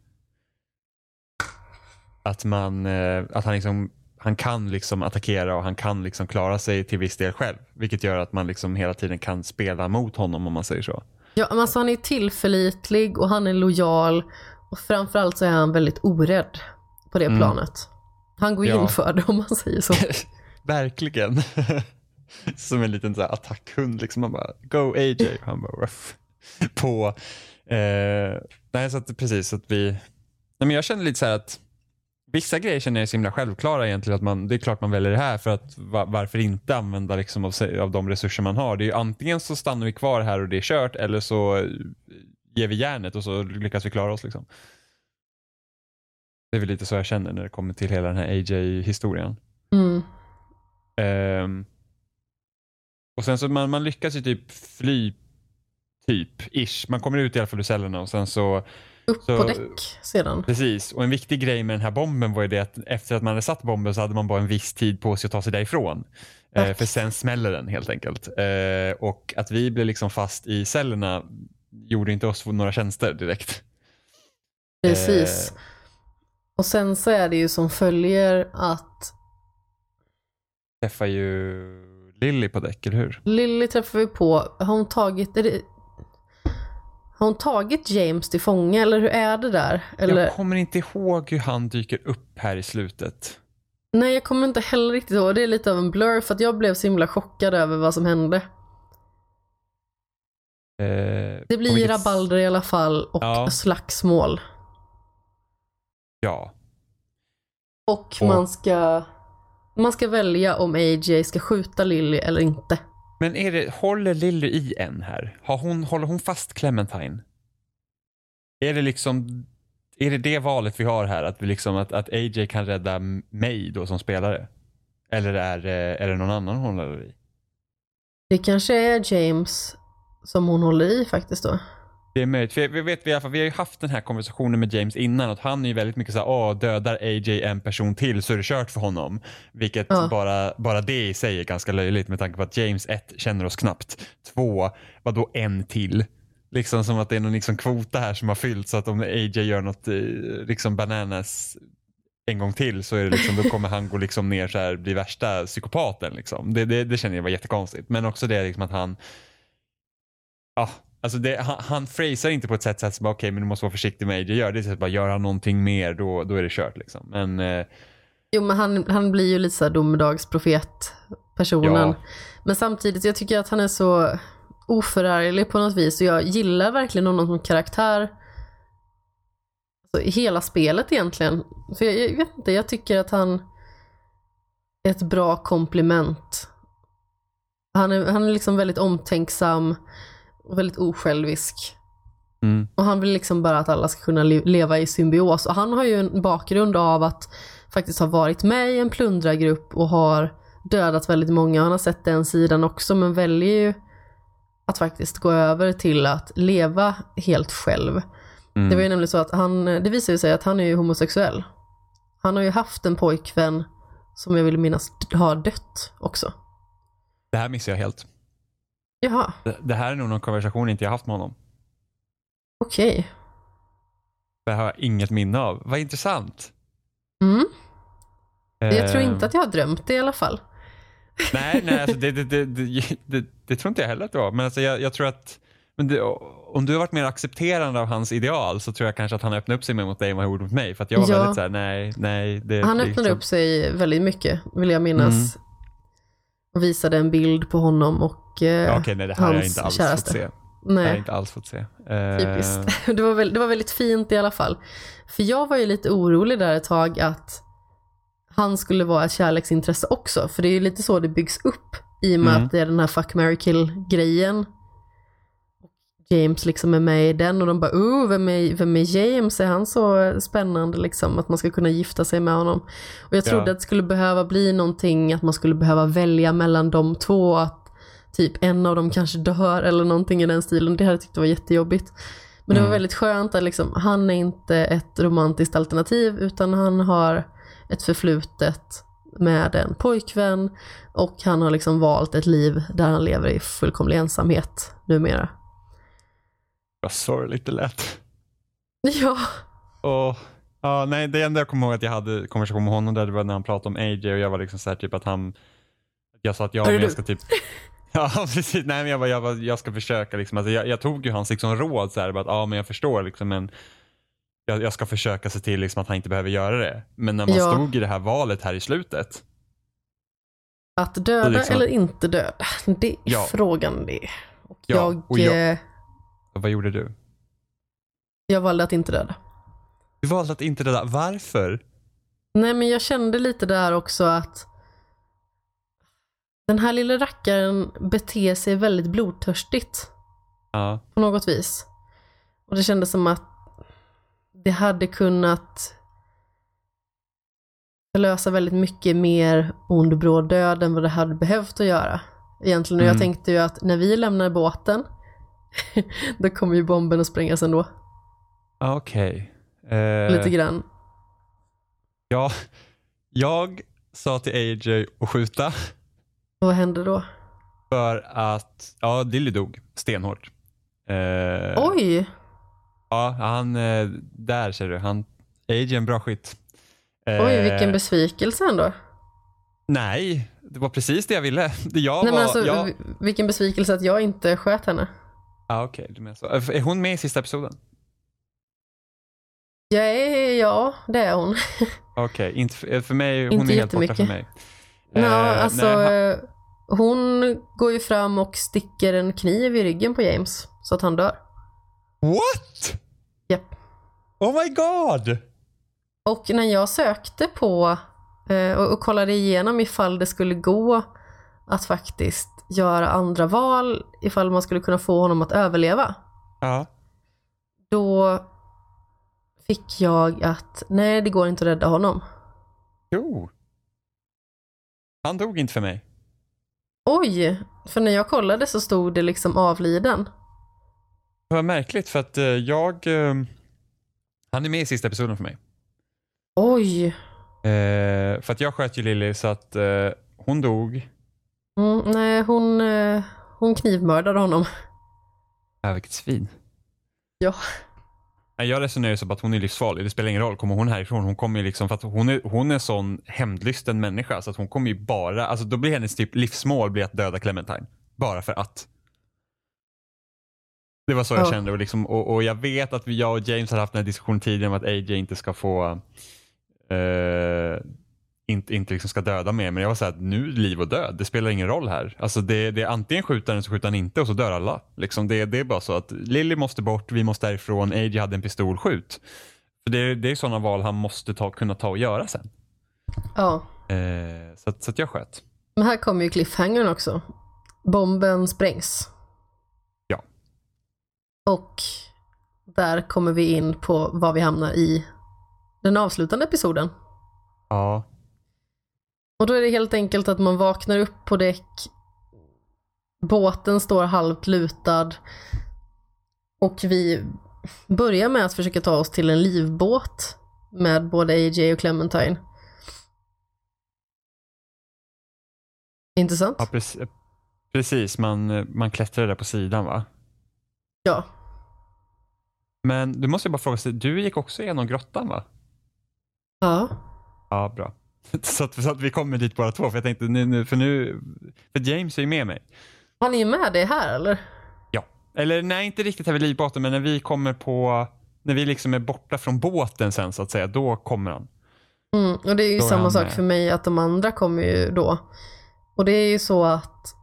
han kan liksom attackera och han kan liksom klara sig till viss del själv. Vilket gör att man liksom hela tiden kan spela mot honom om man säger så. Ja, men alltså han är tillförlitlig och han är lojal och framförallt så är han väldigt orädd på det planet. Han går in för det om man säger så. Verkligen. Som en liten så här attackhund liksom. Man bara, go AJ. Han bara, ruff. På nej, så att precis att vi... Nej, men jag känner lite så här att vissa grejer känner jag är så himla självklara egentligen, att det är klart man väljer det här för att varför inte använda liksom av de resurser man har. Det är ju antingen så stannar vi kvar här och det är kört, eller så ger vi järnet och så lyckas vi klara oss liksom. Det är väl lite så jag känner när det kommer till hela den här AJ-historien. Och sen så man lyckas ju typ fly ish. Man kommer ut i alla fall ur cellerna och sen så upp på däck sedan. Precis, och en viktig grej med den här bomben var ju det att efter att man hade satt bomben så hade man bara en viss tid på sig att ta sig därifrån. För sen smäller den helt enkelt. Och att vi blev liksom fast i cellerna gjorde inte oss några tjänster direkt. Precis. Och sen så är det ju som följer att träffar ju Lily på däck, eller hur? Lily träffar vi på. Har hon tagit James till fånga, eller hur är det där? Eller? Jag kommer inte ihåg hur han dyker upp här i slutet. Nej, jag kommer inte heller riktigt ihåg. Det är lite av en blur för att jag blev så himla chockad över vad som hände. Det blir rabalder i alla fall och slagsmål. Ja. Och man ska välja om AJ ska skjuta Lily eller inte. Men håller Lily i en här? Håller hon fast Clementine? Är det liksom, är det valet vi har här, att vi liksom att AJ kan rädda mig då som spelare? Eller är det någon annan hon håller i? Det kanske är James som hon håller i faktiskt då. Det är möjligt, för vi har ju haft den här konversationen med James innan, att han är ju väldigt mycket så här, dödar AJ en person till så är det kört för honom. Vilket bara det i sig är ganska löjligt, med tanke på att James 1 känner oss knappt. 2, vadå en till? Liksom som att det är någon liksom kvota här som har fyllt, så att om AJ gör något liksom bananas en gång till, så är det liksom, då kommer han gå liksom ner så här, bli värsta psykopaten liksom. Det känner jag var jättekonstigt. Men också det liksom att han alltså han phrasar inte på ett sätt som okej, men du måste vara försiktig med AJ gör. Det är så att bara gör han någonting mer, då är det kört liksom. Men jo, men han blir ju lite så här domedagsprofet personen. Ja. Men samtidigt, jag tycker att han är så oförarglig på något vis, och jag gillar verkligen honom som karaktär, alltså, i hela spelet egentligen. För jag vet inte, jag tycker att han är ett bra komplement. Han är liksom väldigt omtänksam och väldigt osjälvisk. Och han vill liksom bara att alla ska kunna leva i symbios. Och han har ju en bakgrund av att faktiskt ha varit med i en plundrargrupp och har dödat väldigt många. Han har sett den sidan också, men väljer ju att faktiskt gå över till att leva helt själv. Det var ju nämligen så att det visar sig att han är ju homosexuell. Han har ju haft en pojkvän som jag vill minnas har dött också. Det här missar jag helt. Jaha. Det här är nog någon konversation inte jag haft med honom. Okej. Det har jag inget minne av. Vad intressant. Jag tror inte att jag har drömt det i alla fall. Nej, alltså det tror inte jag heller att det var. Men alltså jag tror att om du har varit mer accepterande av hans ideal, så tror jag kanske att han öppnade upp sig mer mot dig än vad han gjorde mot mig. För att jag var väldigt så här, nej. Han öppnade upp sig väldigt mycket, vill jag minnas. Och visade en bild på honom och okej, nej, det här har jag inte alls käraste. fått se. Nej. Det har jag inte alls fått se. Typiskt. Det var väldigt fint i alla fall. För jag var ju lite orolig där ett tag att han skulle vara ett kärleksintresse också. För det är ju lite så det byggs upp, i och med att det är den här fuck, marry, kill-grejen. James liksom är med i den, och de bara, vem är James? Är han så spännande liksom, att man ska kunna gifta sig med honom? Och jag trodde att det skulle behöva bli någonting, att man skulle behöva välja mellan de två, att typ en av dem kanske dör eller någonting i den stilen. Det här tyckte jag var jättejobbigt. Men det var väldigt skönt att liksom, han är inte ett romantiskt alternativ, utan han har ett förflutet med en pojkvän, och han har liksom valt ett liv där han lever i fullkomlig ensamhet numera. Vad sorgligt det lät. Ja. Nej, det enda jag kommer ihåg att jag hade konversation med honom där, det var när han pratade om AJ, och jag var liksom så här typ att jag sa att jag ska typ ja, precis. Nej, men jag ska försöka liksom, alltså jag tog ju hans liksom råd så här, att men jag förstår liksom, men jag ska försöka se till liksom att han inte behöver göra det. Men när man stod i det här valet här i slutet, att döda liksom, eller inte döda, det är frågan det. Och vad gjorde du? Jag valde att inte döda. Du valde att inte döda. Varför? Nej, men jag kände lite där också att den här lilla rackaren beter sig väldigt blodtörstigt. Ja. På något vis. Och det kändes som att det hade kunnat lösa väldigt mycket mer ond bråd död än vad det hade behövt att göra. Egentligen, och jag tänkte ju att när vi lämnar båten då kommer ju bomben att sprängas ändå. Okej. Lite grann. Ja, jag sa till AJ att skjuta. Och vad hände då? För att, Dilly dog stenhårt. Oj! Ja, han, där ser du, AJ är en bra skytt. Oj, vilken besvikelse ändå. Nej, det var precis det jag ville. Vilken besvikelse att jag inte sköt henne. Okej, du menar så. Är hon med i sista episoden? Ja, det är hon. Okej, inte för mig, hon inte är helt borta för mig. Hon går ju fram och sticker en kniv i ryggen på James så att han dör. What? Japp. Oh my god! Och när jag sökte på och kollade igenom ifall det skulle gå att faktiskt göra andra val, ifall man skulle kunna få honom att överleva. Ja. Då fick jag att nej, det går inte att rädda honom. Jo. Han dog inte för mig. Oj, för när jag kollade så stod det liksom avliden. Det var märkligt för att han är med i sista episoden för mig. Oj. För att jag sköt ju Lily så att hon dog. Nej, hon knivmördade honom. Ja, vilket svin. Ja. Jag resonerar så att hon är livsfarlig. Det spelar ingen roll. Kommer hon härifrån? Hon kommer ju liksom, för att hon är sån hämndlysten människa så att hon kommer ju bara, alltså då blir hennes typ livsmål blir att döda Clementine. Bara för att. Det var så jag kände och, liksom, och jag vet att jag och James har haft den här diskussionen tidigare om att AJ inte ska få inte liksom ska döda mer, men jag var så här, nu liv och död, det spelar ingen roll här. Alltså det är antingen skjuter den så skjuter han inte och så dör alla. Liksom det är bara så att Lily måste bort, vi måste därifrån, AJ hade en pistol, skjut. För det är sådana val han måste kunna ta och göra sen. Ja. Så att jag sköt. Men här kommer ju cliffhangern också. Bomben sprängs. Ja. Och där kommer vi in på vad vi hamnar i den avslutande episoden. Ja. Och då är det helt enkelt att man vaknar upp på däck. Båten står halvt lutad. Och vi börjar med att försöka ta oss till en livbåt med både AJ och Clementine. Intressant? Ja, precis. Man klättrar där på sidan, va? Ja. Men du måste ju bara fråga sig, du gick också igenom grottan, va? Ja. Ja, bra. Så att vi kommer dit bara två, för jag tänkte för James är ju med mig. Har ni med det här, eller? Ja. Eller nej, inte riktigt här vid livbåten, men när vi liksom är borta från båten sen så att säga, då kommer han. Och det är ju då samma sak för mig, att de andra kommer ju då. Och det är ju så att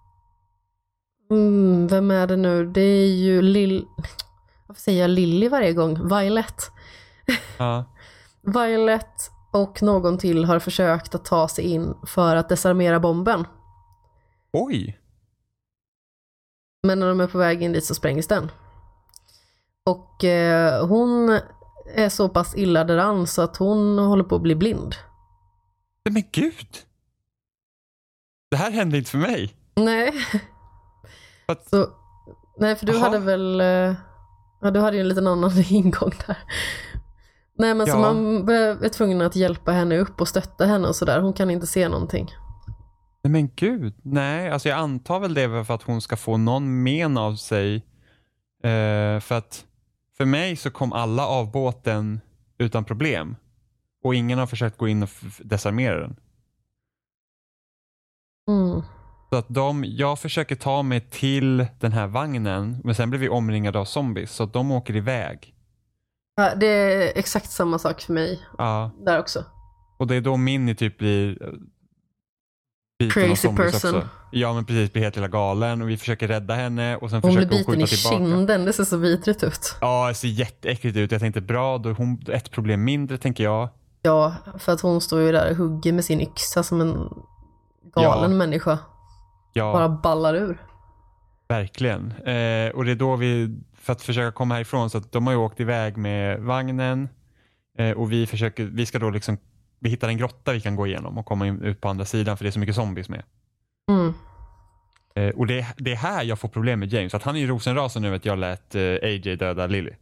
vem är det nu? Det är ju varför säger jag Lily varje gång? Violet. Ja. Violet och någon till har försökt att ta sig in för att desarmera bomben. Oj! Men när de är på väg in dit så sprängs den. Och hon är så pass illa däran så att hon håller på att bli blind. Men gud! Det här hände inte för mig. Nej. Nej, för du hade väl... du hade ju en liten annan ingång där. Nej, men så man är tvungen att hjälpa henne upp och stötta henne och sådär. Hon kan inte se någonting. Nej, men gud. Nej, alltså jag antar väl det för att hon ska få någon men av sig. För att för mig så kom alla av båten utan problem. Och ingen har försökt gå in och desarmera den. Så att jag försöker ta mig till den här vagnen, men sen blir vi omringade av zombies, så att de åker iväg. Ja, det är exakt samma sak för mig. Ja. Där också. Och det är då Minnie typ blir crazy person. Också. Ja, men precis, blir helt hela galen och vi försöker rädda henne och sen hon försöker blir hon skjuta tillbaka. Hon blir biten i kinden, det ser så vidrigt ut. Ja, det ser jätteäckligt ut. Jag tänkte bra, då är ett problem mindre, tänker jag. Ja, för att hon står ju där och hugger med sin yxa som en galen människa. Ja. Bara ballar ur. Verkligen. Och det är då för att försöka komma härifrån, så att de har ju åkt iväg med vagnen och vi ska då liksom, vi hittar en grotta vi kan gå igenom och komma ut på andra sidan, för det är så mycket zombies med. Och det är här jag får problem med James, att han är ju rosenrasen nu att jag lät AJ döda Lily.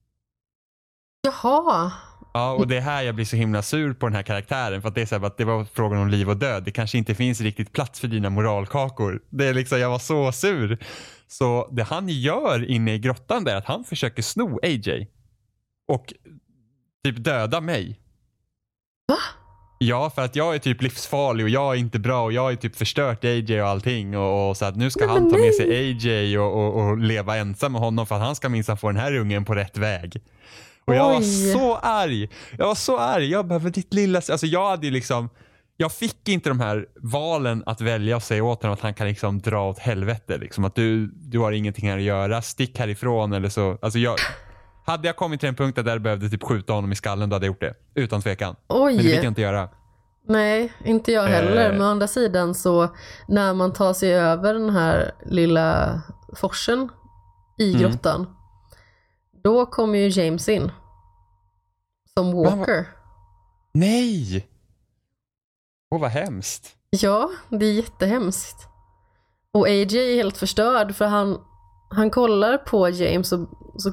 Jaha. Ja, och det är här jag blir så himla sur på den här karaktären, för att det är så här, att det var frågan om liv och död. Det kanske inte finns riktigt plats för dina moralkakor. Det är liksom, jag var så sur. Så det han gör inne i grottan där är att han försöker sno AJ och typ döda mig. Va? Ja, för att jag är typ livsfarlig och jag är inte bra och jag är typ förstört AJ och allting och så att nu ska han ta med sig AJ och leva ensam med honom för att han ska minsann få den här ungen på rätt väg. Och jag var så arg. Jag behöver ditt lilla... Alltså jag hade ju liksom... Jag fick inte de här valen att välja och säga åt honom att han kan liksom dra åt helvete. Liksom. Att du har ingenting här att göra. Stick härifrån eller så. Alltså hade jag kommit till en punkt där jag behövde typ skjuta honom i skallen, då hade jag gjort det. Utan tvekan. Oj. Men det fick jag inte göra. Nej, inte jag heller. Men å andra sidan så när man tar sig över den här lilla forsen i grottan, då kommer ju James in som Walker. Nej! Åh, vad hemskt. Ja, det är jättehemskt. Och AJ är helt förstörd för han kollar på James och så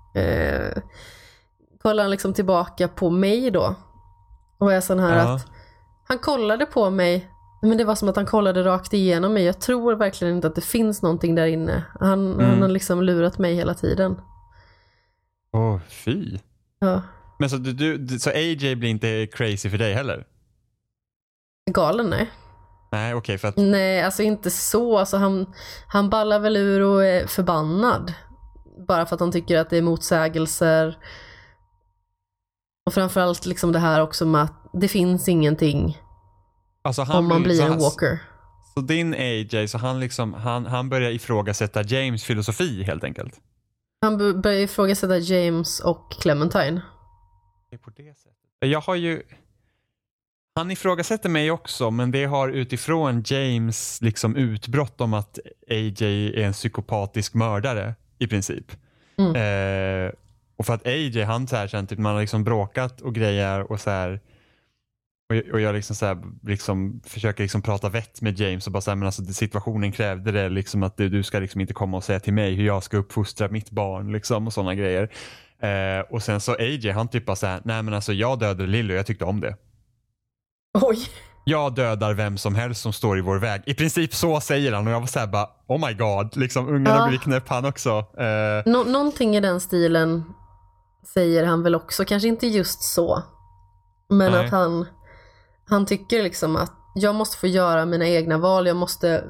kollar han liksom tillbaka på mig då. Och är sån här att han kollade på mig, men det var som att han kollade rakt igenom mig. Jag tror verkligen inte att det finns någonting där inne. Han har liksom lurat mig hela tiden. Åh, fy. Ja. Men så AJ blir inte crazy för dig heller? Galen, nej. Nej, okej, för att... Nej, alltså inte så. Alltså han ballar väl ur och är förbannad. Bara för att han tycker att det är motsägelser. Och framförallt liksom det här också med att det finns ingenting alltså om man blir en walker. Så din AJ, så han börjar ifrågasätta James filosofi helt enkelt? Han börjar ifrågasätta James och Clementine. Det är på det sättet. Han ifrågasätter mig också, men det har utifrån James liksom utbrott om att AJ är en psykopatisk mördare i princip. Och för att AJ, han så här känt typ, man har liksom bråkat och grejer och så här, och jag liksom så här, liksom försöker liksom prata vett med James och bara så här, men alltså situationen krävde det liksom att du ska liksom inte komma och säga till mig hur jag ska uppfostra mitt barn liksom och sådana grejer. Och sen så AJ, han typ bara så här, nej men alltså jag dödade Lily och jag tyckte om det. Oj. Jag dödar vem som helst som står i vår väg. I princip så säger han och jag var så här bara, oh my god, liksom ungarna blir knäpp han också. Någonting i den stilen säger han väl också, kanske inte just så. Men Nej. att han tycker liksom att jag måste få göra mina egna val. Jag måste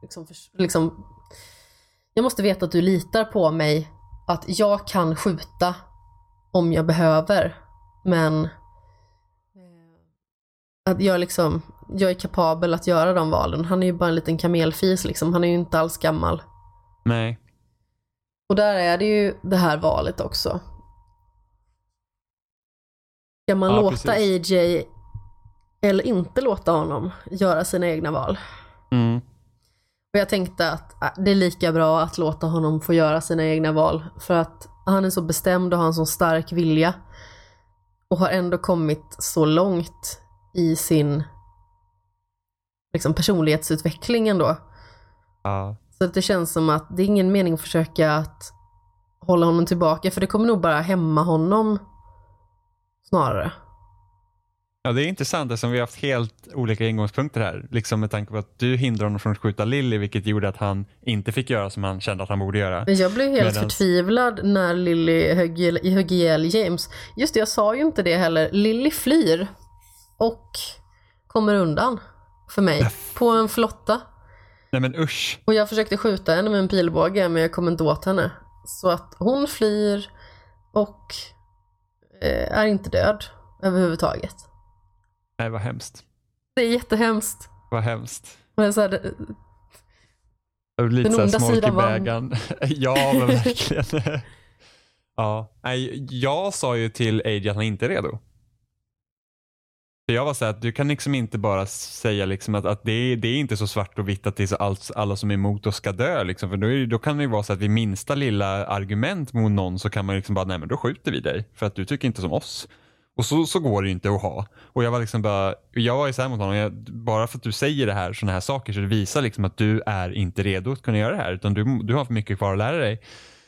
jag måste veta att du litar på mig, att jag kan skjuta om jag behöver, men att jag är kapabel att göra de valen. Han är ju bara en liten kamelfis liksom. Han är ju inte alls gammal. Nej. Och där är det ju det här valet också. Ska man låta precis. AJ eller inte låta honom göra sina egna val? Och jag tänkte att det är lika bra att låta honom få göra sina egna val, för att han är så bestämd och har en så stark vilja och har ändå kommit så långt i sin liksom personlighetsutveckling ändå. Så att det känns som att det är ingen mening att försöka att hålla honom tillbaka, för det kommer nog bara hämma honom snarare. Ja, det är intressant eftersom vi har haft helt olika ingångspunkter här. Liksom med tanke på att du hindrar honom från att skjuta Lily, vilket gjorde att han inte fick göra som han kände att han borde göra. Jag blev helt förtvivlad när Lily högg ihjäl James. Just det, jag sa ju inte det heller. Lily flyr och kommer undan för mig på en flotta. Nej men usch. Och jag försökte skjuta henne med en pilbåge, men jag kom inte åt henne. Så att hon flyr och är inte död överhuvudtaget. Nej, vad hemskt. Det är jättehemskt. Vad hemskt. Men så här, lite den onda smolk i sidan bägaren. Ja, men verkligen. Ja. Nej, jag sa ju till AJ att han inte är redo. För jag var så här att du kan liksom inte bara säga liksom att det är inte så svart och vitt att det är så alla som är emot oss ska dö. Liksom. För då kan det ju vara så att vid minsta lilla argument mot någon så kan man liksom bara, nej men då skjuter vi dig. För att du tycker inte som oss. Och så går det ju inte att ha. Och jag var liksom bara, jag var ju så här mot honom, bara för att du säger det här, såna här saker, så det visar liksom att du är inte redo att kunna göra det här. Utan du har för mycket kvar att lära dig.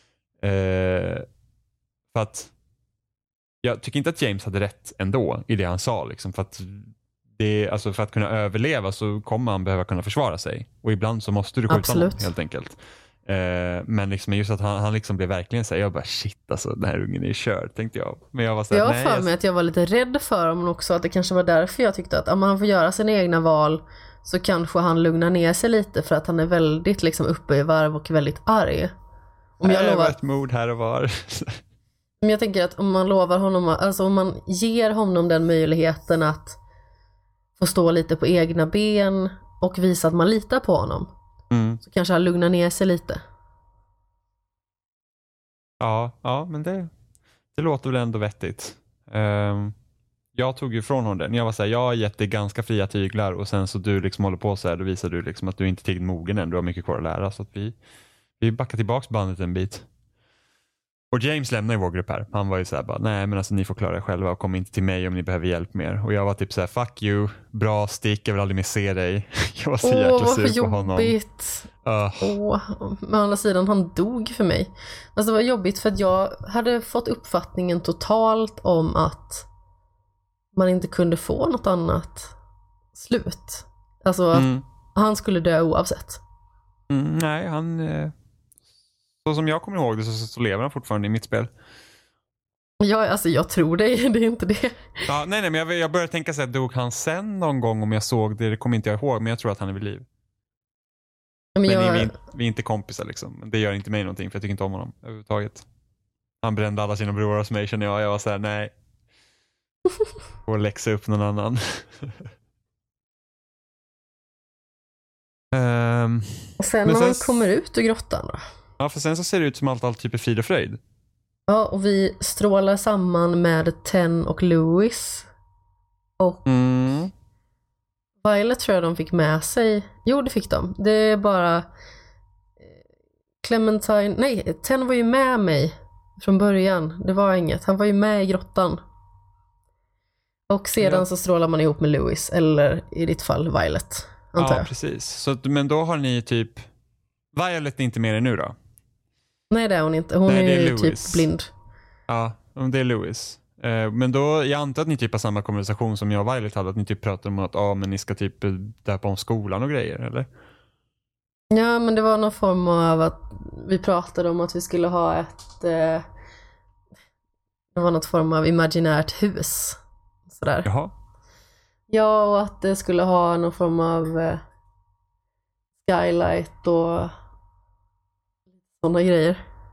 För att jag tycker inte att James hade rätt ändå i det han sa. Liksom, för att kunna överleva så kommer han behöva kunna försvara sig. Och ibland så måste du skjuta honom helt enkelt. Men liksom just att han liksom blev verkligen så här, jag bara shit alltså, den här ungen är körd, tänkte jag. Men jag var så här, jag för mig att jag var lite rädd för honom också, att det kanske var därför jag tyckte att om han får göra sina egna val så kanske han lugnar ner sig lite, för att han är väldigt liksom uppe i varv och väldigt arg. Det var ett mod här och var. Men jag tänker att om man lovar honom, alltså om man ger honom den möjligheten att få stå lite på egna ben och visa att man litar på honom, så kanske han lugnar ner sig lite. Ja, men det... Det låter väl ändå vettigt. Jag tog ju från honom den. Jag var så här, jag har gett dig ganska fria tyglar och sen så du liksom håller på så här, då visar du liksom att du inte är tillräckligt mogen än. Du har mycket kvar att lära, så att vi backar tillbaks bandet en bit. Och James lämnar ju vår grupp här. Han var ju så här bara, nej men alltså ni får klara er själva och kom inte till mig om ni behöver hjälp mer. Och jag var typ så här, fuck you, bra stick, jag vill aldrig mer se dig. Jag var så jäkla sur på honom. Jobbigt. Med andra sidan, han dog för mig. Alltså det var jobbigt för att jag hade fått uppfattningen totalt om att man inte kunde få något annat slut. Alltså att han skulle dö oavsett. Nej, han... Så som jag kommer ihåg det så lever han fortfarande i mitt spel. Ja, alltså jag tror det är inte det. Ja, nej, men jag började tänka så här, dog han sen någon gång om jag såg det? Det kommer inte jag ihåg, men jag tror att han är vid liv. Men vi är inte kompisar liksom. Det gör inte mig någonting, för jag tycker inte om honom överhuvudtaget. Han brände alla sina bror hos mig, känner jag. Jag var så här, nej. Och läxa upp någon annan. Och sen när man kommer ut ur grottan då? Ja, för sen så ser det ut som allt typ är frid och fröjd. Ja, och vi strålar samman med Ten och Louis. Och Violet tror jag de fick med sig. Jo, det fick de. Det är bara Clementine. Nej, Ten var ju med mig från början. Det var inget. Han var ju med i grottan. Och sedan så strålar man ihop med Louis. Eller i ditt fall Violet, antar jag. Ja, precis. Så, men då har ni typ... Violet är inte med er nu då? Nej, det är hon inte. Hon är ju typ blind. Ja, det är Louis. Men då, jag antar att ni typ har samma konversation som jag och Violet hade. Att ni typ pratar om att men ni ska typ döpa om skolan och grejer, eller? Ja, men det var någon form av att vi pratade om att vi skulle ha ett... det var något form av imaginärt hus. Sådär. Jaha. Ja, och att det skulle ha någon form av skylight och sådana grejer.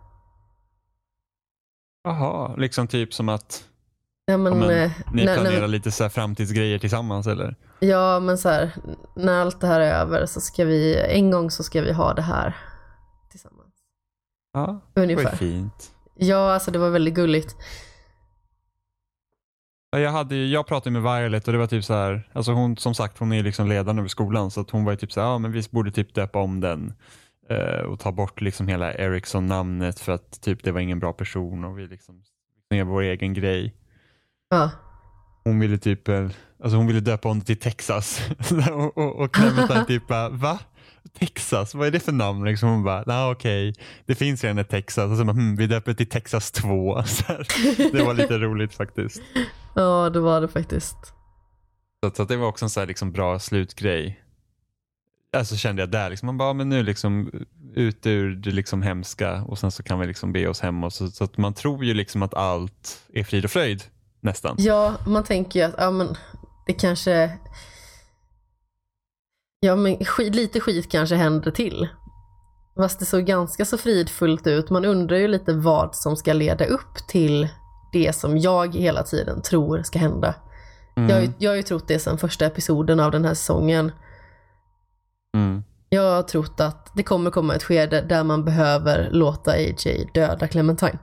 Jaha, liksom typ som att ja, men, ni planerar lite så här framtidsgrejer tillsammans, eller? Ja, men så här, när allt det här är över så ska vi, en gång så ska vi ha det här tillsammans. Ja, ungefär. Det var fint. Ja, alltså det var väldigt gulligt. Jag pratade med Violet och det var typ så här, alltså hon, som sagt, hon är liksom ledaren över skolan, så att hon var ju typ så här, men vi borde typ döpa om den och ta bort liksom hela Eriksson-namnet för att typ det var ingen bra person och vi liksom gör vår egen grej. Ja. Hon ville typ, alltså hon ville döpa om det till Texas och Clementine typ bara, va? Texas, vad är det för namn? Liksom hon bara, okej. Det finns redan ett Texas. Och så bara, vi döper till Texas 2. Så här. Det var lite roligt faktiskt. Ja, det var det faktiskt. Så att det var också en så här liksom bra slutgrej. Alltså kände jag där liksom, man bara, men nu liksom ut ur det liksom hemska och sen så kan vi liksom be oss hem. Och så att man tror ju liksom att allt är frid och fröjd nästan. Ja, man tänker ju att ja, men det kanske... Ja, men lite skit kanske händer till. Fast det såg ganska så fridfullt ut. Man undrar ju lite vad som ska leda upp till det som jag hela tiden tror ska hända. Jag har ju trott det sedan första episoden av den här säsongen. Jag har trott att det kommer komma ett skede där man behöver låta AJ döda Clementine.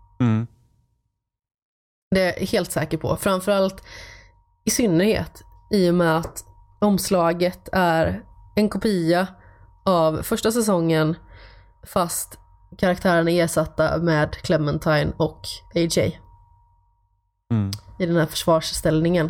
Det är jag helt säker på. Framförallt i synnerhet i och med att omslaget är en kopia av första säsongen fast karaktärerna är ersatta med Clementine och AJ i den här försvarsställningen.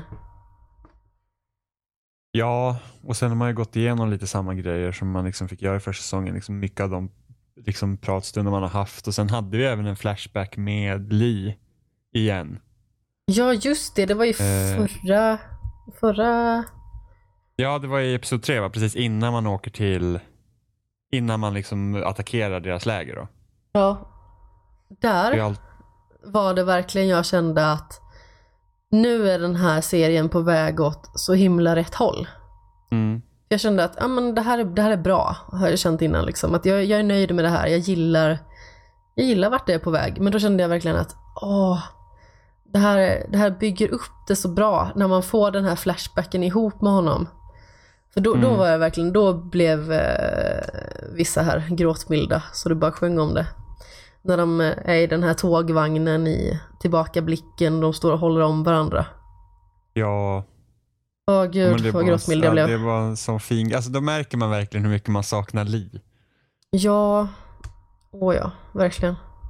Ja, och sen har man ju gått igenom lite samma grejer som man liksom fick göra i första säsongen. Liksom mycket av de liksom pratstunder man har haft. Och sen hade vi även en flashback med Lee igen. Ja, just det. Det var ju förra... Ja, det var i episod 3, va? Precis innan man åker till... Innan man liksom attackerar deras läger då. Ja. Där var det verkligen jag kände att nu är den här serien på väg åt så himla rätt håll. Jag kände att men det här är bra, har jag känt innan liksom. Att jag är nöjd med det här. Jag gillar vart det är på väg. Men då kände jag verkligen att det här bygger upp det så bra när man får den här flashbacken ihop med honom. För då var jag verkligen, då blev vissa här gråtmilda så det bara sjöng om det. När de är i den här tågvagnen i tillbakablicken. De står och håller om varandra. Ja. Åh gud, vad gråtmild jag blev. Det var en sån fin... Alltså då märker man verkligen hur mycket man saknar Lee. Ja. Ja, verkligen.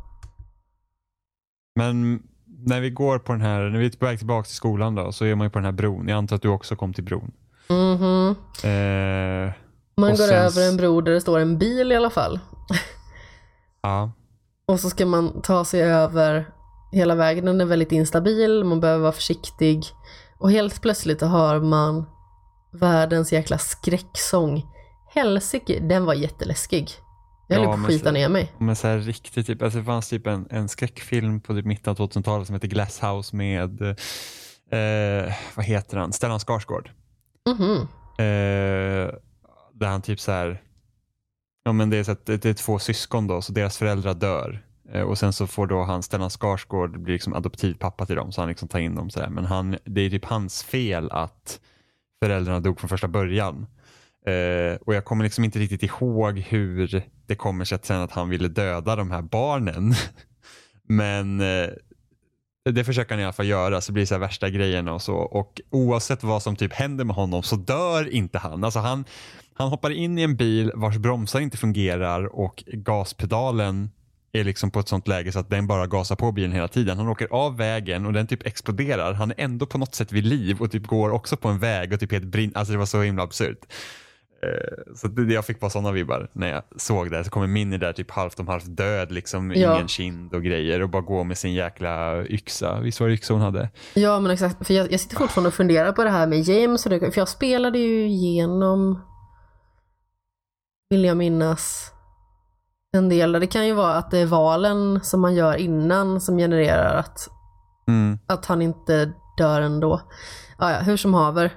Men när vi går på den här... När vi är på väg tillbaka till skolan då, så är man ju på den här bron. Jag antar att du också kom till bron. Mhm. Man går över en bro där det står en bil i alla fall. Ja. Och så ska man ta sig över hela vägen. Den är väldigt instabil, man behöver vara försiktig. Och helt plötsligt hör man världens jäkla skräcksång. Helsike, den var jätteläskig. Jag höll på att skita ner mig. Men så här riktigt typ, alltså det fanns typ en skräckfilm på mitten av 2000-talet som heter Glass House med vad heter han? Stellan Skarsgård. Mhm. Där han typ så här, ja men det är så att det är två syskon då, så deras föräldrar dör. Och sen så får då han Stellan Skarsgård bli liksom adoptivpappa till dem, så han liksom tar in dem så här. Men det är typ hans fel att föräldrarna dog från första början. Och jag kommer liksom inte riktigt ihåg hur det kommer sig att sen att han ville döda de här barnen. Men det försöker han i alla fall göra, så blir det så här värsta grejerna och så. Och oavsett vad som typ händer med honom så dör inte han. Alltså han hoppar in i en bil vars bromsar inte fungerar och gaspedalen är liksom på ett sånt läge så att den bara gasar på bilen hela tiden. Han åker av vägen och den typ exploderar. Han är ändå på något sätt vid liv och typ går också på en väg och typ helt brinner. Alltså det var så himla absurt. Så jag fick bara sådana vibbar när jag såg det. Så kommer Minnie där typ halvt om halvt död liksom, ingen kind och grejer och bara gå med sin jäkla yxa. Visst var det yxa hon hade? Ja men exakt, för jag sitter fortfarande och funderar på det här med James och det, för jag spelade ju igenom, vill jag minnas, en del. Det kan ju vara att det är valen som man gör innan som genererar att han inte dör ändå. Ja, hur som haver.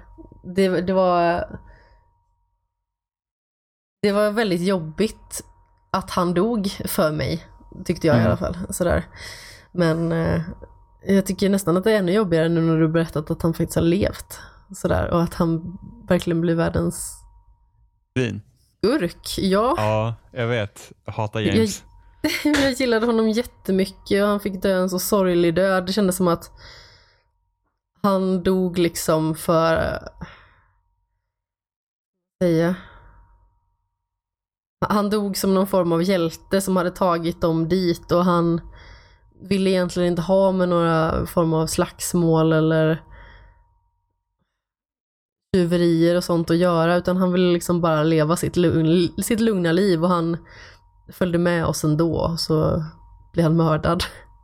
Det var väldigt jobbigt att han dog för mig, tyckte jag i alla fall. Sådär. Men jag tycker nästan att det är ännu jobbigare nu när du berättat att han faktiskt har levt. Sådär. Och att han verkligen blir världens Vin. Urk, ja. Ja, jag vet. Jag hatar James. Jag gillade honom jättemycket och han fick dö en så sorglig död. Det kändes som att han dog liksom för... Han dog som någon form av hjälte som hade tagit dem dit och han ville egentligen inte ha med några form av slagsmål eller tjuverier och sånt att göra, utan han ville liksom bara leva sitt lugna liv och han följde med oss ändå, så blev han mördad.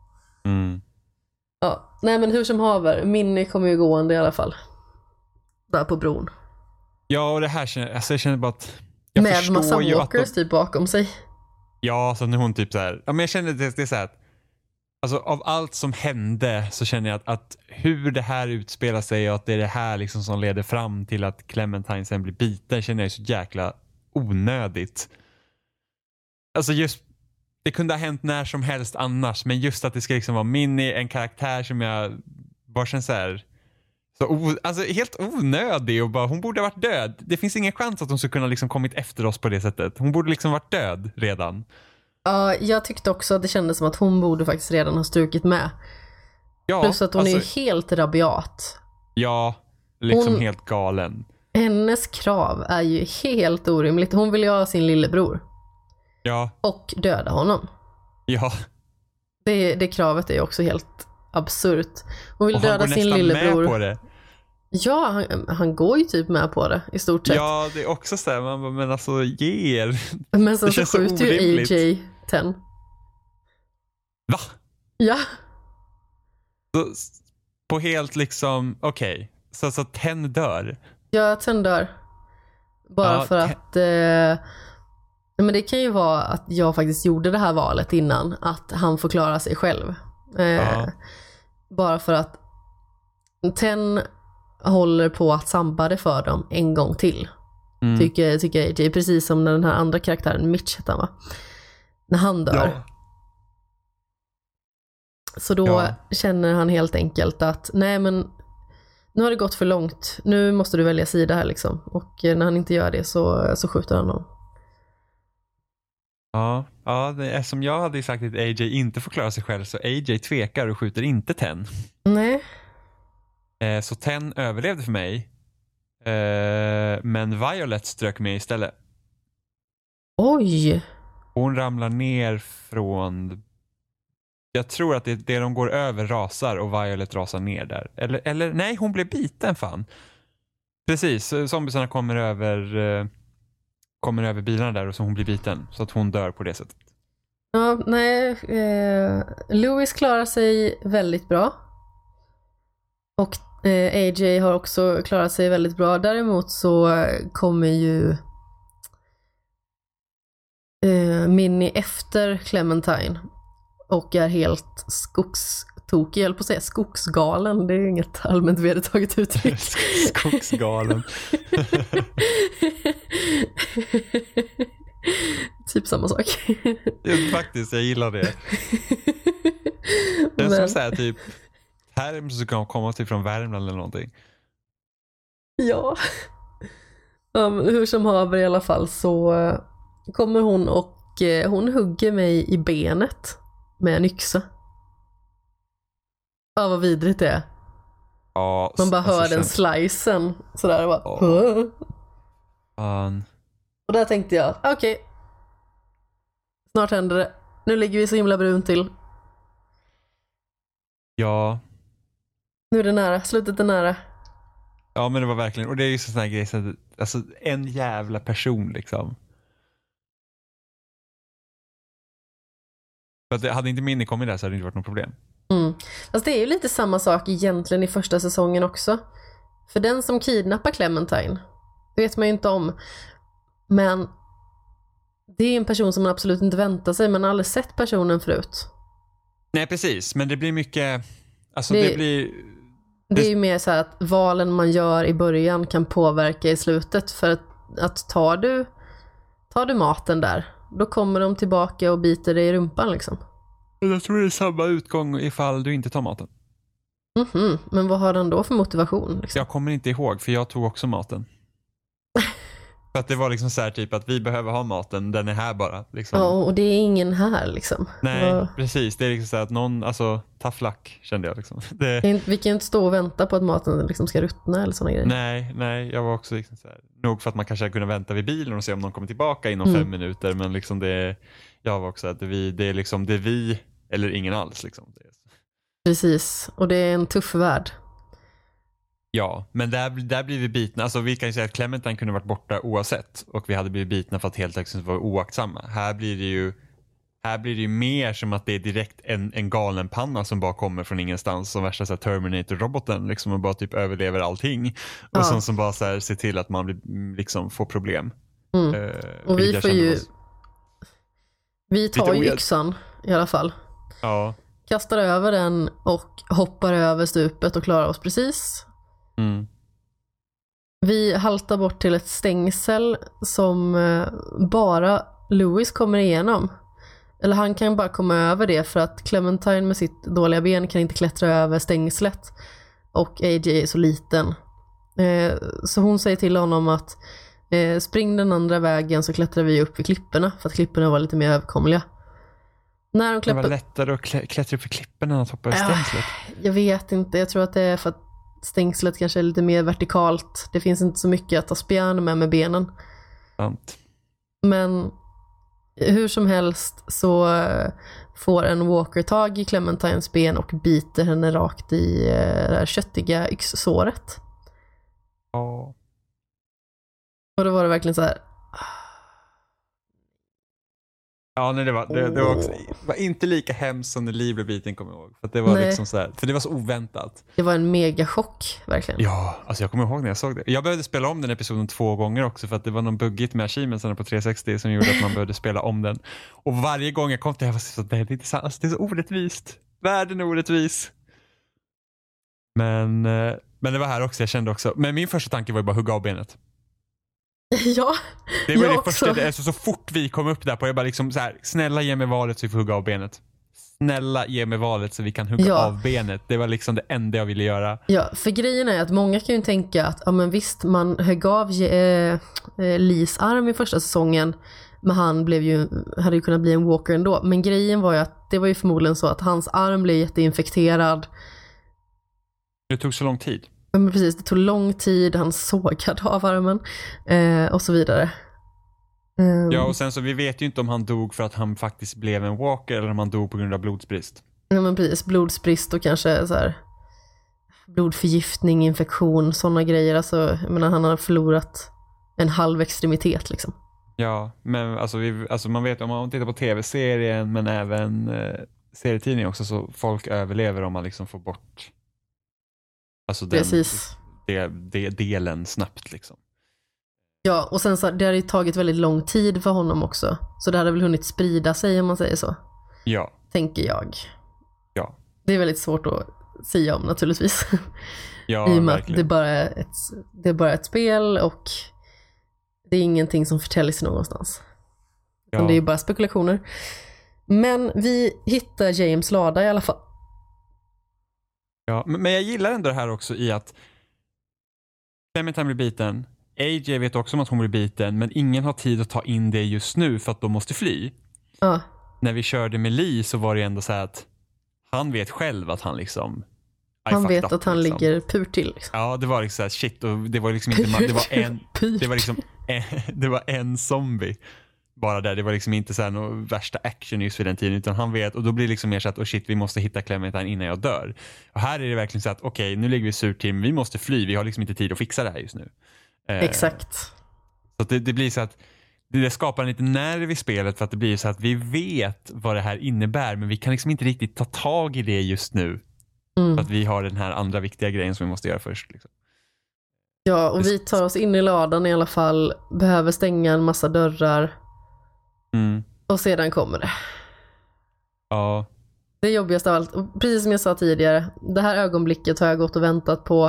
Ja, nej men hur som haver, Minnie kommer ju gående i alla fall där på bron. Ja, och det här jag känner bara att med massa walkers typ bakom sig. Ja, så när hon typ så här, ja men jag känner det är så här, alltså av allt som hände så känner jag att hur det här utspelar sig och att det är det här liksom som leder fram till att Clementine sen blir biten, känner jag är så jäkla onödigt. Alltså just, det kunde ha hänt när som helst annars, men just att det ska liksom vara Minnie, en karaktär som jag bara känner så här, alltså helt onödig och bara, hon borde ha varit död. Det finns ingen chans att hon skulle kunna liksom kommit efter oss på det sättet. Hon borde liksom varit död redan. Ja, jag tyckte också att det kändes som att hon borde faktiskt redan ha strukit med. Ja, plus att hon är helt rabiat. Ja, liksom helt galen. Hennes krav är ju helt orimligt. Hon vill ju ha sin lillebror. Ja. Och döda honom. Ja. Det kravet är ju också helt absurt. Hon vill döda sin lillebror. Med på det. Ja, han går ju typ med på det i stort sett. Ja, det är också så här, men alltså ge er. Men sen så skjuter ju AJ Ten. Va? Ja. Så, på helt liksom, okej. Så Ten dör. Ja, Ten dör. Bara för att men det kan ju vara att jag faktiskt gjorde det här valet innan, att han får klara sig själv. Bara för att Ten håller på att samba det för dem en gång till. Tycker AJ, precis som när den här andra karaktären Mitch heter han, va? När han dör. Ja. Så då känner han helt enkelt att nej men nu har det gått för långt. Nu måste du välja sida här liksom. Och när han inte gör det så skjuter han honom. Ja, det är som jag hade sagt att AJ inte får klara sig själv, så AJ tvekar och skjuter inte Ten. Nej. Så Ten överlevde för mig. Men Violet strök med istället. Oj. Hon ramlar ner från... Jag tror att det de går över rasar och Violet rasar ner där. Eller nej, hon blev biten fan. Precis, zombiesarna kommer över bilarna där och så hon blir biten. Så att hon dör på det sättet. Ja, nej. Louis klarar sig väldigt bra. Och AJ har också klarat sig väldigt bra. Däremot så kommer ju Minnie efter Clementine och är helt skogstokig, jag höll på att säga skogsgalen, det är inget allmänt vedertaget uttryck. Skogsgalen. Typ samma sak. Ja, faktiskt, jag gillar det. Det är som så här typ term som kan komma till från Värmland eller någonting. Ja. Hur som haver i alla fall så kommer hon och hon hugger mig i benet med en yxa. Ja, vad vidrigt det är. Ja, man bara hör den slicen sådär och bara och där tänkte jag, okej. Snart händer det. Nu ligger vi så himla brunt till. Ja. Nu är det nära, slutet är nära. Ja, men det var verkligen, och det är ju sån här grej så att, alltså en jävla person liksom. För att det hade inte Minnie kommit där så hade det inte varit något problem. Alltså det är ju lite samma sak egentligen i första säsongen också. För den som kidnappar Clementine, det vet man ju inte om. Men det är en person som man absolut inte väntar sig. Man har aldrig sett personen förut. Nej, precis. Men det blir mycket... Alltså det blir... Det är ju mer så här att valen man gör i början kan påverka i slutet. För att tar du maten där, då kommer de tillbaka och biter dig i rumpan liksom. Jag tror det är samma utgång ifall du inte tar maten. Men vad har den då för motivation? Liksom? Jag kommer inte ihåg, för jag tog också maten. För att det var liksom så här typ att vi behöver ha maten, den är här bara. Liksom. Ja, och det är ingen här liksom. Nej, precis. Det är liksom så här att någon, alltså, tough luck kände jag liksom. Vi kan ju inte stå och vänta på att maten liksom ska ruttna eller såna grejer. Nej, jag var också liksom så här, nog för att man kanske kunde vänta vid bilen och se om någon kommer tillbaka inom 5 minuter, men liksom jag var också att det är liksom det vi eller ingen alls liksom. Precis, och det är en tuff värld. Ja, men där blir vi bitna. Alltså vi kan ju säga att Clementine kunde varit borta oavsett och vi hade blivit bitna för att helt enkelt vara oaktsamma. Här blir det ju mer som att det är direkt en galen panna som bara kommer från ingenstans, som värsta så här Terminator-roboten liksom, och bara typ överlever allting. Och som bara så här, ser till att man liksom får problem. Och vi tar ju yxan i alla fall. Ja. Kastar över den och hoppar över stupet och klarar oss precis. Vi haltar bort till ett stängsel som bara Louis kommer igenom. Eller han kan bara komma över det för att Clementine med sitt dåliga ben kan inte klättra över stängslet. Och AJ är så liten. Så hon säger till honom att spring den andra vägen så klättrar vi upp vid klipporna. För att klipporna var lite mer överkomliga. När de det var lättare att klättra upp för klipporna än att hoppa över stängslet. Jag vet inte, jag tror att det är för att stängslet kanske är lite mer vertikalt. Det finns inte så mycket att ta spjärn med benen. Sant. Men hur som helst så får en walker tag i Clementines ben och biter henne rakt i det här köttiga yxsåret. Ja. Och då var det verkligen så här. Ja, nej, det var också, det var inte lika hemskt som när Liv blev biten, kommer jag ihåg. För att det var liksom så här, för det var så oväntat. Det var en mega chock, verkligen. Ja, alltså jag kommer ihåg när jag såg det. Jag behövde spela om den episoden 2 gånger också, för att det var någon buggigt med achievementsarna på 360 som gjorde att man behövde spela om den. Och varje gång jag kom till det, jag var så, det är inte sant, alltså, det är så orättvist. Världen är orättvis. Men det var här också, jag kände också. Men min första tanke var ju bara hugga av benet. Ja, det var jag det också. första, alltså, så fort vi kom upp där på, jag bara liksom så här, snälla ge mig valet så vi får hugga av benet. Snälla ge mig valet så vi kan hugga av benet. Det var liksom det enda jag ville göra. Ja, för grejen är att många kan ju tänka att ja, men visst, man högg av Lis arm i första säsongen, Men han hade ju kunnat bli en walker ändå. Men grejen var ju att det var ju förmodligen så att hans arm blev jätteinfekterad. Det tog så lång tid. Men precis, det tog lång tid. Han sågade av armen och så vidare. Ja, och sen så vi vet ju inte om han dog för att han faktiskt blev en walker eller om han dog på grund av blodsbrist. Ja, men precis, blodsbrist och kanske så här blodförgiftning, infektion, sådana grejer. Alltså, jag menar, han har förlorat en halv extremitet liksom. Ja, men alltså man vet om man tittar på tv-serien men även serietidningar också, så folk överlever om man liksom får bort alltså delen snabbt liksom. Ja, och sen så det hade ju tagit väldigt lång tid för honom också. Så det hade väl hunnit sprida sig om man säger så. Ja. Tänker jag. Ja. Det är väldigt svårt att säga om naturligtvis. Ja, i och med verkligen. att det är bara ett spel och det är ingenting som förtäljs någonstans. Ja. Det är ju bara spekulationer. Men vi hittar James lada i alla fall. Ja, men jag gillar ändå det här också i att Clementine blir biten. AJ vet också om att hon blir biten, men ingen har tid att ta in det just nu för att de måste fly. Ja. När vi körde med Lee så var det ändå så här att han vet själv att han liksom han vet att han liksom ligger pur till liksom. Ja, det var liksom så här, shit, och det var liksom inte det var en zombie bara där. Det var liksom inte så här någon värsta action just vid den tiden, utan han vet, och då blir det liksom mer så att shit, vi måste hitta Clementine innan jag dör. Och här är det verkligen så att okej, nu ligger vi surt till, men vi måste fly, vi har liksom inte tid att fixa det här just nu. Exakt. Så att det blir så att det skapar en liten nerv i spelet, för att det blir så att vi vet vad det här innebär, men vi kan liksom inte riktigt ta tag i det just nu. För att vi har den här andra viktiga grejen som vi måste göra först liksom. Ja, och vi tar oss in i ladan i alla fall, behöver stänga en massa dörrar. Och sedan kommer det. Ja. Det jobbigaste av allt, och precis som jag sa tidigare, det här ögonblicket har jag gått och väntat på.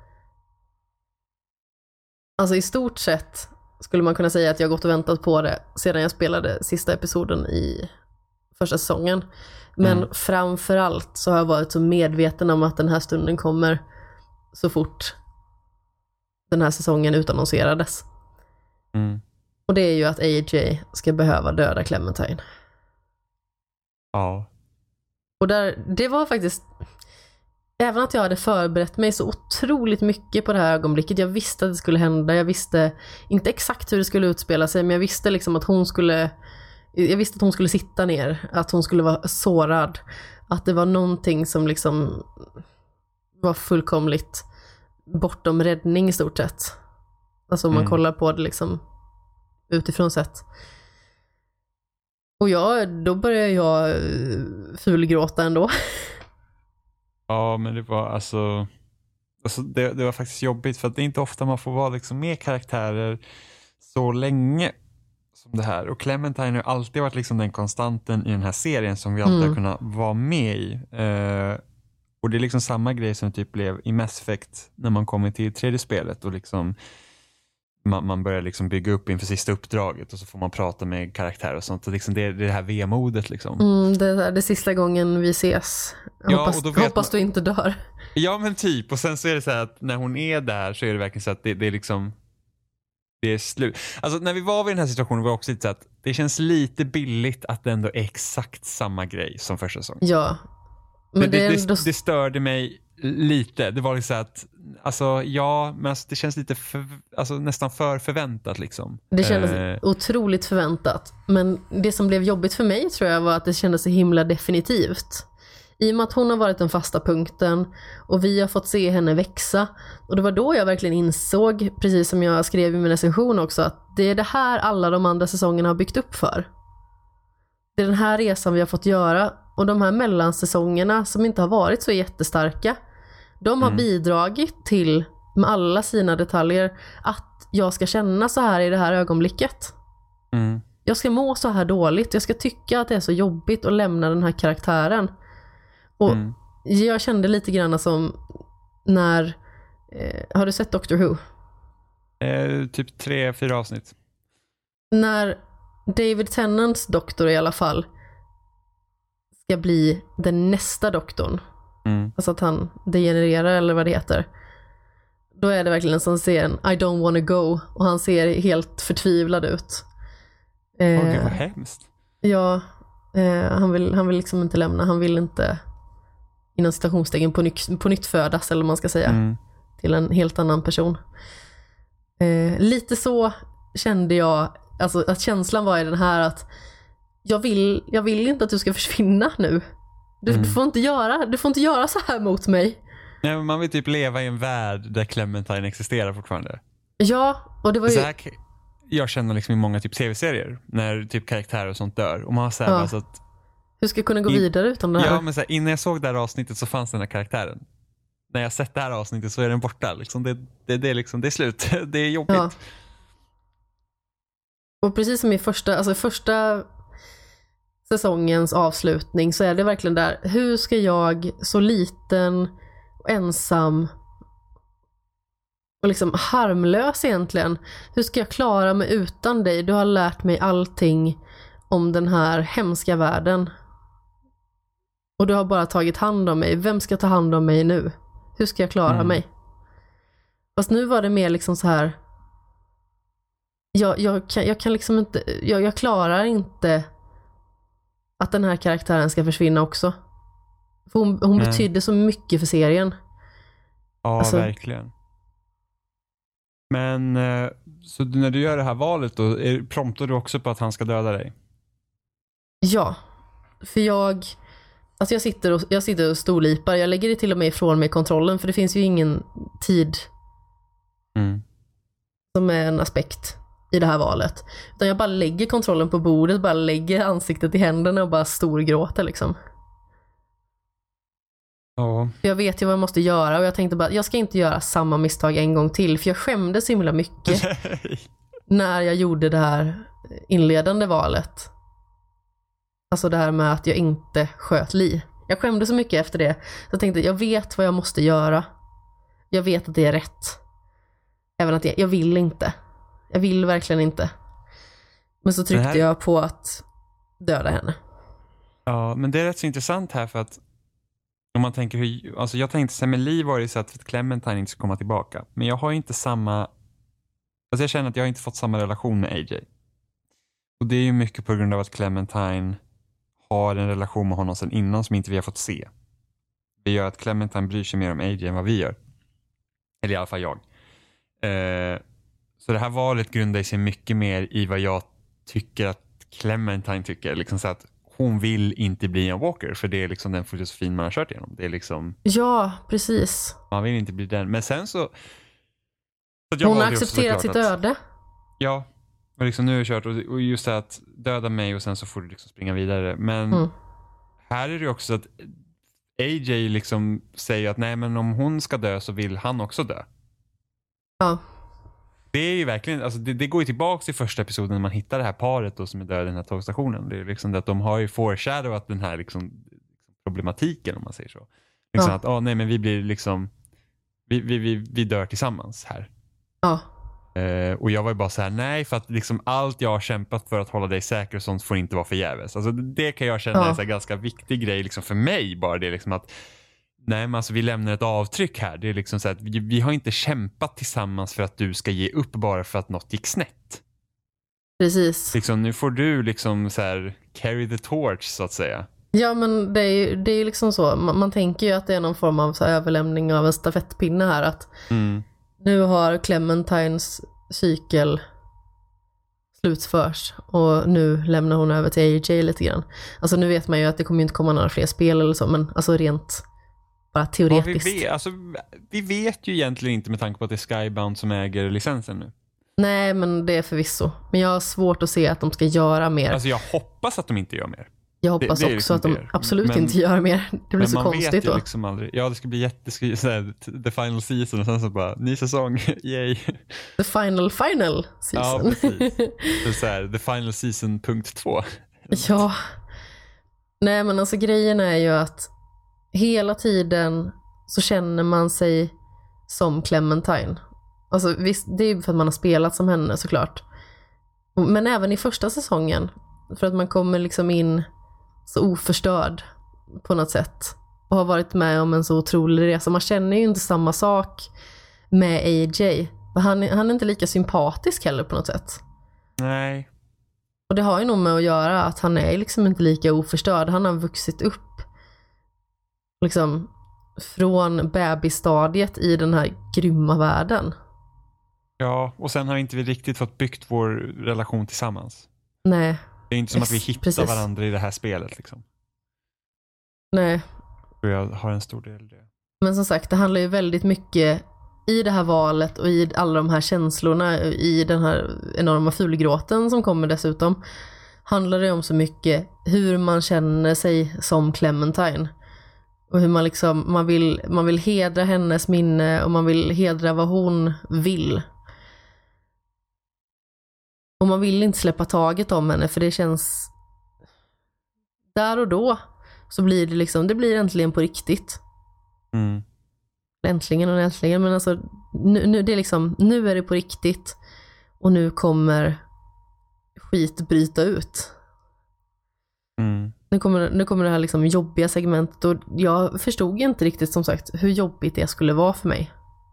Alltså i stort sett skulle man kunna säga att jag har gått och väntat på det sedan jag spelade sista episoden i första säsongen. Men framförallt så har jag varit så medveten om att den här stunden kommer så fort den här säsongen utannonserades. Och det är ju att AJ ska behöva döda Clementine. Ja. Och det var faktiskt, även att jag hade förberett mig så otroligt mycket på det här ögonblicket. Jag visste att det skulle hända. Jag visste inte exakt hur det skulle utspela sig, men jag visste liksom att hon skulle sitta ner, att hon skulle vara sårad, att det var någonting som liksom var fullkomligt bortom räddning i stort sett. Alltså om man kollar på det liksom utifrån sett. Och då började jag fulgråta ändå. Ja, men det var alltså det var faktiskt jobbigt, för att det är inte ofta man får vara liksom med karaktärer så länge som det här. Och Clementine har alltid varit liksom den konstanten i den här serien som vi alltid har kunnat vara med i. Och det är liksom samma grej som typ blev i Mass Effect när man kommer till tredje spelet och liksom man börjar liksom bygga upp inför sista uppdraget och så får man prata med karaktärer och sånt. Och liksom det är det här vemodet liksom. Det är sista gången vi ses. Hoppas du inte dör. Ja, men typ. Och sen så är det så här att när hon är där så är det verkligen så att det är liksom det är slut. Alltså när vi var vid den här situationen var det också lite så att det känns lite billigt att det ändå är exakt samma grej som första säsongen. Ja. Men det störde mig lite. Det var liksom så att alltså ja, men alltså, det känns lite nästan för förväntat liksom. Det kändes otroligt förväntat. Men det som blev jobbigt för mig tror jag var att det kändes så himla definitivt. I och med att hon har varit den fasta punkten och vi har fått se henne växa. Och det var då jag verkligen insåg, precis som jag skrev i min recension också, att det är det här alla de andra säsongerna har byggt upp för. Det är den här resan vi har fått göra. Och de här mellansäsongerna som inte har varit så jättestarka, de har bidragit till, med alla sina detaljer, att jag ska känna så här i det här ögonblicket. Jag ska må så här dåligt. Jag ska tycka att det är så jobbigt att lämna den här karaktären. Och jag kände lite grann som när har du sett Doctor Who? Typ 3-4 avsnitt. När David Tennants doktor i alla fall ska bli den nästa doktorn. Alltså att han degenererar eller vad det heter. Då är det verkligen som ser en I don't wanna go, och han ser helt förtvivlad ut. Gud, vad hemskt. Ja, han vill liksom inte lämna. Han vill inte inom citationstecken på nytt födas, eller man ska säga, till en helt annan person. Lite så kände jag, alltså att känslan var i den här att jag vill inte att du ska försvinna nu. Du får inte göra så här mot mig. Nej, man vill typ leva i en värld där Clementine existerar fortfarande. Ja, och det var ju... Så här, jag känner liksom i många typ tv-serier när typ karaktärer och sånt dör. Och man har så här, alltså att... Hur ska jag kunna gå vidare utan det här? Ja, men så här, innan jag såg det här avsnittet så fanns den här karaktären. När jag sett det här avsnittet så är den borta. Liksom. Det är slut. Det är jobbigt. Ja. Och precis som i första säsongens avslutning så är det verkligen där, hur ska jag så liten och ensam och liksom harmlös egentligen, hur ska jag klara mig utan dig? Du har lärt mig allting om den här hemska världen och du har bara tagit hand om mig. Vem ska ta hand om mig nu? Hur ska jag klara mig? Fast nu var det mer liksom så här, jag kan liksom inte, jag klarar inte att den här karaktären ska försvinna också. För hon betydde så mycket för serien. Ja, alltså, verkligen. Men så när du gör det här valet då, promptar du också på att han ska döda dig? Ja, för jag sitter och storlipar. Jag lägger det till och med ifrån mig kontrollen, för det finns ju ingen tid som är en aspekt i det här valet. Utan jag bara lägger kontrollen på bordet, bara lägger ansiktet i händerna och bara storgråter liksom. Ja. Jag vet ju vad jag måste göra och jag tänkte bara, jag ska inte göra samma misstag en gång till, för jag skämdes så himla mycket när jag gjorde det här inledande valet. Alltså det här med att jag inte sköt Lee. Jag skämdes så mycket efter det. Så jag tänkte, jag vet vad jag måste göra. Jag vet att det är rätt. Även att jag vill inte. Jag vill verkligen inte. Men så tryckte jag på att döda henne. Ja, men det är rätt så intressant här, för att om man tänker alltså jag tänkte sig med Lee var det så att Clementine inte ska komma tillbaka. Men jag har inte samma, alltså jag känner att jag har inte fått samma relation med AJ. Och det är ju mycket på grund av att Clementine har en relation med honom sedan innan som inte vi har fått se. Det gör att Clementine bryr sig mer om AJ än vad vi gör. Eller i alla fall jag. Så det här valet grundar sig mycket mer i vad jag tycker att Clementine tycker. Liksom så att hon vill inte bli en Walker, för det är liksom den filosofin man har kört igenom. Det är liksom... Ja, precis. Man vill inte bli den. Men sen så... Hon har accepterat sitt öde. Ja, och liksom nu har jag kört och just det att döda mig och sen så får du liksom springa vidare. Men här är det också att AJ liksom säger att nej, men om hon ska dö så vill han också dö. Ja. Det är ju verkligen, alltså det går ju tillbaka till första episoden när man hittar det här paret då som är död i den här tågstationen. Det är liksom det att de har ju foreshadowat den här liksom problematiken, om man säger så. Liksom att, nej men vi blir liksom vi dör tillsammans här. Ja. Och jag var ju bara så här, nej, för att liksom allt jag har kämpat för att hålla dig säker och sånt får inte vara förgäves. Alltså det kan jag känna är en så här ganska viktig grej liksom för mig, bara det liksom att nej, men alltså vi lämnar ett avtryck här. Det är liksom så att vi har inte kämpat tillsammans för att du ska ge upp bara för att något gick snett. Precis. Liksom, nu får du liksom så här carry the torch, så att säga. Ja, men det är liksom så. Man tänker ju att det är någon form av så här överlämning av en stafettpinne här. Att nu har Clementines cykel slutförs och nu lämnar hon över till AJ lite grann. Alltså nu vet man ju att det kommer inte komma några fler spel eller så, men alltså rent bara teoretiskt. Ja, vi vet ju egentligen inte, med tanke på att det är Skybound som äger licensen nu. Nej, men det är förvisso. Men jag har svårt att se att de ska göra mer. Alltså jag hoppas att de inte gör mer. Jag hoppas det också liksom att de absolut inte gör mer. Det blir så konstigt då. Men man vet ju liksom aldrig. Ja, det ska bli the final season och sen så bara, ny säsong, yay. The final season. Ja, precis. Så här, the final season .2. Ja. Nej, men alltså grejen är ju att hela tiden så känner man sig som Clementine. Alltså visst, det är ju för att man har spelat som henne såklart. Men även i första säsongen, för att man kommer liksom in så oförstörd på något sätt och har varit med om en så otrolig resa. Man känner ju inte samma sak med AJ. Han är inte lika sympatisk heller på något sätt. Nej. Och det har ju nog med att göra att han är liksom inte lika oförstörd. Han har vuxit upp liksom från bebisstadiet i den här grymma världen. Ja, och sen har inte vi riktigt fått byggt vår relation tillsammans. Nej. Det är inte som att vi hittar varandra i det här spelet liksom. Nej. Och jag har en stor del i det. Men som sagt, det handlar ju väldigt mycket i det här valet och i alla de här känslorna, i den här enorma fulgråten som kommer dessutom, handlar det om så mycket hur man känner sig som Clementine. Och hur man liksom, man vill hedra hennes minne och man vill hedra vad hon vill. Och man vill inte släppa taget om henne, för det känns där och då så blir det liksom, det blir äntligen på riktigt. Mm. Äntligen, men alltså nu, det är liksom, nu är det på riktigt och nu kommer skit bryta ut. Mm. Nu kommer det här liksom jobbiga segmentet, och jag förstod inte riktigt som sagt hur jobbigt det skulle vara för mig.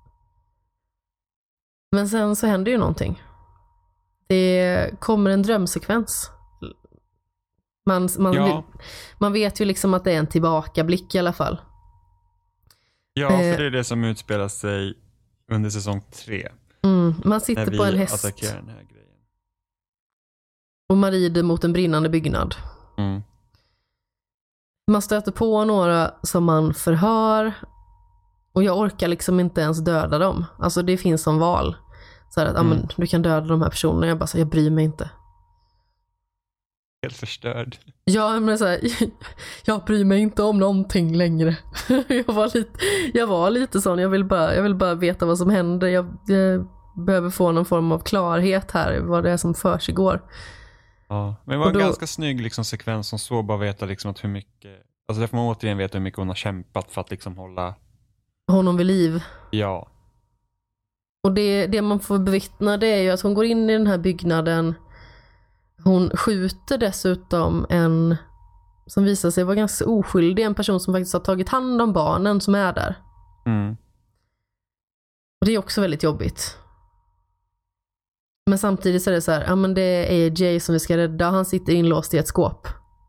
Men sen så händer ju någonting. Det kommer en drömsekvens. Man vet ju liksom att det är en tillbakablick i alla fall. Ja, för det är det som utspelar sig under säsong 3. Man sitter på en häst attackerar den här grejen. och man rider mot en brinnande byggnad. Man stöter på några som man förhör, och jag orkar liksom inte ens döda dem. Alltså det finns som val. Så här att men, du kan döda de här personerna. Jag bara så, jag bryr mig inte. Helt förstörd. Ja, men så här, jag bryr mig inte om någonting längre. Jag var lite sån. Jag vill bara veta vad som händer. Jag behöver få någon form av klarhet här, vad det är som försiggår. Ja, men det var en ganska snygg liksom sekvens som så, bara veta liksom att hur mycket, alltså där får man återigen veta hur mycket hon har kämpat för att liksom hålla honom vid liv. Ja. Och det man får bevittna, det är ju att hon går in i den här byggnaden. Hon skjuter dessutom en som visar sig vara ganska oskyldig, en person som faktiskt har tagit hand om barnen som är där. Och det är också väldigt jobbigt. Men samtidigt så är det så här, ja men det är AJ som vi ska rädda. Han sitter inlåst i ett skåp.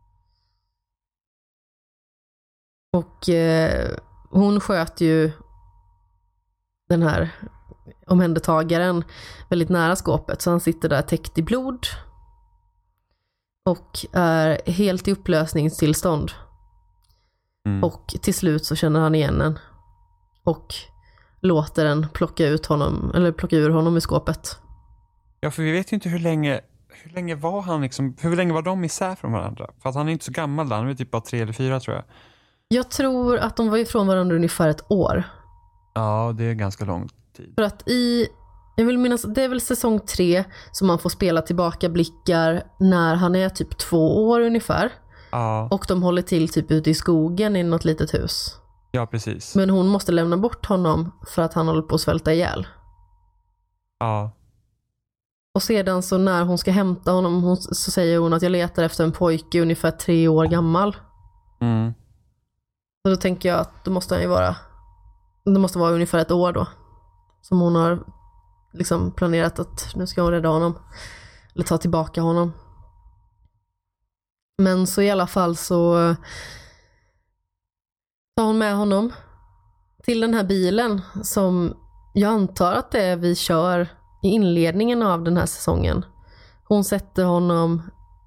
Och hon sköt ju den här omhändertagaren väldigt nära skåpet, så han sitter där täckt i blod och är helt i upplösningstillstånd. Och till slut så känner han igen den och låter den plocka ur honom i skåpet. Ja, för vi vet ju inte hur länge var han liksom, hur länge var de isär från varandra? För att han är inte så gammal där, han är typ bara 3 eller 4 tror jag. Jag tror att de var ifrån varandra ungefär ett år. Ja, det är ganska lång tid. För att jag vill minnas, det är väl säsong 3 som man får spela tillbaka blickar när han är typ 2 år ungefär. Ja. Och de håller till typ ute i skogen i något litet hus. Ja, precis. Men hon måste lämna bort honom för att han håller på att svälta ihjäl. Ja. Och sedan så när hon ska hämta honom så säger hon att jag letar efter en pojke ungefär 3 år gammal. Så då tänker jag att det måste vara ungefär ett år då. Som hon har liksom planerat att nu ska hon rädda honom. Eller ta tillbaka honom. Men så i alla fall så tar hon med honom till den här bilen som jag antar att det är vi kör i inledningen av den här säsongen. Hon sätter honom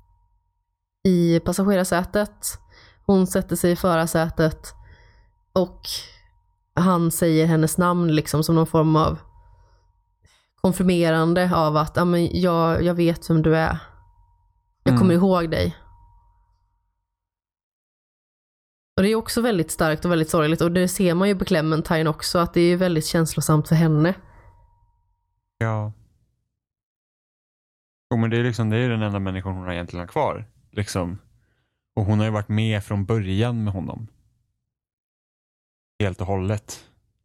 i passagerarsätet. Hon sätter sig i förarsätet. Och han säger hennes namn liksom som någon form av konfirmerande av att jag vet vem du är. Jag kommer ihåg dig. Och det är också väldigt starkt och väldigt sorgligt. Och det ser man ju på Clementine också, att det är väldigt känslosamt för henne. Ja. Jo, men det är liksom, det är den enda människan hon har egentligen har kvar. Liksom. Och hon har ju varit med från början med honom. Helt och hållet.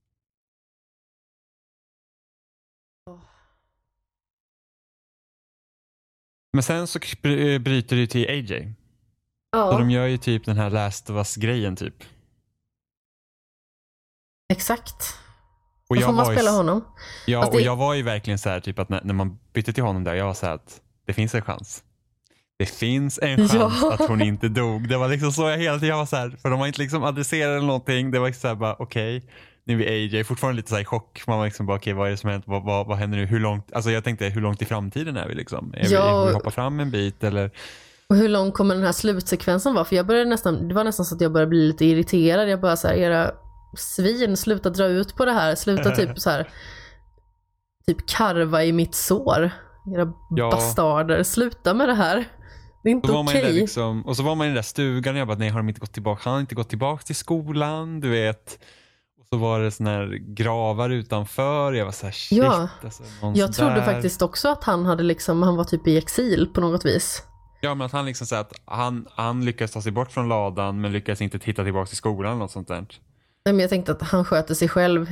Men sen så bryter det till AJ. Ja. Så de gör ju typ den här Last of Us-grejen typ. Exakt. Och då får man spela honom. Ja, och jag var ju verkligen så här typ att när man bytte till honom där, jag var så här att det finns en chans. det finns en chans Ja. att hon inte dog. Det var liksom så jag hela tiden var så här, för de har inte liksom adresserat eller någonting. Det var så här bara okej, nu är vi AJ, fortfarande lite så här i chock. Man var liksom bara okej, vad är det som hänt? Vad händer nu? Hur långt, alltså jag tänkte hur långt i framtiden är vi liksom? Är vi hoppa fram en bit eller? Och hur lång kommer den här slutsekvensen vara? För jag började det var nästan så att jag började bli lite irriterad. Jag bara så här, era svin, sluta dra ut på det här. Sluta typ så här, typ karva i mitt sår. Era bastarder, sluta med det här. Det är inte okej. Liksom, och så var man i den där stugan och jag bara, nej, har de inte gått tillbaka? Han har inte gått tillbaka till skolan, du vet. Och så var det såna här gravar utanför. Jag var så här, shit. Ja, alltså, jag trodde faktiskt också att han hade liksom, han var typ i exil på något vis. Ja, men att han liksom så att han lyckas ta sig bort från ladan men lyckas inte titta tillbaka till skolan eller något sånt där. Nej, men jag tänkte att han sköter sig själv.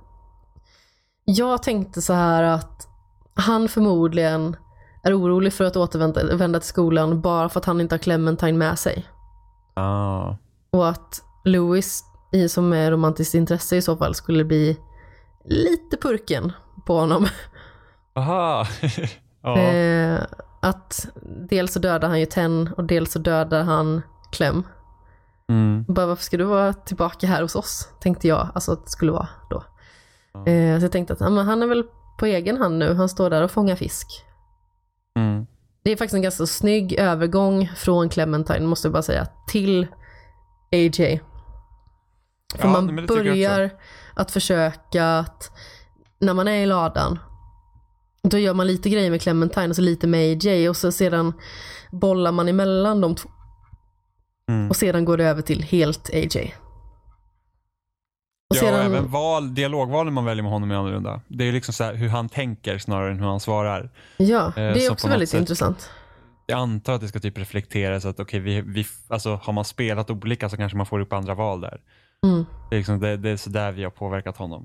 Jag tänkte så här att han förmodligen är orolig för att återvända till skolan bara för att han inte har Clementine med sig. Ah. Och att Louis, som är romantiskt intresse i så fall, skulle bli lite purken på honom. Aha. Ja. Att dels så dödar han ju Ten och dels så dödar han Clem. Bara, varför ska du vara tillbaka här hos oss? Tänkte jag, alltså att det skulle vara då. Så jag tänkte att men han är väl på egen hand nu. Han står där och fångar fisk. Det är faktiskt en ganska snygg övergång från Clementine, måste jag bara säga, till AJ. För man börjar att försöka att när man är i ladan, då gör man lite grejer med Clementine och så lite med AJ och så sedan bollar man emellan de två. Och sedan går det över till helt AJ. Och ja, sedan, och även dialogvalen man väljer med honom är annorlunda. Det är liksom så här hur han tänker snarare än hur han svarar. Ja, det är också väldigt intressant. Jag antar att det ska typ reflektera så att okej, vi alltså har man spelat olika så kanske man får upp andra val där. Det är liksom det är så där vi har påverkat honom.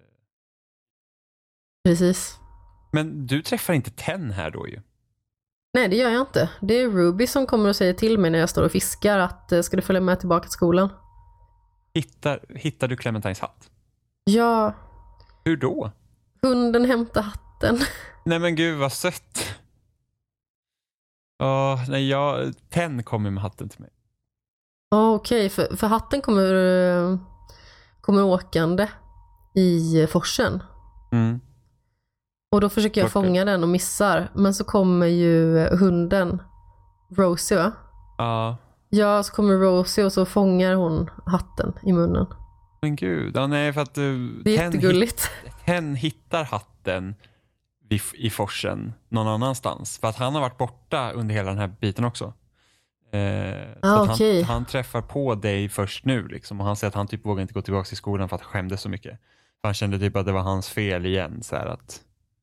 Precis. Men du träffar inte Ten här då ju. Nej, det gör jag inte. Det är Ruby som kommer och säger till mig när jag står och fiskar att ska du följa med tillbaka till skolan? Hittar du Clementines hatt? Ja. Hur då? Hunden hämtar hatten. Nej men gud vad sött. Ten kommer med hatten till mig. Okej, för hatten kommer åkande i forsen. Och då försöker jag fånga den och missar. Men så kommer ju hunden Rosie, va? Ja. Ja, så kommer Rosie och så fångar hon hatten i munnen. Men gud, nej för att det är jättegulligt. Ten hittar hatten i forsen någon annanstans. För att han har varit borta under hela den här biten också. Så att han träffar på dig först nu liksom. Och han säger att han typ vågar inte gå tillbaka till skolan för att han skämdes så mycket. För han kände typ att det var hans fel igen. Så här att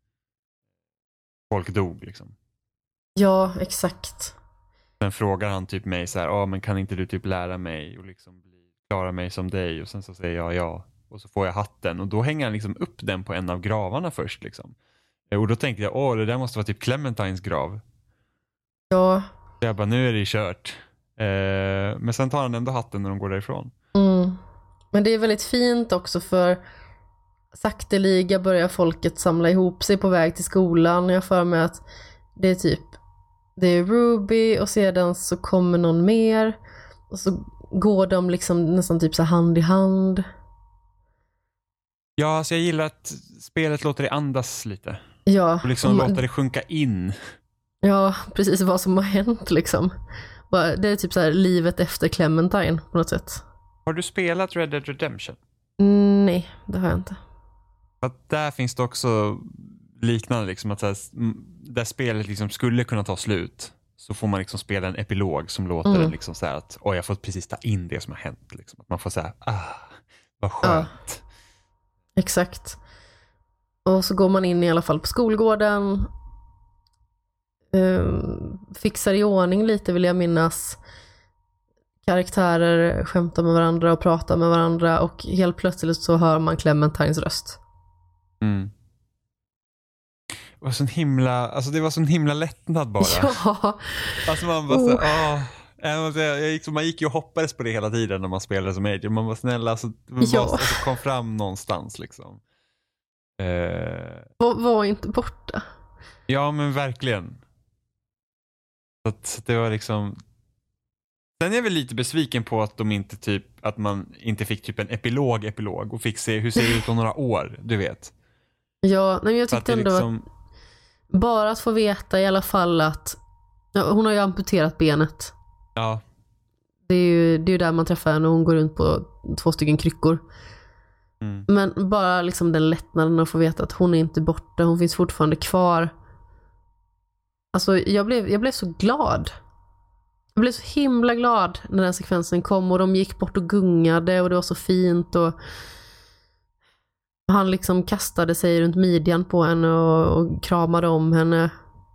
folk dog liksom. Ja, exakt. Sen frågar han typ mig så här, men kan inte du typ lära mig och liksom klara mig som dig? Och sen så säger jag ja. Och så får jag hatten. Och då hänger han liksom upp den på en av gravarna först liksom. Och då tänkte jag, det där måste vara typ Clementines grav. Ja. Så jag bara, nu är det kört. Men sen tar han ändå hatten när de går därifrån. Men det är väldigt fint också för sakteliga börjar folket samla ihop sig på väg till skolan. Jag för mig att det är Ruby och sedan så kommer någon mer. Och så går de liksom nästan typ så hand i hand. Ja, alltså jag gillar att spelet låter det andas lite. Ja. Och liksom låter det sjunka in. Ja, precis vad som har hänt liksom. Det är typ så här livet efter Clementine på något sätt. Har du spelat Red Dead Redemption? Nej, det har jag inte. För att där finns det också liknande liksom att så här, där spelet liksom skulle kunna ta slut så får man liksom spela en epilog som låter det liksom så här att jag får precis ta in det som har hänt liksom. Att man får säga vad skönt. Ja, exakt. Och så går man in i alla fall på skolgården, fixar i ordning lite vill jag minnas. Karaktärer skämtar med varandra och pratar med varandra och helt plötsligt så hör man Clementines röst. Det var sån himla lättnad bara. Ja. Alltså man bara man gick ju och hoppades på det hela tiden när man spelade som Agent. Man var snälla, alltså, kom fram någonstans liksom. Var inte borta. Ja, men verkligen. Så att det var liksom. Sen är jag väl lite besviken på att de inte att man inte fick typ en epilog och fick se hur ser det ut om några år, du vet. Ja, men jag tyckte ändå att bara att få veta i alla fall att hon har ju amputerat benet. Ja. Det är ju där man träffar henne och hon går runt på 2 stycken kryckor. Men bara liksom den lättnaden att få veta att hon är inte borta, hon finns fortfarande kvar. Alltså jag blev så glad. Jag blev så himla glad när den sekvensen kom och de gick bort och gungade och det var så fint och han liksom kastade sig runt midjan på henne och kramade om henne.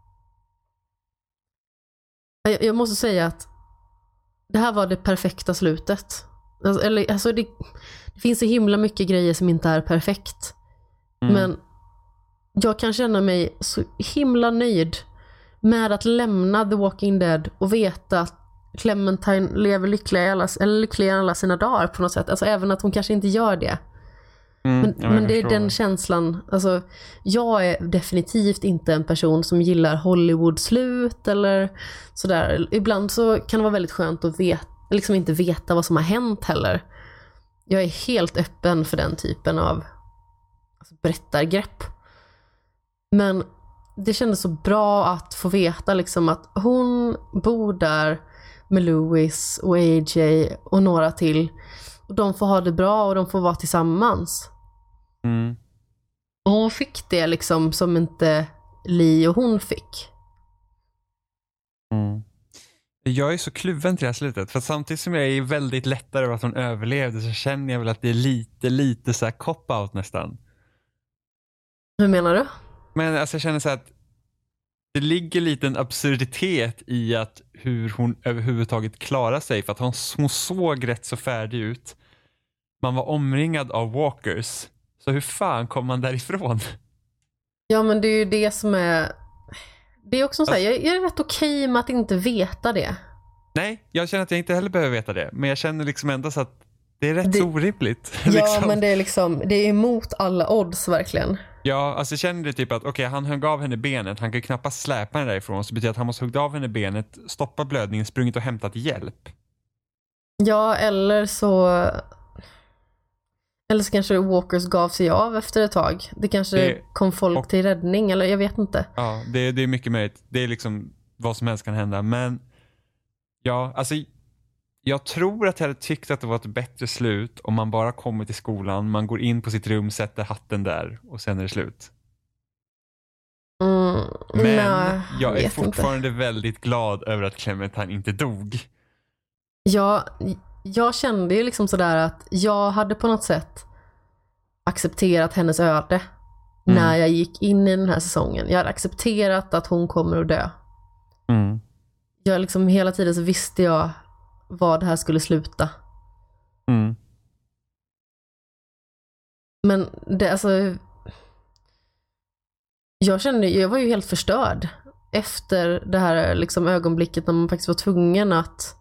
Jag måste säga att det här var det perfekta slutet. Alltså det finns så himla mycket grejer som inte är perfekt. Men jag kan känna mig så himla nöjd med att lämna The Walking Dead och veta att Clementine lever lyckligare i alla sina dagar på något sätt. Alltså även att hon kanske inte gör det. Men det är den känslan. Alltså, jag är definitivt inte en person som gillar Hollywood-slut eller sådär. Ibland så kan det vara väldigt skönt att liksom inte veta vad som har hänt heller. Jag är helt öppen för den typen av berättargrepp. Men det kändes så bra att få veta liksom att hon bor där med Louis och AJ och några till. Och de får ha det bra och de får vara tillsammans. Och hon fick det liksom som inte Lee och hon fick. Jag är så kluven till det här slutet. För samtidigt som jag är väldigt lättare över att hon överlevde så känner jag väl att det är lite så här cop-out nästan. Hur menar du? Men alltså jag känner så att det ligger lite en absurditet i att hur hon överhuvudtaget klarar sig. För att hon såg rätt så färdig ut. Man var omringad av walkers. Så hur fan kom man därifrån? Ja, men det är ju det som är. Det är också så här, jag är rätt okej med att inte veta det. Nej, jag känner att jag inte heller behöver veta det. Men jag känner liksom ändå så att det är rätt så orimligt. Ja, liksom. Men det är liksom, det är emot alla odds verkligen. Ja, alltså känner du typ att okej, han högg av henne benet. Han kan knappast släpa henne därifrån. Så betyder att han måste hugga av henne benet, stoppa blödningen, sprungit och hämtat hjälp. Ja, eller så kanske walkers gav sig av efter ett tag. Det kanske kom folk till räddning, eller jag vet inte. Ja, det är mycket möjligt. Det är liksom vad som helst kan hända. Men ja, alltså jag tror att jag hade tyckt att det var ett bättre slut om man bara kommer till skolan, man går in på sitt rum, sätter hatten där och sen är det slut. Men jag är fortfarande väldigt glad över att Clementine inte dog. Ja, jag kände ju liksom sådär att jag hade på något sätt accepterat hennes öde när jag gick in i den här säsongen. Jag hade accepterat att hon kommer att dö. Jag liksom hela tiden så visste jag var det här skulle sluta. Men det alltså jag var ju helt förstörd efter det här liksom ögonblicket när man faktiskt var tvungen att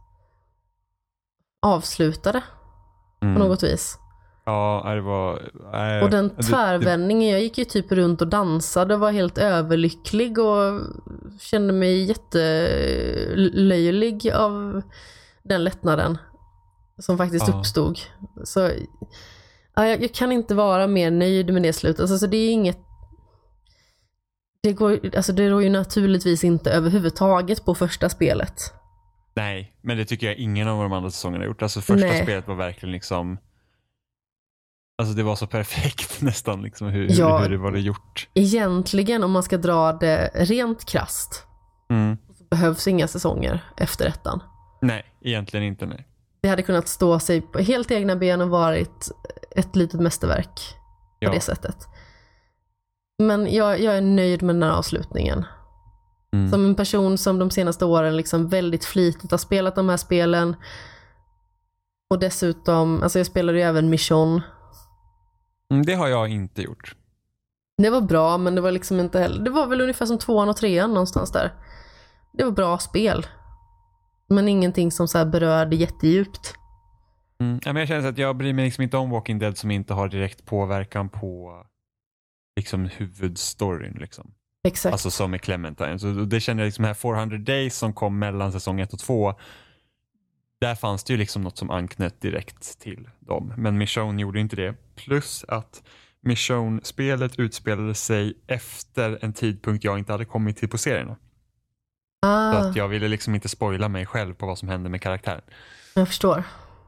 avsluta det på något vis. Ja, det var och den tvärvändningen, jag gick ju typ runt och dansade och var helt överlycklig och kände mig jättelöjlig av den lättnaden som faktiskt uppstod. Så ja, jag kan inte vara mer nöjd med det slutet. Alltså, så det är inget. Det går ju naturligtvis inte överhuvudtaget på första spelet. Nej, men det tycker jag ingen av de andra säsongerna har gjort. Alltså första spelet var verkligen liksom. Alltså det var så perfekt nästan liksom hur det var det gjort. Egentligen om man ska dra det rent krasst så behövs inga säsonger efter ettan. Nej, egentligen inte, nej. Det hade kunnat stå sig på helt egna ben och varit ett litet mästerverk på det sättet. Men jag är nöjd med den här avslutningen. Som en person som de senaste åren liksom väldigt flitigt har spelat de här spelen. Och dessutom, alltså jag spelade ju även Mission. Det har jag inte gjort. Det var bra, men det var liksom inte heller. Det var väl ungefär som 2:an och 3:an någonstans där. Det var bra spel. Men ingenting som så här berörde jättedjupt. Ja, men jag känner att jag bryr mig liksom inte om Walking Dead som inte har direkt påverkan på liksom huvudstoryn liksom. Exakt. Alltså som med Clementine. Så det känner jag liksom här 400 Days som kom mellan säsong 1 och 2. Där fanns det ju liksom något som anknöt direkt till dem. Men Michonne gjorde inte det. Plus att Michonne-spelet utspelade sig efter en tidpunkt jag inte hade kommit till på serierna. Så att jag ville liksom inte spoila mig själv på vad som hände med karaktären. Jag förstår.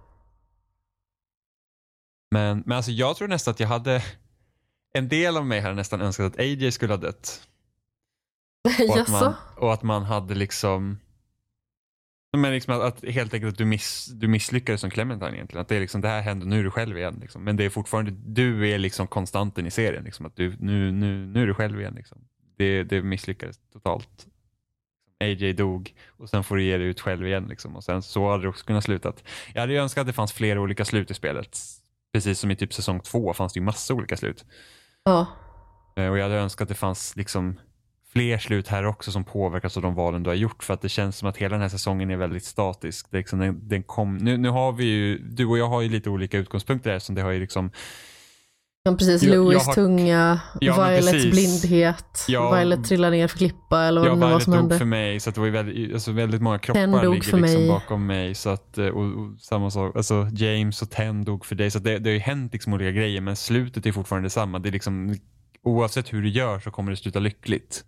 Men alltså jag tror nästan att jag hade... En del av mig hade nästan önskat att AJ skulle ha dött. Och att man hade liksom... Men liksom att helt enkelt att du misslyckades som Clementine egentligen. Att det är liksom, det här händer, nu är du själv igen. Liksom. Men det är fortfarande, du är liksom konstanten i serien. Liksom. Att nu är du själv igen. Liksom. Det misslyckades totalt. AJ dog och sen får du ge dig ut själv igen. Liksom. Och sen så hade det också kunnat slutat. Jag hade ju önskat att det fanns flera olika slut i spelet. Precis som i typ säsong 2 fanns det ju massa olika slut. Ja. Och jag hade önskat att det fanns liksom fler slut här också som påverkas av de valen du har gjort, för att det känns som att hela den här säsongen är väldigt statisk. Det är liksom, nu har vi ju, du och jag har ju lite olika utgångspunkter där, som det har ju liksom... Ja, precis. Louis tunga, Violets blindhet, Violet trillar ner för klippa eller vad det var som hände. För mig, så att det var ju väldigt många kroppar ligger liksom bakom mig, så att, och samma sak, alltså James och Ten dog för dig, så att det har ju hänt liksom olika grejer, men slutet är fortfarande detsamma. Det är liksom, oavsett hur du gör så kommer det sluta lyckligt.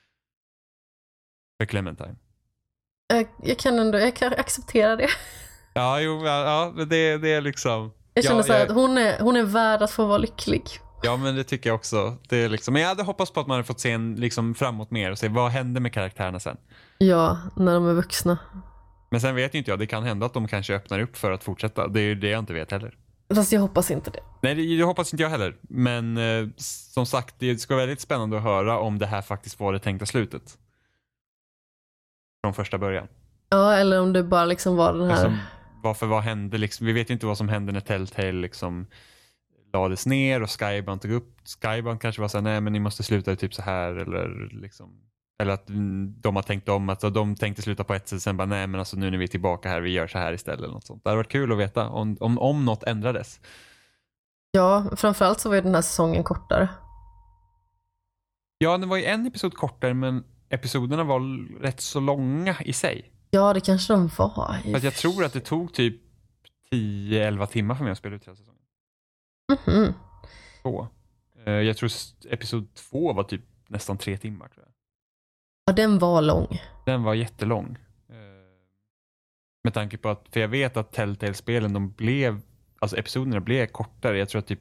För Clementine. Jag kan acceptera det. Ja, det är liksom... Jag känner så här att hon är värd att få vara lycklig. Ja, men det tycker jag också. Det är liksom, men jag hade hoppats på att man hade fått se en liksom framåt mer och se vad hände med karaktärerna sen. Ja, när de är vuxna. Men sen vet ju inte jag, det kan hända att de kanske öppnar upp för att fortsätta. Det är ju det jag inte vet heller. Fast jag hoppas inte det. Nej, det hoppas inte jag heller. Men som sagt, det ska vara väldigt spännande att höra om det här faktiskt var det tänkta slutet. Från första början. Ja, eller om det bara liksom var den här... Alltså, vad hände liksom? Vi vet inte vad som hände när Telltale liksom lades ner och Skybound tog upp. Skybound kanske var så här, nej men ni måste sluta typ så här, eller liksom, eller att de har tänkt om, att de tänkte sluta på ett sätt, sen bara nej men alltså nu när vi är tillbaka här, vi gör så här istället eller något sånt. Det hade varit kul att veta om något ändrades. Ja, framförallt så var ju den här säsongen kortare. Ja, det var ju en episod kortare, men episoderna var rätt så långa i sig. Ja, det kanske de var. För att jag tror att det tog typ 10-11 timmar för mig att spela ut hela säsongen. Mhm. Så. Jag tror episod 2 var typ nästan 3 timmar, tror jag. Ja, den var lång. Den var jättelång. Med tanke på att, för jag vet att Telltale-spelen, alltså episoderna blev kortare. Jag tror att typ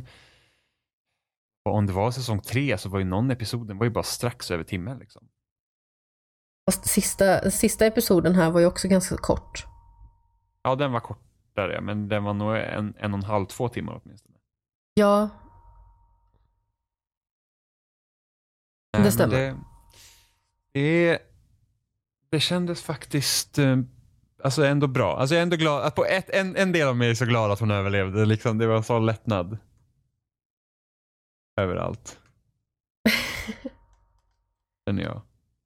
om det var säsong 3 så var ju någon episod, den var ju bara strax över timmen liksom. Fast sista episoden här var ju också ganska kort. Ja, den var kortare, men den var nog 1,5-2 timmar åtminstone. Ja. Det stämmer. Det kändes faktiskt alltså ändå bra. Alltså jag är ändå glad att på en del av mig är så glad att hon överlevde. Liksom, det var en sån lättnad. Överallt. Känner jag.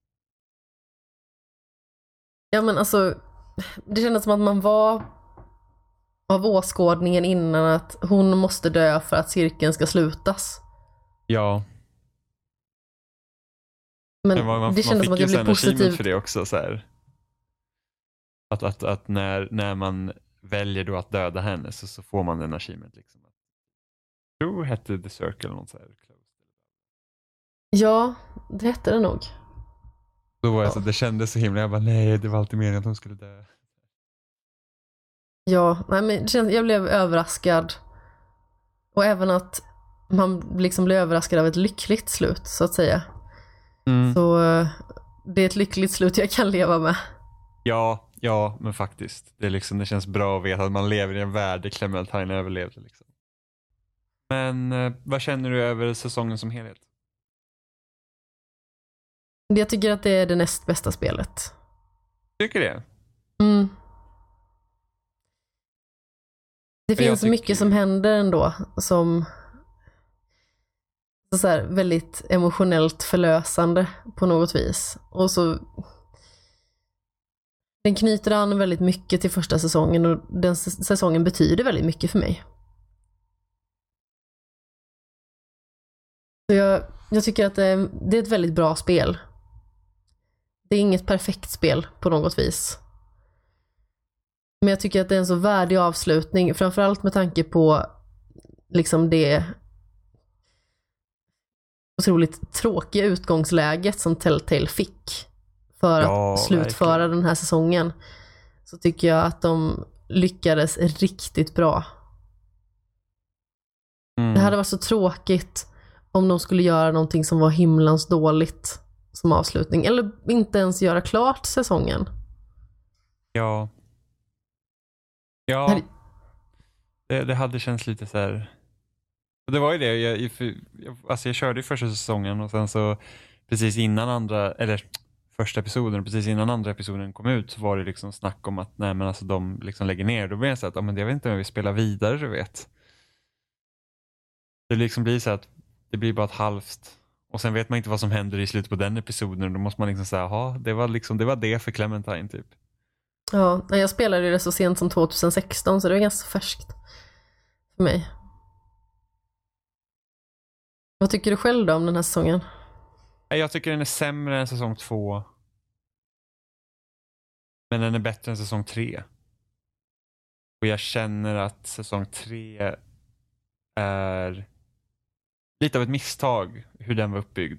Ja, men alltså det kändes som att man var av åskådningen innan att hon måste dö för att cirkeln ska slutas. Ja. Men det kändes som att jag blev positiv för det också så här. Att när man väljer då att döda henne så får man den achievement liksom. Jag tror det hette The Circle eller något så här. Ja, det hette det nog. Då var jag så, det kändes så himla, jag bara nej, det var alltid meningen att hon skulle dö. Ja, nej, men jag blev överraskad. Och även att man liksom blev överraskad av ett lyckligt slut, så att säga. Så det är ett lyckligt slut jag kan leva med. Ja, men faktiskt. Det känns bra att veta att man lever i en värld där Clementine överlevde liksom. Men vad känner du över säsongen som helhet? Jag tycker att det är det näst bästa spelet. Tycker det? Det finns mycket som händer ändå som så här, väldigt emotionellt förlösande på något vis. Och så den knyter an väldigt mycket till första säsongen, och den säsongen betyder väldigt mycket för mig. Så Jag tycker att det är ett väldigt bra spel. Det är inget perfekt spel på något vis. Men jag tycker att det är en så värdig avslutning. Framförallt med tanke på liksom det otroligt tråkiga utgångsläget som Telltale fick för att slutföra verkligen den här säsongen. Så tycker jag att de lyckades riktigt bra. Det hade varit så tråkigt om de skulle göra någonting som var himlans dåligt som avslutning. Eller inte ens göra klart säsongen. Ja. Det hade känts lite så här. Det var ju det. Jag körde ju första säsongen och sen så precis innan första episoden, precis innan andra episoden kom ut så var det liksom snack om att nej, men alltså de liksom lägger ner. Då blir det så att men jag vet inte om jag vill spela vidare, du vet. Det liksom blir så att det blir bara ett halvt och sen vet man inte vad som händer i slutet på den episoden. Då måste man liksom säga, det var det för Clementine typ. Ja, jag spelade det så sent som 2016 så det var ganska färskt för mig. Vad tycker du själv då om den här säsongen? Jag tycker den är sämre än säsong 2. Men den är bättre än säsong 3. Och jag känner att säsong 3 är lite av ett misstag hur den var uppbyggd.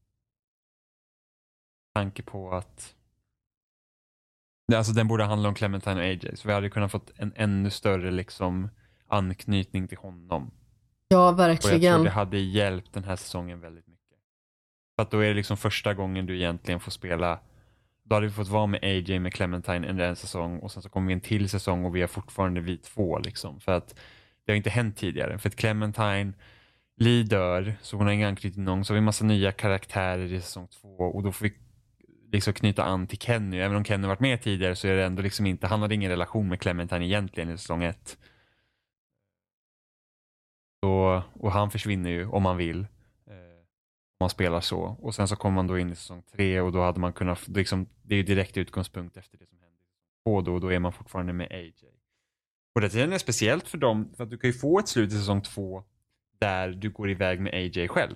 Tanke på att alltså den borde handla om Clementine och AJ. Så vi hade kunnat fått en ännu större liksom anknytning till honom. Ja, verkligen. Och jag tror det hade hjälpt den här säsongen väldigt mycket. För att då är det liksom första gången du egentligen får spela. Då hade vi fått vara med AJ med Clementine under en säsong. Och sen så kommer vi en till säsong och vi är fortfarande vi två liksom. För att det har inte hänt tidigare. För att Clementine dör så hon har ingen anknytning till någon. Så har vi en massa nya karaktärer i säsong 2. Och då får vi liksom knyta an till Kenny. Även om Kenny varit med tidigare så är det ändå liksom inte, han hade ingen relation med Clementine egentligen i säsong 1. Och han försvinner ju om man vill. Om man spelar så. Och sen så kommer man då in i säsong 3 och då hade man kunnat, liksom, det är ju direkt utgångspunkt efter det som händer. Och då är man fortfarande med AJ. Och det tiden är speciellt för dem, för att du kan ju få ett slut i säsong 2 där du går iväg med AJ själv.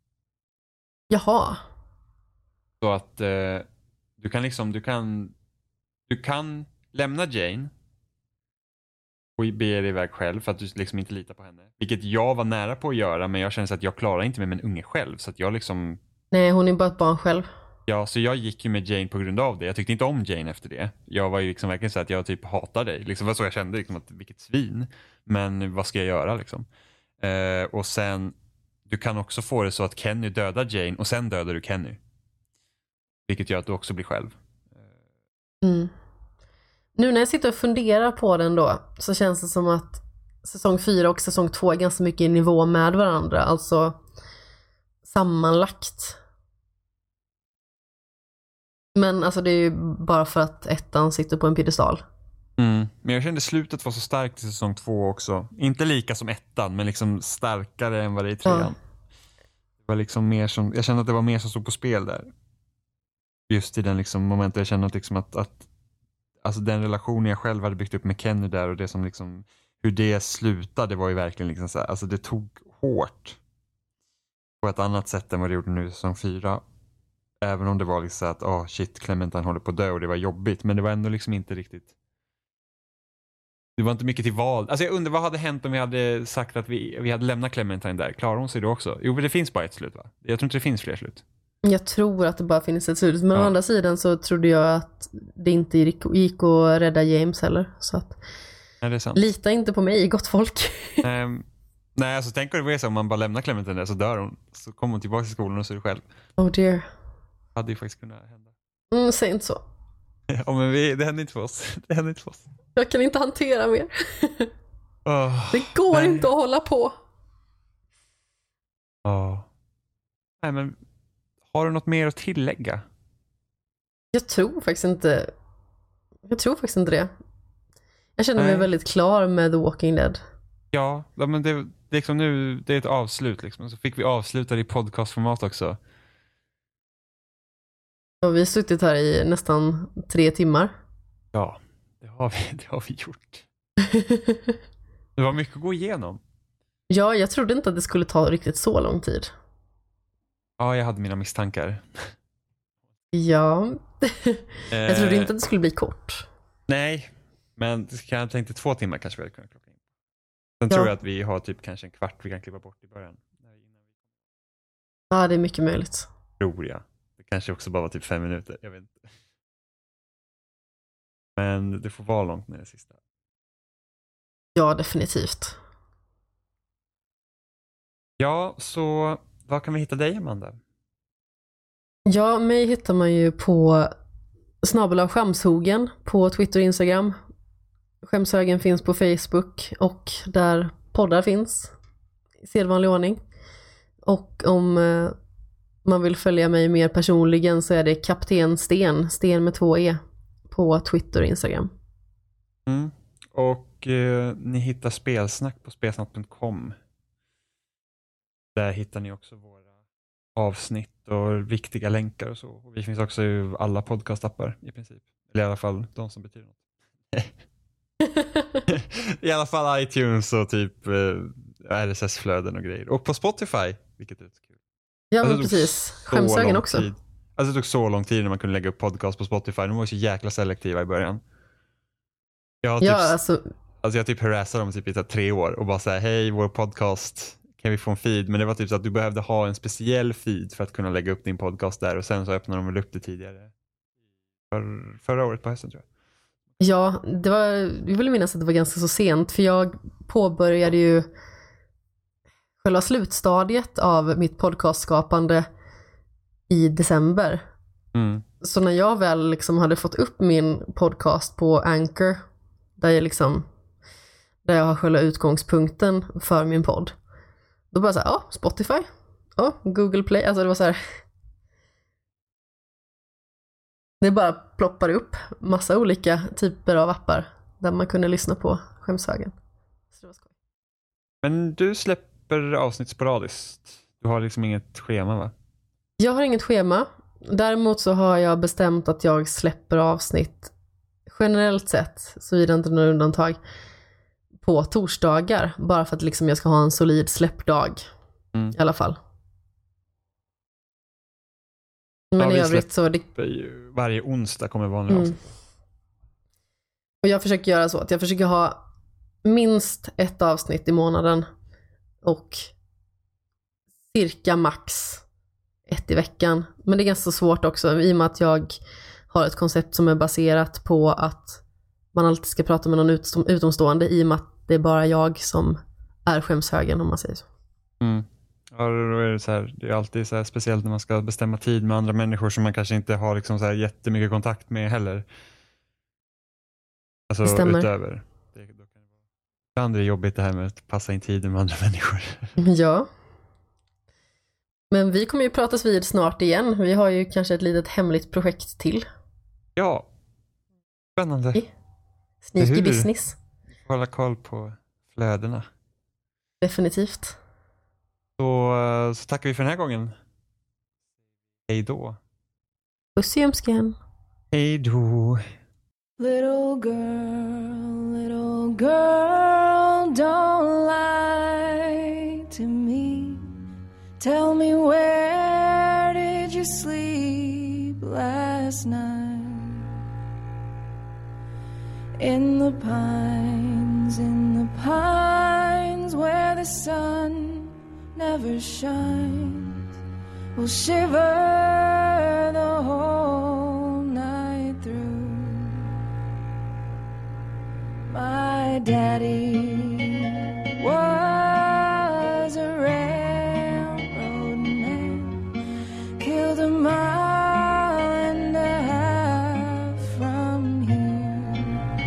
Jaha. Så att du kan lämna Jane och bege dig iväg själv för att du liksom inte litar på henne. Vilket jag var nära på att göra, men jag kände att jag klarar inte med min unge själv. Så att jag liksom... Nej, hon är bara ett barn själv. Ja, så jag gick ju med Jane på grund av det. Jag tyckte inte om Jane efter det. Jag var ju liksom verkligen så att jag typ hatar dig. Liksom, det var så jag kände, liksom, att vilket svin. Men vad ska jag göra liksom? Och sen, du kan också få det så att Kenny dödar Jane och sen dödar du Kenny. Vilket gör att du också blir själv. Nu när jag sitter och funderar på den då så känns det som att säsong 4 och säsong 2 är ganska mycket i nivå med varandra. Alltså sammanlagt. Men alltså det är ju bara för att ettan sitter på en piedestal. Men jag kände slutet var så starkt i säsong 2 också. Inte lika som ettan, men liksom starkare än vad det är i 3. Det var liksom mer som, jag kände att det var mer som stod på spel där. Just i den liksom momentet jag kände att, liksom att alltså den relationen jag själv hade byggt upp med Kenny där och det som liksom, hur det slutade var ju verkligen liksom så här, alltså det tog hårt på ett annat sätt än vad det gjorde nu i säsong 4. Även om det var liksom så att shit, Clementine håller på att dö och det var jobbigt, men det var ändå liksom inte riktigt, det var inte mycket till val. Alltså jag undrar vad hade hänt om vi hade sagt att vi hade lämnat Clementine där. Klarar hon sig då också? Jo, men det finns bara ett slut, va? Jag tror inte det finns fler slut. Jag tror att det bara finns ett slut. Men å andra sidan så trodde jag att det inte gick att rädda James heller. Så att det är sant. Lita inte på mig, gott folk. Nej, alltså tänk om det var så om man bara lämnar Clementine där så dör hon. Så kommer hon tillbaka till skolan och så är det själv. Oh dear. Det hade ju faktiskt kunnat hända. Säg inte så. Ja, men det händer inte för oss. Det händer inte för oss. Jag kan inte hantera mer. Det går inte att hålla på. Nej, men har du något mer att tillägga? Jag tror faktiskt inte det. Jag känner mig väldigt klar med The Walking Dead. Ja, men det liksom nu, det är ett avslut liksom. Så fick vi avsluta det i podcastformat också. Och vi har suttit här i nästan 3 timmar. Ja, det har vi gjort. Det var mycket att gå igenom. Ja, jag trodde inte att det skulle ta riktigt så lång tid. Ja, jag hade mina misstankar. Ja, jag trodde inte att det skulle bli kort. Nej, men jag tänkte 2 timmar kanske vi hade kunnat klocka in. Sen Ja. tror jag att vi har typ kanske en kvart vi kan klippa bort i början. Ja, det är mycket möjligt. Tror jag. Det kanske också bara var typ 5 minuter, jag vet inte. Men det får vara långt ner det sista. Ja, definitivt. Ja, så var kan vi hitta dig, Amanda? Ja, mig hittar man ju på @skamshogen på Twitter och Instagram. Skämshögen finns på Facebook och där poddar finns i sedvanlig ordning. Och om man vill följa mig mer personligen så är det Kapten Sten med 2 E på Twitter och Instagram. Mm. Och ni hittar Spelsnack på spelsnack.com. Där hittar ni också våra avsnitt och viktiga länkar och så. Och vi finns också i alla podcastappar i princip. Eller i alla fall de som betyder något. I alla fall iTunes och typ RSS-flöden och grejer. Och på Spotify, vilket är så kul. Ja, men Alltså, precis. Skämshögen också. Tid. Alltså det tog så lång tid när man kunde lägga upp podcast på Spotify. De var så jäkla selektiva i början. Jag har jag typ harassade dem typ i 3 år och bara säga hej, vår podcast, kan vi få en feed? Men det var typ så att du behövde ha en speciell feed för att kunna lägga upp din podcast där och sen så öppnade de väl upp det tidigare. Förra året på hösten tror jag. Ja, jag vill minnas att det var ganska så sent för jag påbörjade ju själva slutstadiet av mitt podcastskapande i december. Mm. Så när jag väl liksom hade fått upp min podcast på Anchor där jag har själva utgångspunkten för min podd, då bara så här, Spotify, Google Play, alltså det var så här, det bara ploppar upp massa olika typer av appar där man kunde lyssna på Skämshögen. Så det var skoj. Men du släpper avsnitt sporadiskt. Du har liksom inget schema, va? Jag har inget schema. Däremot så har jag bestämt att jag släpper avsnitt generellt sett, så är det inte några undantag, på torsdagar. Bara för att liksom jag ska ha en solid släppdag i alla fall. Men i övrigt så... Varje onsdag kommer vanliga avsnitt. Och jag försöker göra så att jag försöker ha minst 1 avsnitt i månaden och cirka max 1 i veckan. Men det är ganska svårt också i och med att jag har ett koncept som är baserat på att man alltid ska prata med någon utomstående i och med att det är bara jag som är Skämshögen, om man säger så. Mm. Ja, då är det så här, det är alltid så här speciellt när man ska bestämma tid med andra människor som man kanske inte har liksom så här jättemycket kontakt med heller. Alltså utöver. Ibland är det jobbigt det här med att passa in tiden med andra människor. Ja. Men vi kommer ju pratas vid snart igen. Vi har ju kanske ett litet hemligt projekt till. Ja. Spännande. Sneaky business. Hålla koll på flödena. Definitivt. Så tackar vi för den här gången. Hej då. Puss i ömskan. Hej då. Little girl, don't lie to me. Tell me, where did you sleep last night? In the pines where the sun never shines. We'll shiver the whole night through. My daddy was a railroad man, killed a mile and a half from here.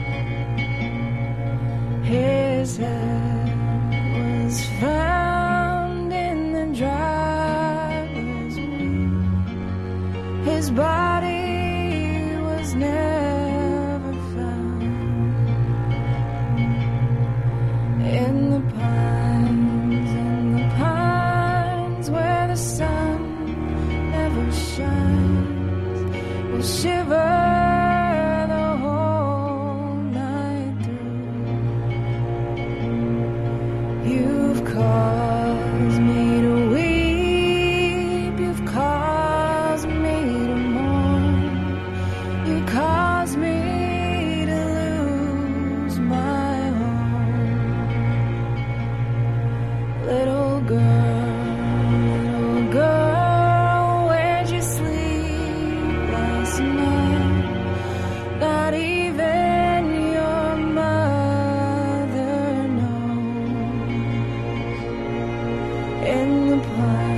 His head was found in the driver's wheel. His body was never found. In the pines where the sun never shines, we'll shiver the whole night through. You've caused me to weep, you've in the park.